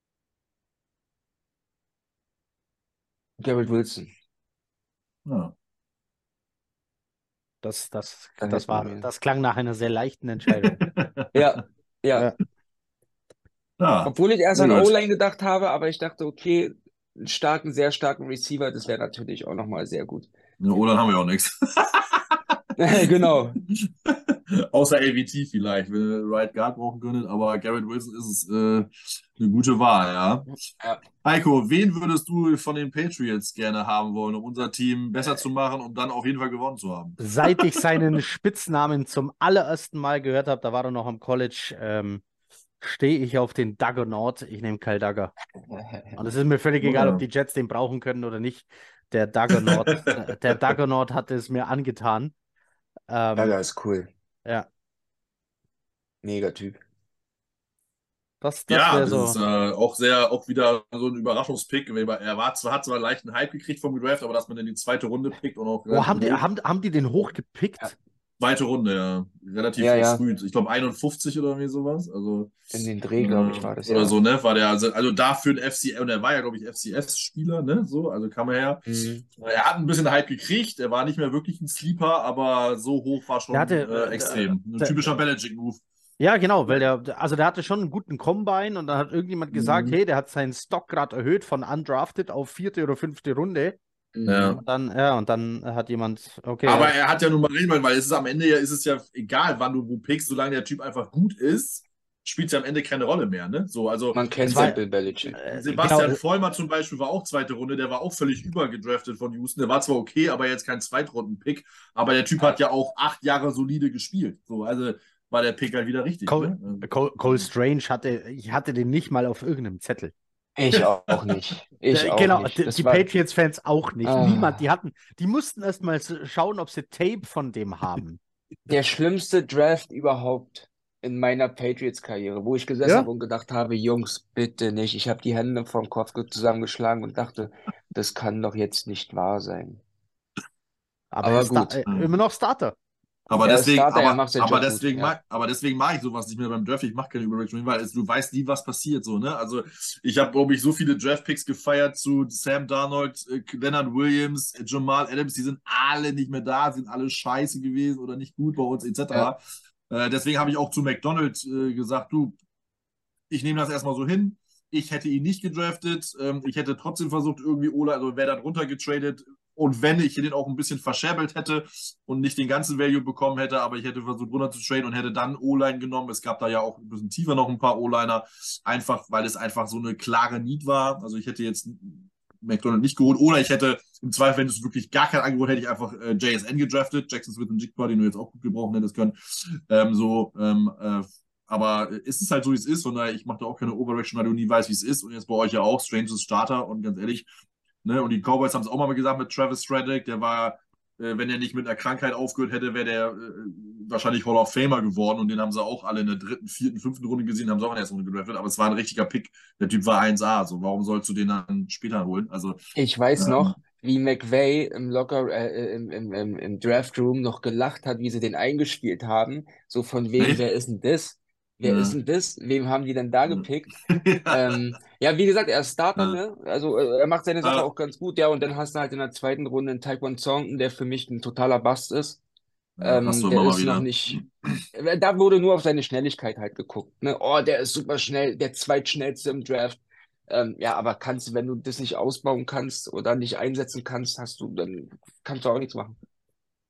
Garrett Wilson. Ja. Das, das, Dann das hätten war, wir. das klang nach einer sehr leichten Entscheidung. Ja, ja. Ja. Ja, Obwohl ich erst sehr an gut. O-Line gedacht habe, aber ich dachte, okay, einen starken, sehr starken Receiver, das wäre natürlich auch nochmal sehr gut. Ja, oder haben wir auch nichts. Genau. Außer L V T vielleicht, wenn ihr Right Guard brauchen könntet, aber Garrett Wilson ist es äh, eine gute Wahl, ja. Ja. Heiko, wen würdest du von den Patriots gerne haben wollen, um unser Team besser zu machen, um dann auf jeden Fall gewonnen zu haben? Seit ich seinen Spitznamen zum allerersten Mal gehört habe, da war er noch am College, ähm, stehe ich auf den Duggernaut. Ich nehme Kyle Dugger. Und es ist mir völlig egal, ob Oder? die Jets den brauchen können oder nicht. Der Duggernaut, der, der Duggernaut hat es mir angetan. Ja, Ähm, das ist cool. ja, Mega Typ. das, das Ja, wäre das ist so. äh, auch sehr, auch wieder so ein Überraschungspick. Er war zwar, hat zwar einen leichten Hype gekriegt vom Draft, aber dass man in die zweite Runde pickt und auch Oh, relativ haben die, hoch. haben, haben die den Ja, hochgepickt? Zweite Runde, ja. Relativ ja, ja. früh. Ich glaube einundfünfzig oder irgendwie sowas. Also, In den Dreh, glaube ich, äh, war das, oder ja. so, ne? War der, also, also dafür ein F C, und er war ja, glaube ich, F C S-Spieler, ne? So, also kam er her. Mhm. Er hat ein bisschen Hype gekriegt. Er war nicht mehr wirklich ein Sleeper, aber so hoch war Der schon hatte, äh, äh, der, extrem. Ein der, typischer Belichick-Move. ja, genau, weil der, also der hatte schon einen guten Combine und dann hat irgendjemand gesagt, Mhm. hey, der hat seinen Stock gerade erhöht von undrafted auf vierte oder fünfte Runde. Ja. Mhm. Und dann, ja, und dann hat jemand, okay, Aber ja, er hat ja nun mal recht, weil es ist am Ende ja, ist es ja egal, wann du wo pickst, solange der Typ einfach gut ist, spielt es ja am Ende keine Rolle mehr, ne? So, also Man es kennt ja war, Bill Belichick. äh, genau, Sebastian äh, Vollmer zum Beispiel war auch zweite Runde, der war auch völlig übergedraftet von Houston. Der war zwar okay, aber jetzt kein Zweitrunden-Pick, aber der Typ Ja. hat ja auch acht Jahre solide gespielt. So, also war der Pick halt wieder richtig, Cole, ne? Ähm, Cole, Cole Strange hatte, ich hatte den nicht mal auf irgendeinem Zettel. Ich auch nicht. Ich Der, auch genau, nicht. die, die Das war. Patriots-Fans auch nicht. Niemand, die Ah, hatten, die mussten erst mal s- schauen, ob sie Tape von dem haben. der schlimmste Draft überhaupt in meiner Patriots-Karriere, wo ich gesessen Ja, habe und gedacht habe, Jungs, bitte nicht. Ich habe die Hände vom Kopf ge- zusammengeschlagen und dachte, das kann doch jetzt nicht wahr sein. aber er Aber ist da, gut. äh, immer noch Starter. Aber Er ist deswegen, Starter, er aber, macht seinen aber Job gut. deswegen Ja. mag, aber deswegen mag ich sowas nicht mehr beim Draft. Ich mache keine Überreaction, weil es, du weißt nie, was passiert, so, ne? Also, ich habe, glaube ich, so viele Draft-Picks gefeiert zu Sam Darnold, äh, Leonard Williams, äh, Jamal Adams, die sind alle nicht mehr da, sind alle scheiße gewesen oder nicht gut bei uns, Ja. et cetera. Äh, deswegen habe ich auch zu McDonald äh, gesagt, du, ich nehme das erstmal so hin. Ich hätte ihn nicht gedraftet. Ähm, ich hätte trotzdem versucht, irgendwie Ola, also wäre dann runtergetradet. Und wenn ich den auch ein bisschen verscherbelt hätte und nicht den ganzen Value bekommen hätte, aber ich hätte versucht runter zu traden und hätte dann O-Line genommen. Es gab da ja auch ein bisschen tiefer noch ein paar O-Liner, einfach weil es einfach so eine klare Need war. Also ich hätte jetzt McDonald nicht geholt oder ich hätte im Zweifel, wenn es wirklich gar kein Angebot hätte ich einfach äh, J S N gedraftet, Jackson Smith und Jigba, den du jetzt auch gut gebrauchen hättest können. Ähm, so, ähm, äh, aber ist es halt so, wie es ist. Von daher, ich mache da auch keine Overreaction, weil du nie weißt, wie es ist. Und jetzt bei euch ja auch. Strange ist Starter. Und ganz ehrlich, ne, und die Cowboys haben es auch mal gesagt mit Travis Frederick. Der war, äh, wenn er nicht mit einer Krankheit aufgehört hätte, wäre der äh, wahrscheinlich Hall of Famer geworden. Und den haben sie auch alle in der dritten, vierten, fünften Runde gesehen, haben sie auch in der ersten Runde gedraftet. Aber es war ein richtiger Pick. Der Typ war eins A. So, warum sollst du den dann später holen? Also, Ich weiß ähm, noch, wie McVay im Locker, äh, im, im, im, im Draft Room noch gelacht hat, wie sie den eingespielt haben. So von wegen, echt? wer ist denn das? Wer ist Ja. denn das? Wem haben die denn da Ja. gepickt? Ähm, ja, wie gesagt, er ist Starter, Ja. ne? Also äh, er macht seine Sache Ja. auch ganz gut, ja. Und dann hast du halt in der zweiten Runde einen Taekwon Song, der für mich ein totaler Bust ist. Ja, hast Ähm, du der immer mal ist noch wieder. nicht. äh, Da wurde nur auf seine Schnelligkeit halt geguckt, ne? Oh, der ist super schnell, der zweitschnellste im Draft. Ähm, ja, aber kannst du, wenn du das nicht ausbauen kannst oder nicht einsetzen kannst, hast du, dann kannst du auch nichts machen.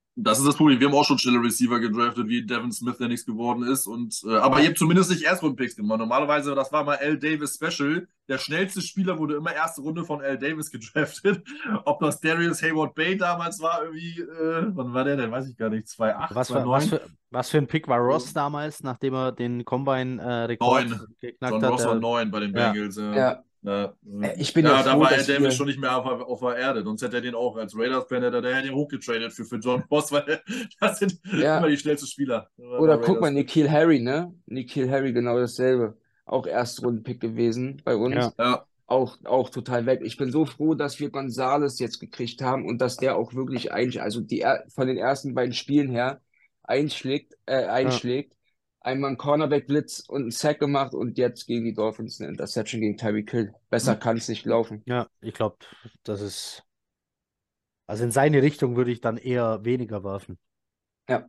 Das ist das Problem. Wir haben auch schon schnelle Receiver gedraftet, wie Devin Smith, der nichts geworden ist. Und, äh, aber ihr habt zumindest nicht Erstrunden-Picks gemacht. Normalerweise, das war mal Al Davis Special. Der schnellste Spieler wurde immer erste Runde von Al Davis gedraftet. Ob das Darius Hayward Bay damals war, irgendwie, äh, wann war der denn? Weiß ich gar nicht. zwei Komma acht, Was für, was, zwei Komma neun? für, was für ein Pick war Ross damals, nachdem er den Combine-Rekord Neun. geknackt John hat? Ross war Der, neun bei den ja. Bengals. Ja. Ja, Ja, äh, ich bin ja ja, da froh, war Al dass Davis wir, schon nicht mehr auf, auf der Erde. Sonst hätte er den auch als Raiders-Fan, der, der hätte ihn hochgetradet für, für John Ross, weil das sind immer ja, die schnellsten Spieler. oder guck mal, N'Keal Harry, ne? N'Keal Harry, genau dasselbe. Auch Erstrunden-Pick gewesen bei Ja. uns. Ja, Auch, auch total weg. Ich bin so froh, dass wir Gonzales jetzt gekriegt haben und dass der auch wirklich einschlägt, also die, er- von den ersten beiden Spielen her einschlägt, äh, Ja. einschlägt. Einmal einen Cornerback-Blitz und einen Sack gemacht und jetzt gegen die Dolphins eine Interception gegen Tyreek Hill. Besser kann es nicht laufen. Ja, ich glaube, das ist. Also in seine Richtung würde ich dann eher weniger werfen. Ja,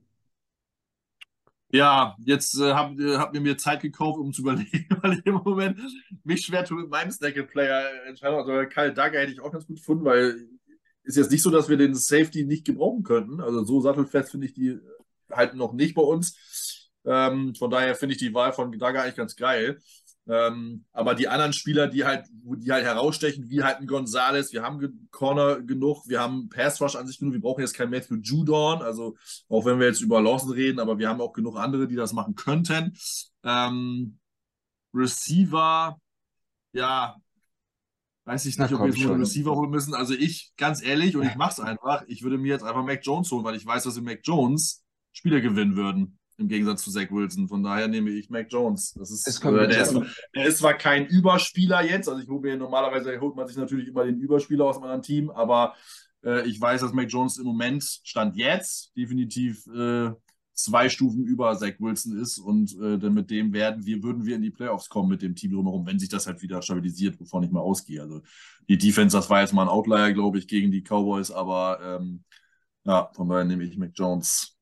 ja, jetzt äh, habt äh, habt ihr mir Zeit gekauft, um zu überlegen, weil ich im Moment mich schwer tue mit meinem Snack-Player entscheiden. Also Kyle Dagger hätte ich auch ganz gut gefunden, weil ist jetzt nicht so, dass wir den Safety nicht gebrauchen könnten. Also so sattelfest finde ich die halt noch nicht bei uns. Ähm, von daher finde ich die Wahl von Dagger eigentlich ganz geil. Ähm, aber die anderen Spieler, die halt, die halt herausstechen, wie halt ein Gonzales, wir haben ge Corner genug, wir haben Pass Rush an sich genug, wir brauchen jetzt kein Matthew Judon, also auch wenn wir jetzt über Lawson reden, aber wir haben auch genug andere, die das machen könnten. Ähm, Receiver, ja, weiß ich na nicht, ob wir komm jetzt nur einen schon. Receiver holen müssen. Also ich, ganz ehrlich, und ich mache es einfach, ich würde mir jetzt einfach Mac Jones holen, weil ich weiß, dass in Mac Jones Spieler gewinnen würden, im Gegensatz zu Zach Wilson. Von daher nehme ich Mac Jones. Das Das ist, kann äh, gut der ist, sein. der ist zwar kein Überspieler jetzt, also ich hole mir normalerweise holt man sich natürlich immer den Überspieler aus einem anderen Team, aber äh, ich weiß, dass Mac Jones im Moment, Stand jetzt, definitiv äh, zwei Stufen über Zach Wilson ist und äh, denn mit dem werden wir, würden wir in die Playoffs kommen mit dem Team drumherum, wenn sich das halt wieder stabilisiert, wovon ich mal ausgehe. Also die Defense, das war jetzt mal ein Outlier, glaube ich, gegen die Cowboys, aber ähm, ja, von daher nehme ich Mac Jones.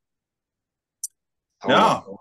Ja,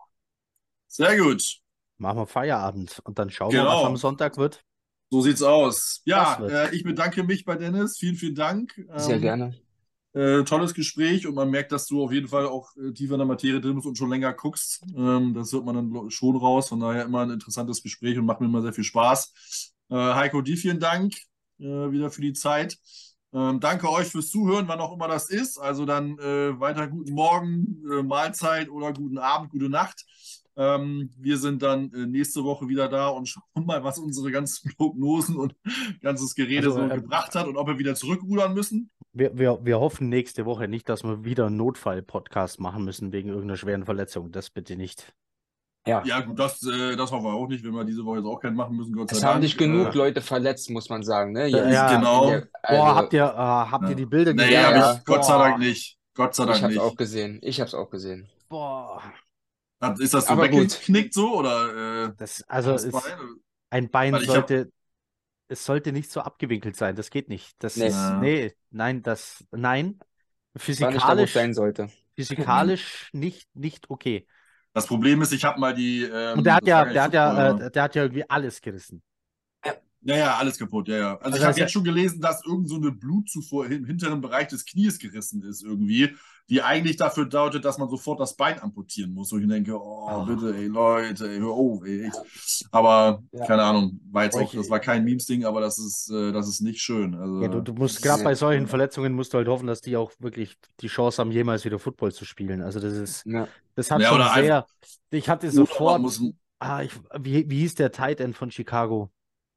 sehr gut. Machen wir Feierabend und dann schauen wir, was am Genau. Sonntag wird. So sieht's aus. Das Ja, wird. äh, ich bedanke mich bei Dennis. Vielen, vielen Dank. Sehr Ähm, gerne. Äh, tolles Gespräch und man merkt, dass du auf jeden Fall auch äh, tiefer in der Materie drin bist und schon länger guckst. Ähm, das hört man dann schon raus. Von daher immer ein interessantes Gespräch und macht mir immer sehr viel Spaß. Äh, Heiko, dir vielen Dank äh, wieder für die Zeit. Ähm, danke euch fürs Zuhören, wann auch immer das ist. Also dann äh, weiter guten Morgen, äh, Mahlzeit oder guten Abend, gute Nacht. Ähm, wir sind dann äh, nächste Woche wieder da und schauen mal, was unsere ganzen Prognosen und ganzes Gerede Also, so äh, gebracht hat und ob wir wieder zurückrudern müssen. Wir, wir, wir hoffen nächste Woche nicht, dass wir wieder einen Notfall-Podcast machen müssen wegen irgendeiner schweren Verletzung. Das bitte nicht. Ja. Ja, gut, das, äh, das hoffen wir auch nicht, wenn wir diese Woche jetzt auch keinen machen müssen, Gott sei Es Dank. haben dich genug Äh, Leute verletzt, muss man sagen, ne? Äh, Jetzt. ja, genau. Ja, Boah, also, habt ihr, äh, habt ihr Ja. die Bilder Nee, gesehen? Ja, habe ja. ich Gott sei Dank Boah, nicht. Gott sei ich Dank hab's auch nicht. gesehen. Ich hab's auch gesehen. boah. Hat- Ist das so Aber gut. weggeknickt so oder äh, Das, also das es, Bein? ein Bein Weil ich habe. sollte, es sollte nicht so abgewinkelt sein. Das geht nicht. Das Nee. ist, Äh, nee, nein, das, nein. War nicht da, wo es sein Physikalisch, sollte. physikalisch nicht, nicht okay. das Problem ist, ich habe mal die. Und der Ähm, hat das war ja, gar der nicht hat ja, Football, äh, der hat ja irgendwie alles gerissen. ja, ja, alles kaputt, ja, ja. Also Also ich das habe ist ja, jetzt schon gelesen, dass irgend so eine Blutzufuhr im hinteren Bereich des Knies gerissen ist irgendwie, die eigentlich dafür dauert, dass man sofort das Bein amputieren muss. Wo ich denke, oh, oh, bitte, ey, Leute, ey, hör auf, ey, echt. Aber, Ja. keine Ahnung, war jetzt boah, auch, ich, das war kein Memes-Ding, aber das ist, äh, das ist nicht schön. ja, Also, du, du musst gerade Nee. bei solchen Verletzungen musst du halt hoffen, dass die auch wirklich die Chance haben, jemals wieder Football zu spielen. Also das ist, Ja. das hat ja, schon oder einfach, sehr, ich hatte oder man sofort, muss, ah, ich, wie, wie hieß der Tight End von Chicago?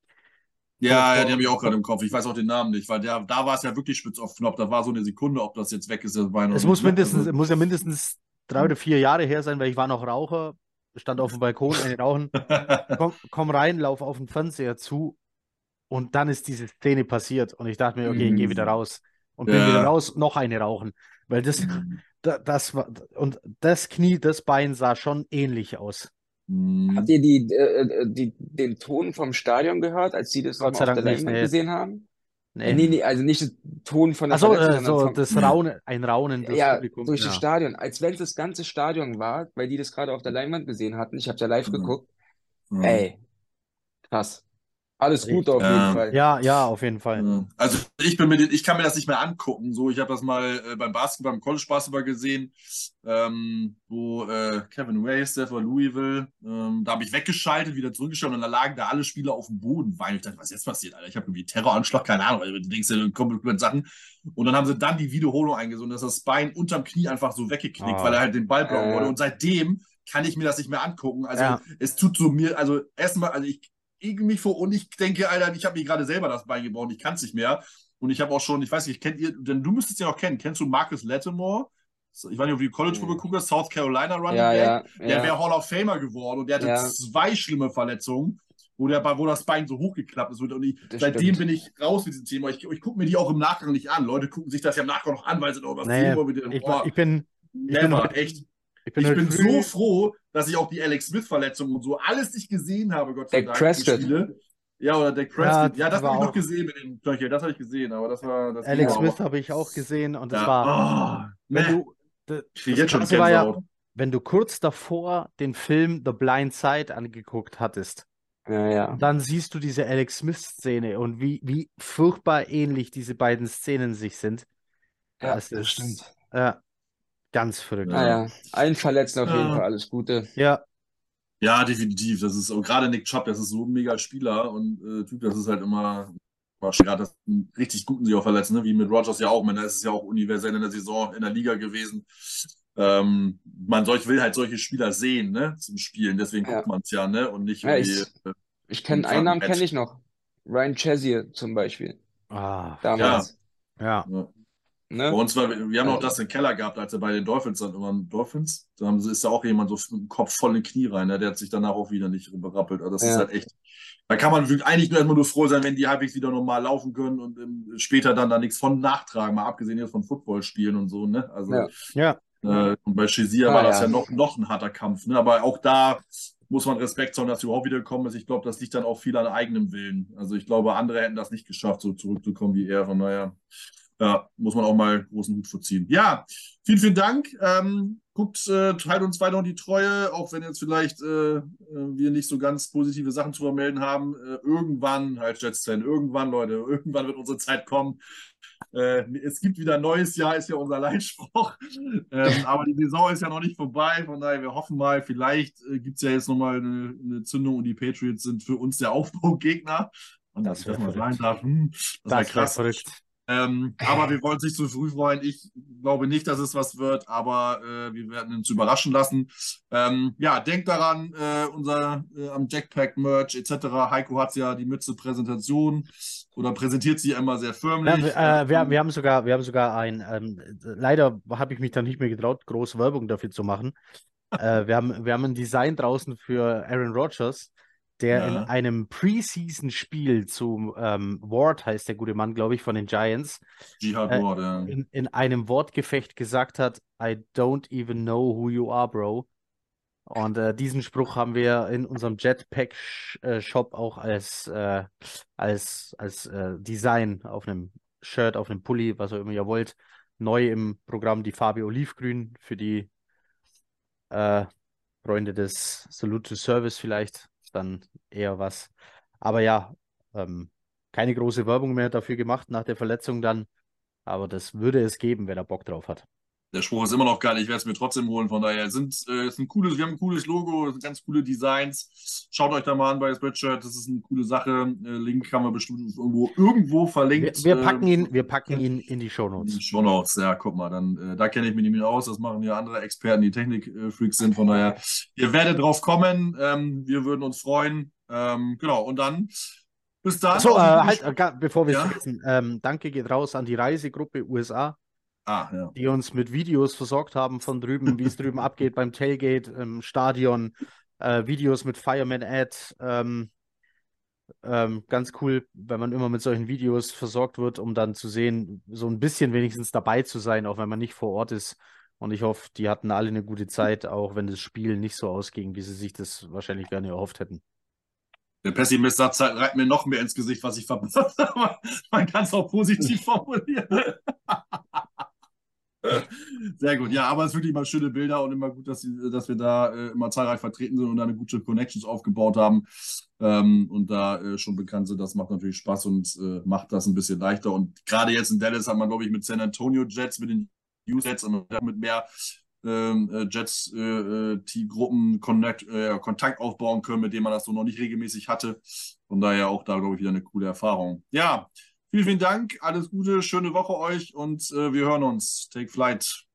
Vor, ja, ja, die vor, habe ich auch gerade im Kopf. Ich weiß auch den Namen nicht, weil der, da war es ja wirklich spitz auf Knopf. Da war so eine Sekunde, ob das jetzt weg ist, das Bein oder es nicht. muss Ne? mindestens, Also, muss ja mindestens drei oder vier Jahre her sein, weil ich war noch Raucher, stand auf dem Balkon, eine rauchen, komm, komm rein, lauf auf den Fernseher zu und dann ist diese Szene passiert und ich dachte mir, okay, ich gehe wieder Mhm. raus und bin wieder ja. raus, noch eine rauchen, weil das, da- das war, und das Knie, das Bein sah schon ähnlich aus. Habt Mhm. ihr die, äh, die, den Ton vom Stadion gehört, als sie das Gott nochmal sei auf der Dank nicht, Leinwand nee, gesehen haben? Äh, nee. nee, nee, also nicht den Ton von der Also Verletzung, äh, sondern so vom, das Nee. Raunen, ein Raunen des ja, Publikums, durch das ja. Stadion, als wenn es das ganze Stadion war, weil die das gerade auf der Leinwand gesehen hatten. Ich habe ja live Ja. geguckt. Ja. Ey, krass. Alles Gute auf jeden Ja. Fall. Ja, ja, auf jeden Fall. Ja. Also ich bin mir den, ich kann mir das nicht mehr angucken. So, ich habe das mal äh, beim Basketball, beim College Basketball gesehen, ähm, wo äh, Kevin Wayes, der von Louisville, ähm, da habe ich weggeschaltet, wieder zurückgeschaut und da lagen da alle Spieler auf dem Boden, weil ich dachte, was ist jetzt passiert, Alter? Ich habe irgendwie Terroranschlag, keine Ahnung, weil du denkst, da kommen mit Sachen. Und dann haben sie dann die Wiederholung eingesogen, dass das Bein unterm Knie einfach so weggeknickt, Ah. weil er halt den Ball blocken Ja, wollte. ja. Und seitdem kann ich mir das nicht mehr angucken. Also Ja. es tut so mir, also erstmal, also ich ekel mich vor und ich denke, Alter, ich habe mir gerade selber das Bein gebrochen, ich kann es nicht mehr. Und ich habe auch schon, ich weiß nicht, kennt ihr, denn du müsstest ja auch kennen, kennst du Marcus Lattimore? Ich weiß nicht, ob du die College Football Hm. guckst, South Carolina Running Ja, Back. ja, Der ja. wäre Hall of Famer geworden und der hatte Ja. zwei schlimme Verletzungen, wo, der, wo das Bein so hochgeklappt ist. Und ich, Das seitdem stimmt. bin ich raus mit diesem Thema. Ich, ich gucke mir die auch im Nachgang nicht an. Leute gucken sich das ja im Nachgang noch an, weil sie noch was Nee, sehen wollen. Mit dem, ich, oh, ich bin, ich bin never, heute, echt. ich bin Ich heute bin früh, so froh, dass ich auch die Alex Smith-Verletzung und so alles nicht gesehen habe, Gott sei Dak Dank, die Prescott. Spiele. Ja, oder Dak ja, Prescott. Ja, das war habe ich noch auch, gesehen mit dem Knöchel. Das habe ich gesehen, aber das war, das ging Alex noch. Smith Aber, habe ich auch gesehen und das ja, war, oh, wenn meh. du, d- Ich kriege das jetzt schon Krasse war ja, Gänsehaut. wenn du kurz davor den Film The Blind Side angeguckt hattest, Ja, ja. und dann siehst du diese Alex Smith-Szene und wie, wie furchtbar ähnlich diese beiden Szenen sich sind. Ja, Das das ist stimmt. äh, ganz verrückt. Ja. Naja, allen Verletzten auf jeden Ja. Fall alles Gute. Ja, Ja, definitiv. Das ist auch gerade Nick Chubb, das ist so ein mega Spieler und äh, Typ, das ist halt immer, immer schwer, dass einen richtig guten sich auch verletzen, ne? Wie mit Rogers ja auch. Ich meine, da ist es ja auch universell in der Saison in der Liga gewesen. Ähm, man solch, will halt solche Spieler sehen, ne, zum Spielen. Deswegen Ja. guckt man es ja, ne? Und nicht Ja, irgendwie ich, äh, ich im kenne einen Namen, kenne Krankenbett. ich noch. Ryan Chazier zum Beispiel. ah, Ja, Damals. ja, ja. Bei Ne? uns war, wir haben noch Also, das im Keller gehabt, als er bei den Dolphins dann immer Dolphins, da haben, sie- ist ja auch jemand so mit dem Kopf voll in die Knie rein, ne? Der hat sich danach auch wieder nicht berappelt. Also das ist ja. halt echt. Da kann man wirklich eigentlich nur erstmal nur froh sein, wenn die halbwegs wieder normal laufen können und ähm, später dann da nichts von nachtragen, mal abgesehen jetzt von Footballspielen und so, ne? Also Ja. ja, äh, und bei Shazier war Ah das ja ja. noch, noch ein harter Kampf, ne? Aber auch da muss man Respekt zollen, dass sie überhaupt wiedergekommen ist. Ich glaube, das liegt dann auch viel an eigenem Willen. Also ich glaube, andere hätten das nicht geschafft, so zurückzukommen wie er. Von daher. Ja, muss man auch mal großen Hut vorziehen. Ja, vielen, vielen Dank. Ähm, guckt, äh, teilt uns weiter noch die Treue, auch wenn jetzt vielleicht äh, äh, wir nicht so ganz positive Sachen zu vermelden haben. Äh, irgendwann, halt Jets-Fan, irgendwann, Leute, irgendwann wird unsere Zeit kommen. Äh, es gibt wieder ein neues Jahr, ist ja unser Leitspruch. Ähm, aber die Saison ist ja noch nicht vorbei. Von daher, wir hoffen mal, vielleicht äh, gibt es ja jetzt nochmal eine, eine Zündung und die Patriots sind für uns der Aufbaugegner. Und Das dass ich wär das mal verrückt. sagen darf, hm, das wäre das wäre krass. verrückt. Ähm, aber wir wollen es nicht zu früh freuen. Ich glaube nicht, dass es was wird, aber äh, wir werden uns überraschen lassen. Ähm, ja, denkt daran, äh, unser äh, am Jackpack-Merch et cetera. Heiko hat ja die Mütze-Präsentation oder präsentiert sie immer sehr Ja, förmlich. wir, äh, wir, wir haben sogar, wir haben sogar ein, ähm, leider habe ich mich dann nicht mehr getraut, groß Werbung dafür zu machen. Äh, wir haben, wir haben ein Design draußen für Aaron Rodgers, der in Ja, einem Preseason-Spiel zu ähm, Ward, heißt der gute Mann, glaube ich, von den Giants, Jihad äh, Ward, ja. in, in einem Wortgefecht gesagt hat, I don't even know who you are, bro. Und äh, diesen Spruch haben wir in unserem Jetpack-Shop auch als, äh, als, als äh, Design auf einem Shirt, auf einem Pulli, was auch immer ihr wollt. Neu im Programm die Farbe Olivgrün für die äh, Freunde des Salute to Service vielleicht. Dann eher was. Aber ja, ähm, keine große Werbung mehr dafür gemacht nach der Verletzung dann. Aber das würde es geben, wer da Bock drauf hat. Der Spruch ist immer noch geil. Ich werde es mir trotzdem holen. Von daher sind äh, ist ein cooles, wir haben ein cooles Logo, sind ganz coole Designs. Schaut euch da mal an bei Spreadshirt. Das ist eine coole Sache. Äh, Link haben wir bestimmt irgendwo, irgendwo Wir, verlinkt. wir packen äh, ihn, wir packen ihn in die In Shownotes. den Shownotes, ja, guck mal, dann äh, da kenne ich mich nämlich aus. Das machen ja andere Experten, die Technik-Freaks sind. Von daher, ihr werdet drauf kommen. Ähm, wir würden uns freuen. Ähm, genau, und dann bis dann. So, Auf äh, eine gute halt, Sp- äh, ga- bevor wir es Ja? vergessen, ähm, danke geht raus an die Reisegruppe U S A, Ah, ja. die uns mit Videos versorgt haben von drüben, wie es drüben abgeht beim Tailgate, im Stadion, äh, Videos mit Fireman Ed. Ähm, ähm, ganz cool, wenn man immer mit solchen Videos versorgt wird, um dann zu sehen, so ein bisschen wenigstens dabei zu sein, auch wenn man nicht vor Ort ist. Und ich hoffe, die hatten alle eine gute Zeit, auch wenn das Spiel nicht so ausging, wie sie sich das wahrscheinlich gerne erhofft hätten. Der Pessimist-Satz halt reibt mir noch mehr ins Gesicht, was ich verpasst habe. Man kann es auch positiv formulieren. Sehr gut, ja, aber es ist wirklich immer schöne Bilder und immer gut, dass, sie, dass wir da äh, immer zahlreich vertreten sind und da eine gute Connections aufgebaut haben ähm, und da äh, schon bekannt sind. Das macht natürlich Spaß und äh, macht das ein bisschen leichter. Und gerade jetzt in Dallas hat man, glaube ich, mit San Antonio Jets, mit den U-Jets und mit mehr ähm, äh, Jets äh, äh, Gruppen Connect, äh, Kontakt aufbauen können, mit denen man das so noch nicht regelmäßig hatte. Von daher auch da, glaube ich, wieder eine coole Erfahrung. Ja, vielen, vielen Dank. Alles Gute, schöne Woche euch und äh, wir hören uns. Take flight.